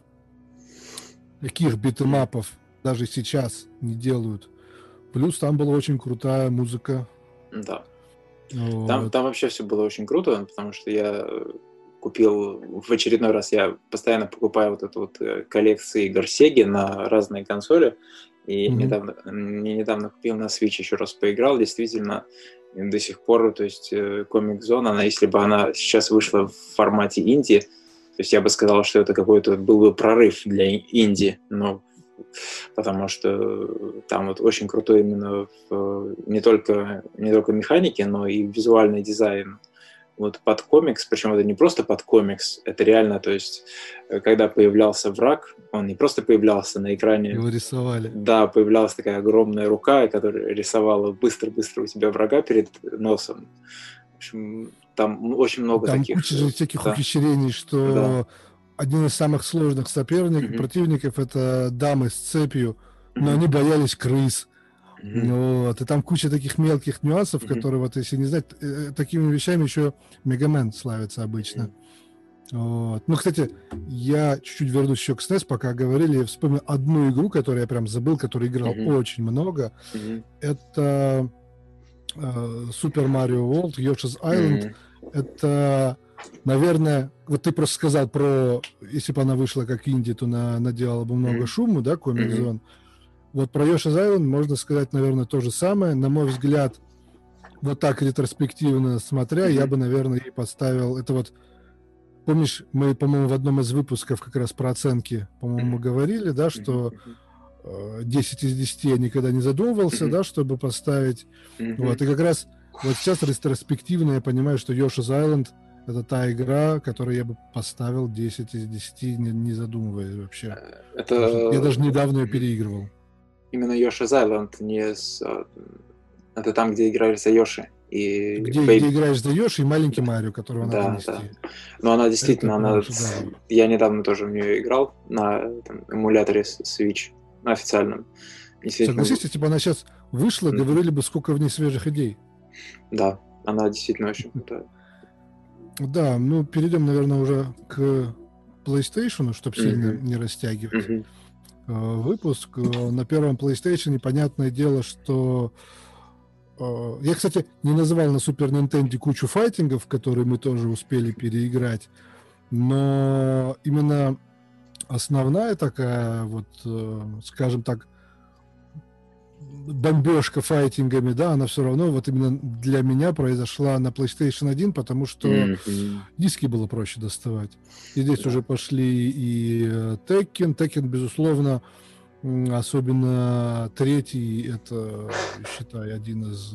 таких битэмапов даже сейчас не делают. Плюс там была очень крутая музыка. Да. Вот. Там, там вообще все было очень круто, потому что я купил в очередной раз, я постоянно покупаю вот эту вот коллекцию игр Sega на разные консоли. И mm-hmm. недавно, недавно купил на Switch, еще раз поиграл. Действительно, до сих пор, то есть Comic Zone, она, если бы она сейчас вышла в формате инди, то есть я бы сказал, что это какой-то был бы прорыв для инди, но потому что там вот очень крутой именно в, не только не только механики, но и визуальный дизайн вот под комикс, причем это не просто под комикс, это реально, то есть когда появлялся враг, он не просто появлялся на экране. Его рисовали. Да, появлялась такая огромная рука, которая рисовала быстро-быстро у тебя врага перед носом. В общем, там очень много там таких. Там куча же всяких да. ухищрений, что да. один из самых сложных соперников, mm-hmm. противников, это дамы с цепью, mm-hmm. но они боялись крыс. Mm-hmm. Вот. И там куча таких мелких нюансов, mm-hmm. которые, вот если не знать, такими вещами еще Мегамен славится обычно. Mm-hmm. Вот. Ну, кстати, я чуть-чуть вернусь еще к эс эн и эс, пока говорили, я вспомнил одну игру, которую я прям забыл, которую играл mm-hmm. очень много. Mm-hmm. Это uh, Super Mario World, Yoshi's Island. Mm-hmm. Это, наверное, вот ты просто сказал про, если бы она вышла как инди, то она наделала бы много mm-hmm. шума, да, Comic Zone. Mm-hmm. Вот про Yoshi's Island можно сказать, наверное, то же самое. На мой взгляд, вот так ретроспективно смотря, mm-hmm. я бы, наверное, ей поставил... Это вот, помнишь, мы, по-моему, в одном из выпусков как раз про оценки, по-моему, mm-hmm. говорили, да, что э, десять из десяти я никогда не задумывался, mm-hmm. да, чтобы поставить. Mm-hmm. Вот, и как раз вот сейчас ретроспективно я понимаю, что Yoshi's Island — это та игра, которую я бы поставил десять из десяти, не, не задумываясь вообще. Это... Я даже недавно ее переигрывал. Именно Yoshi's Island, не с... это там, где играешь за Йоши. И где, Бэй... где играешь за Йоши и маленький Марио, которого да, надо нести. Да. Но она действительно, это, она... Да. Я недавно тоже в нее играл на там, эмуляторе Switch, на официальном. Согласись, если бы она сейчас вышла, mm-hmm. говорили бы, сколько в ней свежих идей. Да, она действительно очень крутая. Да, ну перейдем, наверное, уже к PlayStation, чтобы mm-hmm. сильно не растягивать. Mm-hmm. Выпуск. На первом PlayStation, понятное дело, что... Я, кстати, не называл на Super Nintendo кучу файтингов, которые мы тоже успели переиграть, но именно основная такая, вот, скажем так, бомбежка файтингами, да, она все равно вот именно для меня произошла на PlayStation один, потому что mm-hmm. диски было проще доставать. И здесь yeah. уже пошли и Tekken. Tekken, безусловно, особенно третий, это, считай, один из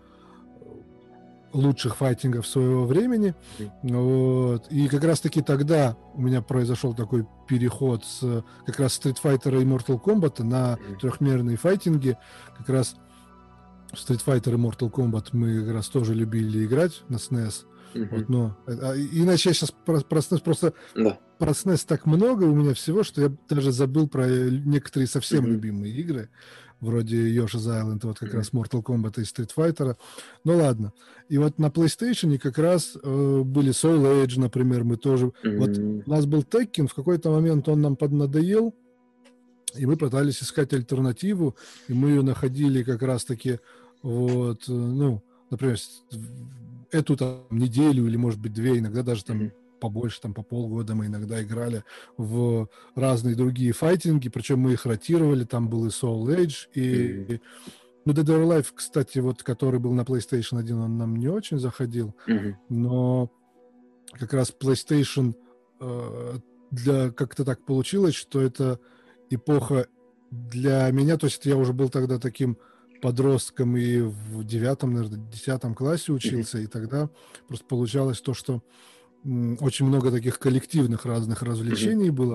лучших файтингов своего времени. Mm-hmm. Вот. И как раз-таки тогда у меня произошел такой переход с как раз Street Fighter и Mortal Kombat на mm-hmm. трехмерные файтинги. Как раз Street Fighter и Mortal Kombat мы как раз тоже любили играть на эс эн и эс. Mm-hmm. Вот, но, а, иначе я сейчас про, про эс эн и эс просто... Yeah. Про эс эн и эс так много у меня всего, что я даже забыл про некоторые совсем mm-hmm. любимые игры, вроде Yoshi's Island, вот как mm-hmm. раз Mortal Kombat и Street Fighter. Ну ладно. И вот на PlayStation как раз э, были Soul Edge, например, мы тоже... Mm-hmm. Вот у нас был Tekken, в какой-то момент он нам поднадоел, и мы пытались искать альтернативу, и мы ее находили как раз-таки вот, ну, например, эту там неделю или, может быть, две, иногда даже там mm-hmm. побольше, там по полгода мы иногда играли в разные другие файтинги, причем мы их ротировали, там был и Soul Edge, и, mm-hmm. Ну, Dead or Alive, кстати, вот, который был на PlayStation один, он нам не очень заходил, Мгм. но как раз PlayStation э, для как-то так получилось, что это эпоха для меня, то есть я уже был тогда таким подростком и в девятом, наверное, десятом классе учился, и тогда просто получалось то, что м, очень много таких коллективных разных Мгм. развлечений было,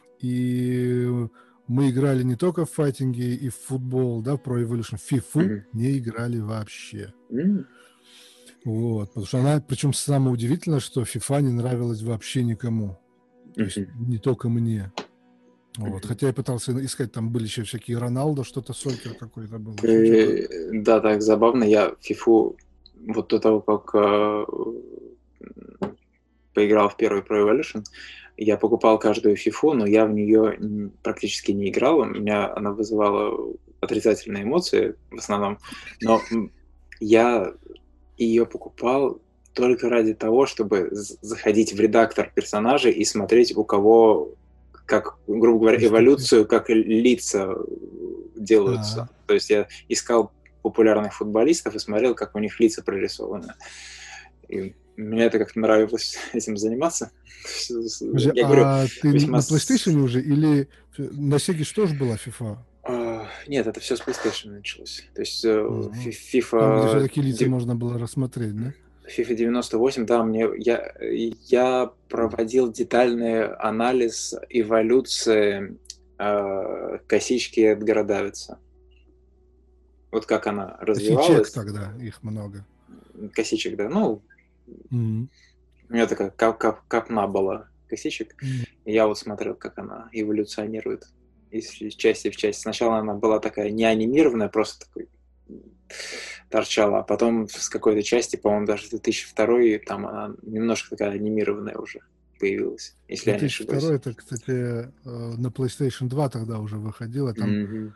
и мы играли не только в файтинги и в футбол, да, в Pro Evolution, в фифу Мгм. не играли вообще. М. Вот, потому что она, причем самое удивительное, что FIFA не нравилась вообще никому. То есть Мгм. не только мне. Вот. Мгм. Хотя я пытался искать, там были еще всякие Роналдо, что-то, Сокер какой-то был, еще что-то. Э, Да, так забавно. Я фифу вот до того, как э, м, поиграл в первый Pro Evolution, я покупал каждую фифу, но я в нее м, практически не играл. У меня она вызывала отрицательные эмоции в основном. Но м, я ее покупал только ради того, чтобы з- заходить в редактор персонажей и смотреть, у кого, как, грубо говоря, Перспектив. эволюцию, как лица э, делаются. А, То есть я искал популярных футболистов и смотрел, как у них лица прорисованы. И мне это как-то нравилось этим заниматься. подожди, Я говорю, а ты весьма... на с- PlayStation уже или на Sega что тоже была FIFA? а, Нет, это все с PlayStation началось. То есть э, Ага. фи- Там, где FIFA все-таки лица можно было рассмотреть, да? FIFA девяносто восемь, да, мне я, я проводил детальный анализ эволюции э, косички Эдгара Давидса. Вот как она Косичек развивалась. тогда, их много. Косичек, да, ну, Мгм. у меня такая кап кап копна была косичек. Мгм. И я вот смотрел, как она эволюционирует из части в часть. Сначала она была такая не анимированная, просто такой торчала, а потом с какой-то части, по-моему, даже две тысячи второй, там она немножко такая анимированная уже появилась, если я не две тысячи второй, ошибаюсь. это, кстати, э, на PlayStation два тогда уже выходило. Там, Мгм.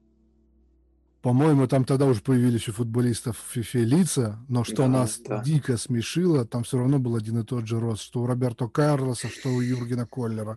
по-моему, там тогда уже появились у футболистов в FIFA лица, но что Да, нас да. дико смешило, там все равно был один и тот же рост, что у Роберто Карлоса, что у Юргена Коллера.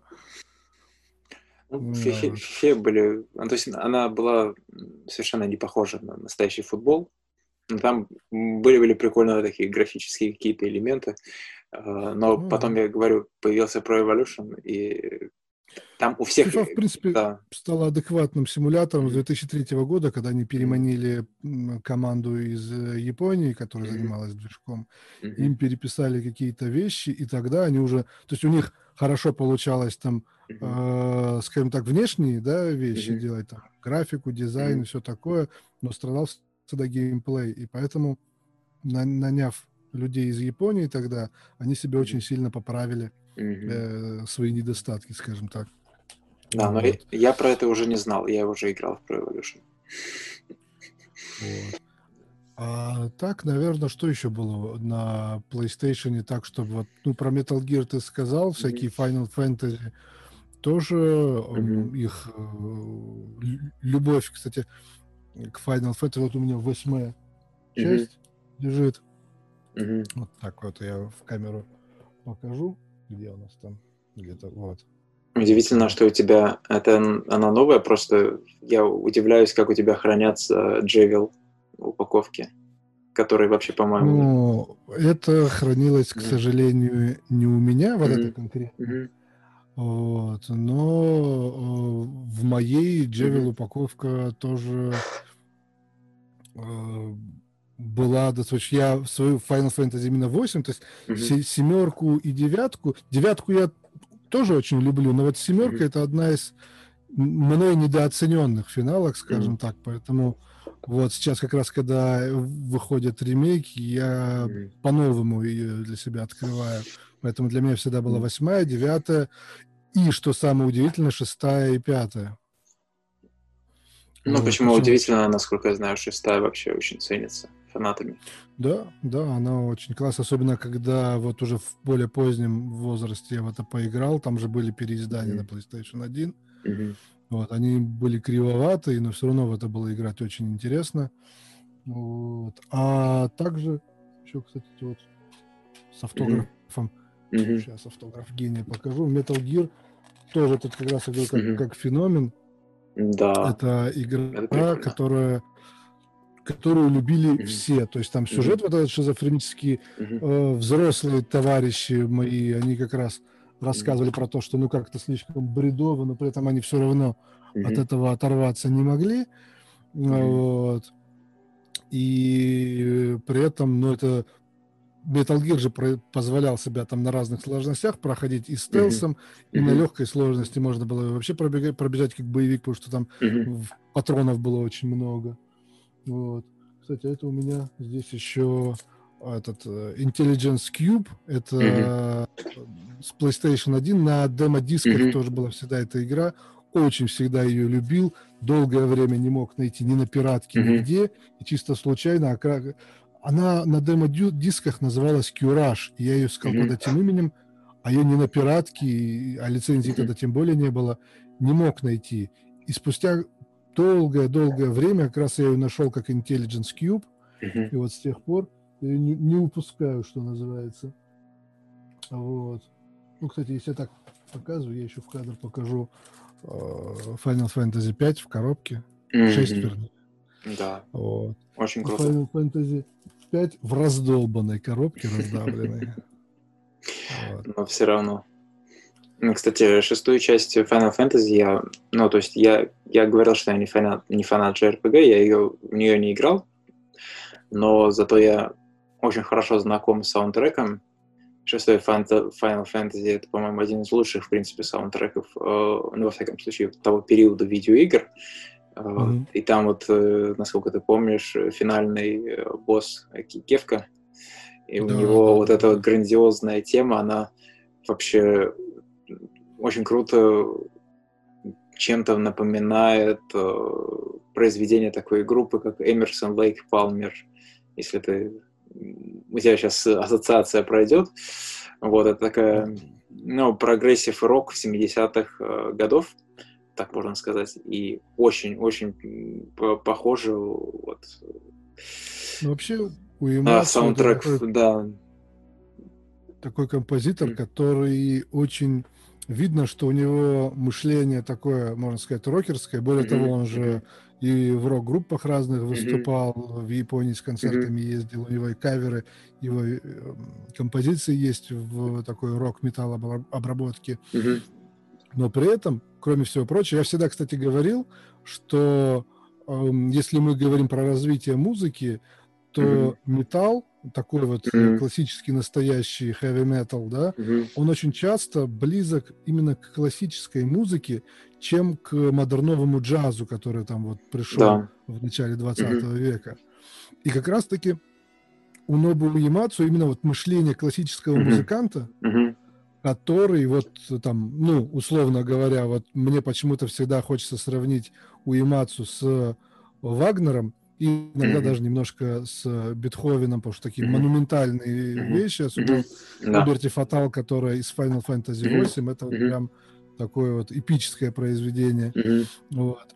Ну, в Фифе, в Вот. Фифе были... ну, то есть она была совершенно не похожа на настоящий футбол. Но там были, были прикольные такие графические какие-то элементы. А, Но Ну, потом, да. я говорю, появился Pro Evolution, и там у всех... FIFA, в принципе, Да. стала адекватным симулятором с Мгм. две тысячи третьего года, когда они Мгм. переманили м, команду из э, Японии, которая Мгм. занималась движком, Мгм. им переписали какие-то вещи, и тогда они уже... То есть у них хорошо получалось там, Мгм. э, скажем так, внешние, да, вещи Мгм. делать, там, графику, дизайн Мгм. и все такое, но страдал всегда геймплей, и поэтому, на- наняв людей из Японии тогда, они себе очень Мгм. сильно поправили Мгм. э, свои недостатки, скажем так. Да, но я, Вот. я про это уже не знал, я уже играл в Pro Evolution. Вот. А так, наверное, что еще было на PlayStation так, чтобы вот, ну, про Metal Gear ты сказал, Мгм. всякие Final Fantasy, тоже м, Мгм. их э, лю- любовь, кстати, к Final Fantasy, вот у меня восьмая Мгм. часть лежит, Мгм. вот так вот я в камеру покажу, где у нас там, где-то, вот, вот Удивительно, она. что у тебя это н- она новая, просто я удивляюсь, как у тебя хранятся Джевел упаковки, которые вообще, по-моему... Ну, это хранилось, к Мгм. сожалению, не у меня, вот это Мгм. конкретно. Мгм. Вот, но э, в моей Джевел Мгм. упаковка тоже э, была достаточно... Я свою Final Fantasy именно восемь, то есть Мгм. се- семерку и девятку... Девятку я тоже очень люблю, но вот семерка — Мгм. это одна из м- мной недооцененных финалок, Мгм. скажем так, поэтому вот сейчас как раз, когда выходят ремейки, я Мгм. по-новому ее для себя открываю. Поэтому для меня всегда была Мгм. восьмая, девятая, и, что самое удивительное, шестая и пятая. Ну, Вот, почему причем, удивительно, насколько я знаю, шестая вообще очень ценится фанатами. да, да, она очень классно, особенно когда вот уже в более позднем возрасте я в это поиграл, там же были переиздания на Мгм. PlayStation один, Мгм. вот, они были кривоватые, но все равно в это было играть очень интересно. Вот. А также еще, кстати, вот с Мгм. автографом, Мгм. сейчас автограф гения покажу, Metal Gear тоже тут как раз я говорю, как, Мгм. как феномен. Да, Это это игра, прикольно. которая которую любили Мгм. все. То есть там сюжет вот этот шизофренический, Мгм. э, взрослые товарищи мои, они как раз рассказывали про то, что ну как-то слишком бредово, но при этом они все равно от Мгм. этого оторваться не могли. Мгм. Вот. И при этом, ну это Metal Gear же про- позволял себя там на разных сложностях проходить и Мгм. стелсом, и на Мгм. легкой сложности можно было вообще пробегать, пробежать как боевик, потому что там Мгм. в- патронов было очень много. Вот. Кстати, это у меня здесь еще этот э, Intelligence Cube. Мгм. Это э, с PlayStation один на демо-дисках Мгм. тоже была всегда эта игра. Очень всегда ее любил. Долгое время не мог найти ни на пиратке, Мгм. нигде. И чисто случайно окра- она на демо-дисках называлась Curash. И я ее искал под Мгм. этим именем, а ее не на пиратке, и- а лицензии Мгм. тогда тем более не было. Не мог найти. И спустя долгое-долгое время как раз я ее нашел как Intelligence Cube, Мгм. и вот с тех пор я её не, не упускаю, что называется. Вот. Ну, кстати, если я так показываю, я еще в кадр покажу э, Final Fantasy пять в коробке. шесть, Мгм. вернее. Да, Вот. очень И круто. Final Fantasy пять в раздолбанной коробке, раздавленной. Вот. Но все равно. Ну, кстати, шестую часть Final Fantasy я, ну, то есть я, я говорил, что я не фанат, не фанат джей ар пи джи, я ее, в нее не играл, но зато я очень хорошо знаком с саундтреком. Шестой Фанта- Final Fantasy — это, по-моему, один из лучших, в принципе, саундтреков, э, ну, во всяком случае, того периода видеоигр. Э, Мгм. И там вот, э, насколько ты помнишь, э, финальный э, босс э, Ки- Кефка, и у Да, него да, вот да, эта вот да. грандиозная тема, она вообще очень круто чем-то напоминает э, произведение такой группы, как Эмерсон, Лейк, Палмер. Если ты... У тебя сейчас ассоциация пройдет. Вот, это такая, ну, прогрессив рок семидесятых э, годов, так можно сказать, и очень-очень похоже вот, Ну, вообще, у на Ямацу это саундтрек, такой да. такой композитор, который очень видно, что у него мышление такое, можно сказать, рокерское. Более того, Мгм, он мгм, же и в рок-группах разных мгм, выступал, в Японии с мгм, концертами ездил, у него и каверы, его э, композиции есть в такой рок-металл обработке. мгм, Но при этом, кроме всего прочего, я всегда, кстати, говорил, что эм, если мы говорим про развитие музыки, мгм, то металл, такой вот э, мгм, классический, настоящий heavy metal, да, мгм. он очень часто близок именно к классической музыке, чем к модерновому джазу, который там вот пришел Да. в начале Мгм, двадцатого века. И как раз-таки у Нобуо Ямацу именно вот мышление классического мгм, музыканта, мгм, который вот там, ну, условно говоря, вот мне почему-то всегда хочется сравнить Уэмацу с Вагнером и иногда мгм, даже немножко с Бетховеном, потому что такие мгм, монументальные мгм, вещи, особенно мгм. вот Да. Liberty Fatal, которая из Final Fantasy Мгм, восемь, это вот мгм, прям такое вот эпическое произведение. мгм, Вот.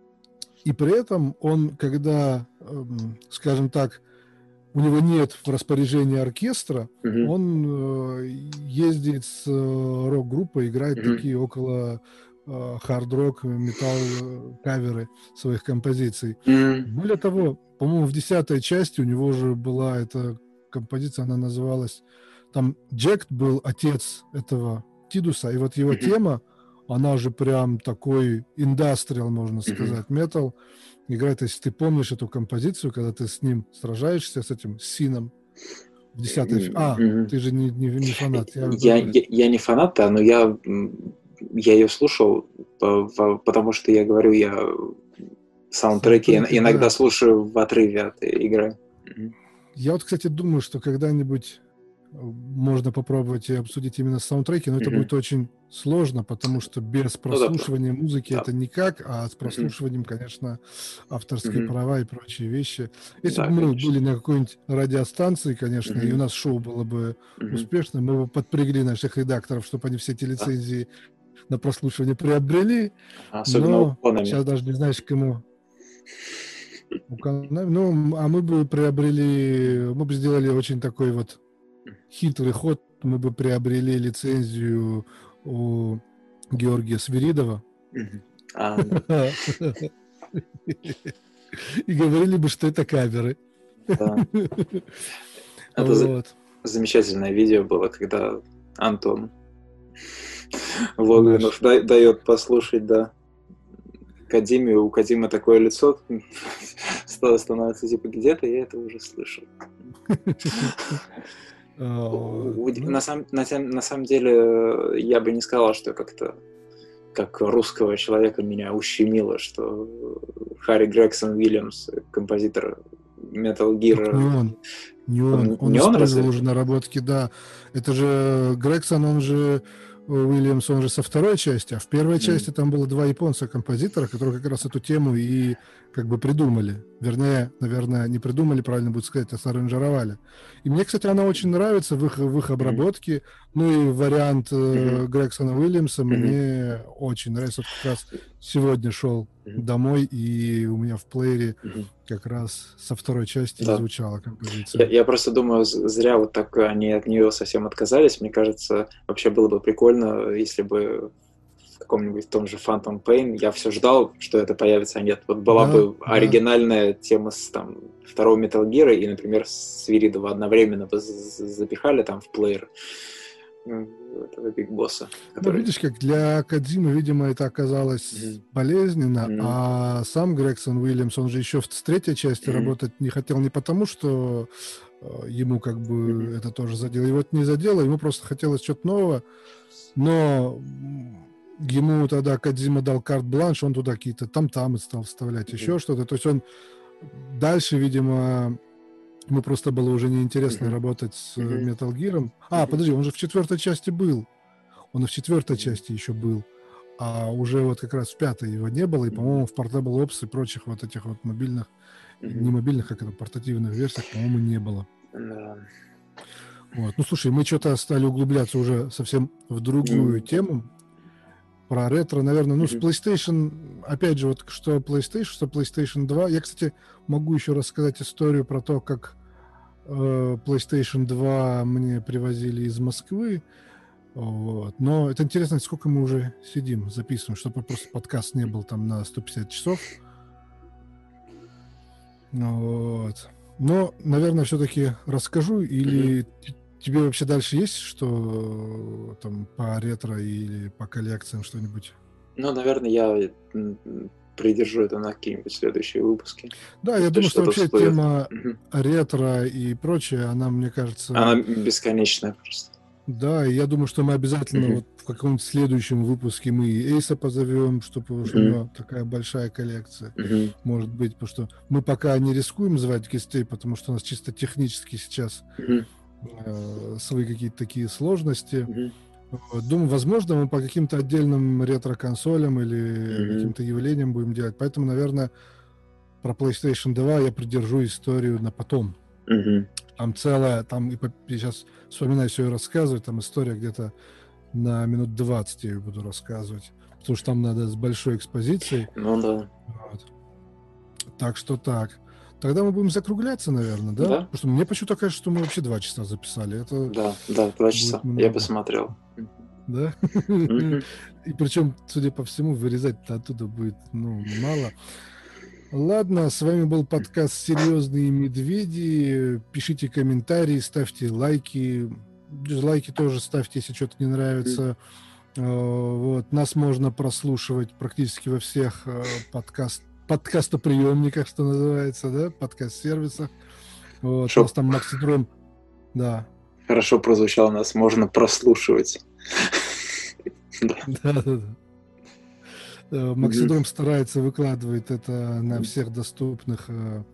И при этом он, когда, эм, скажем так, у него нет в распоряжении оркестра, мгм, он э, ездит с э, рок-группой, играет мгм, такие около э, хард-рок, металл э, каверы своих композиций. мгм, Более того, по-моему, в десятой части у него уже была эта композиция, она называлась, там Джек был отец этого Тидуса, и вот его мгм, тема, она же прям такой индастриал, можно мгм. сказать, метал, играет, если ты помнишь эту композицию, когда ты с ним сражаешься, с этим Сином в десятой... фи- А, Мгм. ты же не, не, не фанат, я Я, ошибаюсь. я, я не фанат, да, но я, м, я ее слушал, по- по- потому что я говорю, я саундтреки ин- Саундтреки, иногда да. слушаю в отрыве от игры. Мгм. Я вот, кстати, думаю, что когда-нибудь э, можно попробовать и обсудить именно саундтреки, но это Мгм. будет очень сложно, потому что без Ну да, про- прослушивания музыки да. это никак, а с Мгм. прослушиванием, конечно, авторские Мгм. права и прочие вещи. Если Да, бы мы конечно. были на какой-нибудь радиостанции, конечно, и у Мгм. нас шоу было бы Мгм. успешно, мы бы подпрягли наших редакторов, чтобы они все эти Да. лицензии на прослушивание приобрели, Особенно но уклонами. сейчас даже не знаешь, кому. У Канави- Ну, а мы бы приобрели, мы бы сделали очень такой вот хитрый ход, мы бы приобрели лицензию у Георгия Свиридова. Мгм. А, да. И говорили бы, что это каверы. Да. Это Вот. замечательное видео было, когда Антон Наш. Логвинов да- дает послушать, да, Кодзиме, у Кодзимы такое лицо становится, типа, где-то я это уже слышал. А, На самом, на, сам- на самом деле, я бы не сказал, что как-то как русского человека меня ущемило, что Харри Грегсон Уильямс, композитор Metal Gear... Не он, не он. Он, Он не он использовал разве? уже наработки, да. Это же Грегсон, он же Уильямс, он же со второй части, а в первой mm. части там было два японца-композитора, которые как раз эту тему и как бы придумали. Вернее, наверное, не придумали, правильно будет сказать, а саранжировали. И мне, кстати, она очень нравится в их, в их обработке. Mm. Ну и вариант mm-hmm. Грегсона Уильямса mm-hmm. мне очень нравится. Вот как раз сегодня шел mm-hmm. домой, и у меня в плеере mm-hmm. как раз со второй части да. звучала композиция. Я, я просто думаю, зря вот так они от нее совсем отказались. Мне кажется, вообще было бы прикольно, если бы в каком-нибудь том же Phantom Pain я все ждал, что это появится, а нет. Вот была да, бы оригинальная да. тема с там, второго Metal Gear, и, например, Свиридова одновременно бы запихали там в плеер этого Биг Босса. Который... Ну, видишь, как для Кодзимы, видимо, это оказалось mm-hmm. болезненно, mm-hmm. а сам Грегсон Уильямс, он же еще в третьей части mm-hmm. работать не хотел не потому, что э, ему как бы mm-hmm. это тоже задело. Его это не задело, ему просто хотелось что-то нового, но ему тогда Кодзима дал карт-бланш, он туда какие-то там-тамы стал вставлять, mm-hmm. еще что-то. То есть он дальше, видимо... Ему просто было уже неинтересно uh-huh. работать с uh-huh. Metal Gear. А, uh-huh. подожди, он же в четвертой части был. Он и в четвертой uh-huh. части еще был. А уже вот как раз в пятой его не было. И, uh-huh. по-моему, в Portable Ops и прочих вот этих вот мобильных, uh-huh. не мобильных, как это, портативных версиях, по-моему, не было. Uh-huh. Вот. Ну, слушай, мы что-то стали углубляться уже совсем в другую uh-huh. тему. Про ретро, наверное. Ну, uh-huh. с PlayStation, опять же, вот что PlayStation, что PlayStation два. Я, кстати, могу еще рассказать историю про то, как э, PlayStation два мне привозили из Москвы. Вот. Но это интересно, сколько мы уже сидим, записываем, чтобы просто подкаст не был там на сто пятьдесят часов. Вот. Но, наверное, все-таки расскажу, или uh-huh. тебе вообще дальше есть что там по ретро или по коллекциям что-нибудь? Ну, наверное, я придержу это на какие-нибудь следующие выпуски. Да, я думаю, что вообще всплывет. Тема угу. ретро и прочее, она, мне кажется... Она бесконечная просто. Да, и я думаю, что мы обязательно угу. вот в каком-нибудь следующем выпуске мы и Эйса позовем, чтобы угу. у него такая большая коллекция угу. может быть, потому что мы пока не рискуем звать гостей, потому что у нас чисто технически сейчас угу. э, свои какие-то такие сложности. Угу. Думаю, возможно, мы по каким-то отдельным ретро-консолям или mm-hmm. каким-то явлениям будем делать. Поэтому, наверное, про PlayStation два я придержу историю на потом. Mm-hmm. Там целая, там и сейчас вспоминаю все и рассказывать, там история где-то на минут двадцать я ее буду рассказывать. Потому что там надо с большой экспозицией. Ну да. Вот. Так что так. Тогда мы будем закругляться, наверное, да? Да. Потому что мне почему-то кажется, что мы вообще два часа записали. Это да, да, два часа. Много. Я посмотрел. Да? Mm-hmm. И причем, судя по всему, вырезать-то оттуда будет, ну, мало. Ладно, с вами был подкаст «Серьезные медведи». Пишите комментарии, ставьте лайки. Дизлайки тоже ставьте, если что-то не нравится. Mm-hmm. Вот. Нас можно прослушивать практически во всех подкаст подкастоприемниках, что называется, да, подкаст-сервисах. Вот, у нас там Максидром, да. Хорошо прозвучало, нас можно прослушивать. Да, да, да. Максидром старается выкладывать это на всех доступных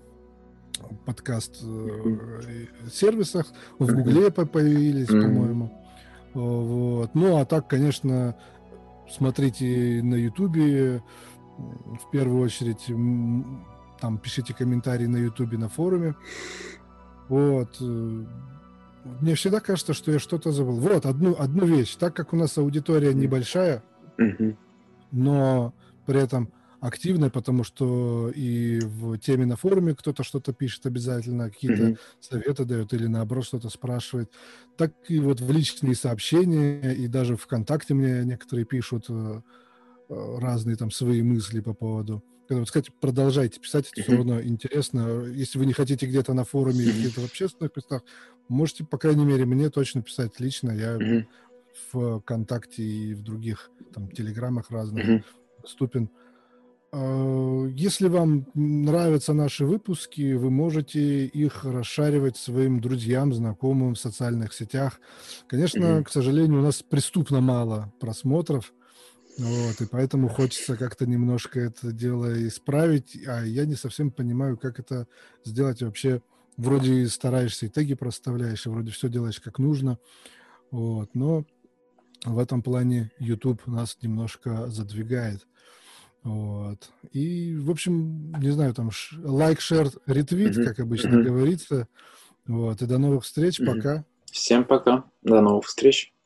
подкаст-сервисах. В Гугле появились, по-моему. Вот. Ну, а так, конечно, смотрите на Ютубе. В первую очередь, там пишите комментарии на Ютубе, на форуме. Вот. Мне всегда кажется, что я что-то забыл. Вот, одну, одну вещь. Так как у нас аудитория небольшая, mm-hmm. но при этом активная, потому что и в теме на форуме кто-то что-то пишет обязательно, какие-то mm-hmm. советы дает или наоборот что-то спрашивает, так и вот в личные сообщения, и даже ВКонтакте мне некоторые пишут разные там свои мысли по поводу Вот, кстати, продолжайте писать, это все Мгм. равно интересно. Если вы не хотите где-то на форуме или Мгм. где-то в общественных местах, можете, по крайней мере, мне точно писать лично. Я Мгм. в ВКонтакте и в других там телеграммах разных Мгм. доступен. А, Если вам нравятся наши выпуски, вы можете их расшаривать своим друзьям, знакомым в социальных сетях. Конечно, Мгм. к сожалению, у нас преступно мало просмотров, вот, и поэтому хочется как-то немножко это дело исправить, а я не совсем понимаю, как это сделать вообще. Вроде стараешься и теги проставляешь, и вроде все делаешь как нужно, вот, но в этом плане YouTube нас немножко задвигает. Вот. И, в общем, не знаю, там ш- лайк, шер, ретвит, Мгм. как обычно Мгм. говорится. Вот. И до новых встреч. Мгм. Пока. Всем пока. До новых встреч.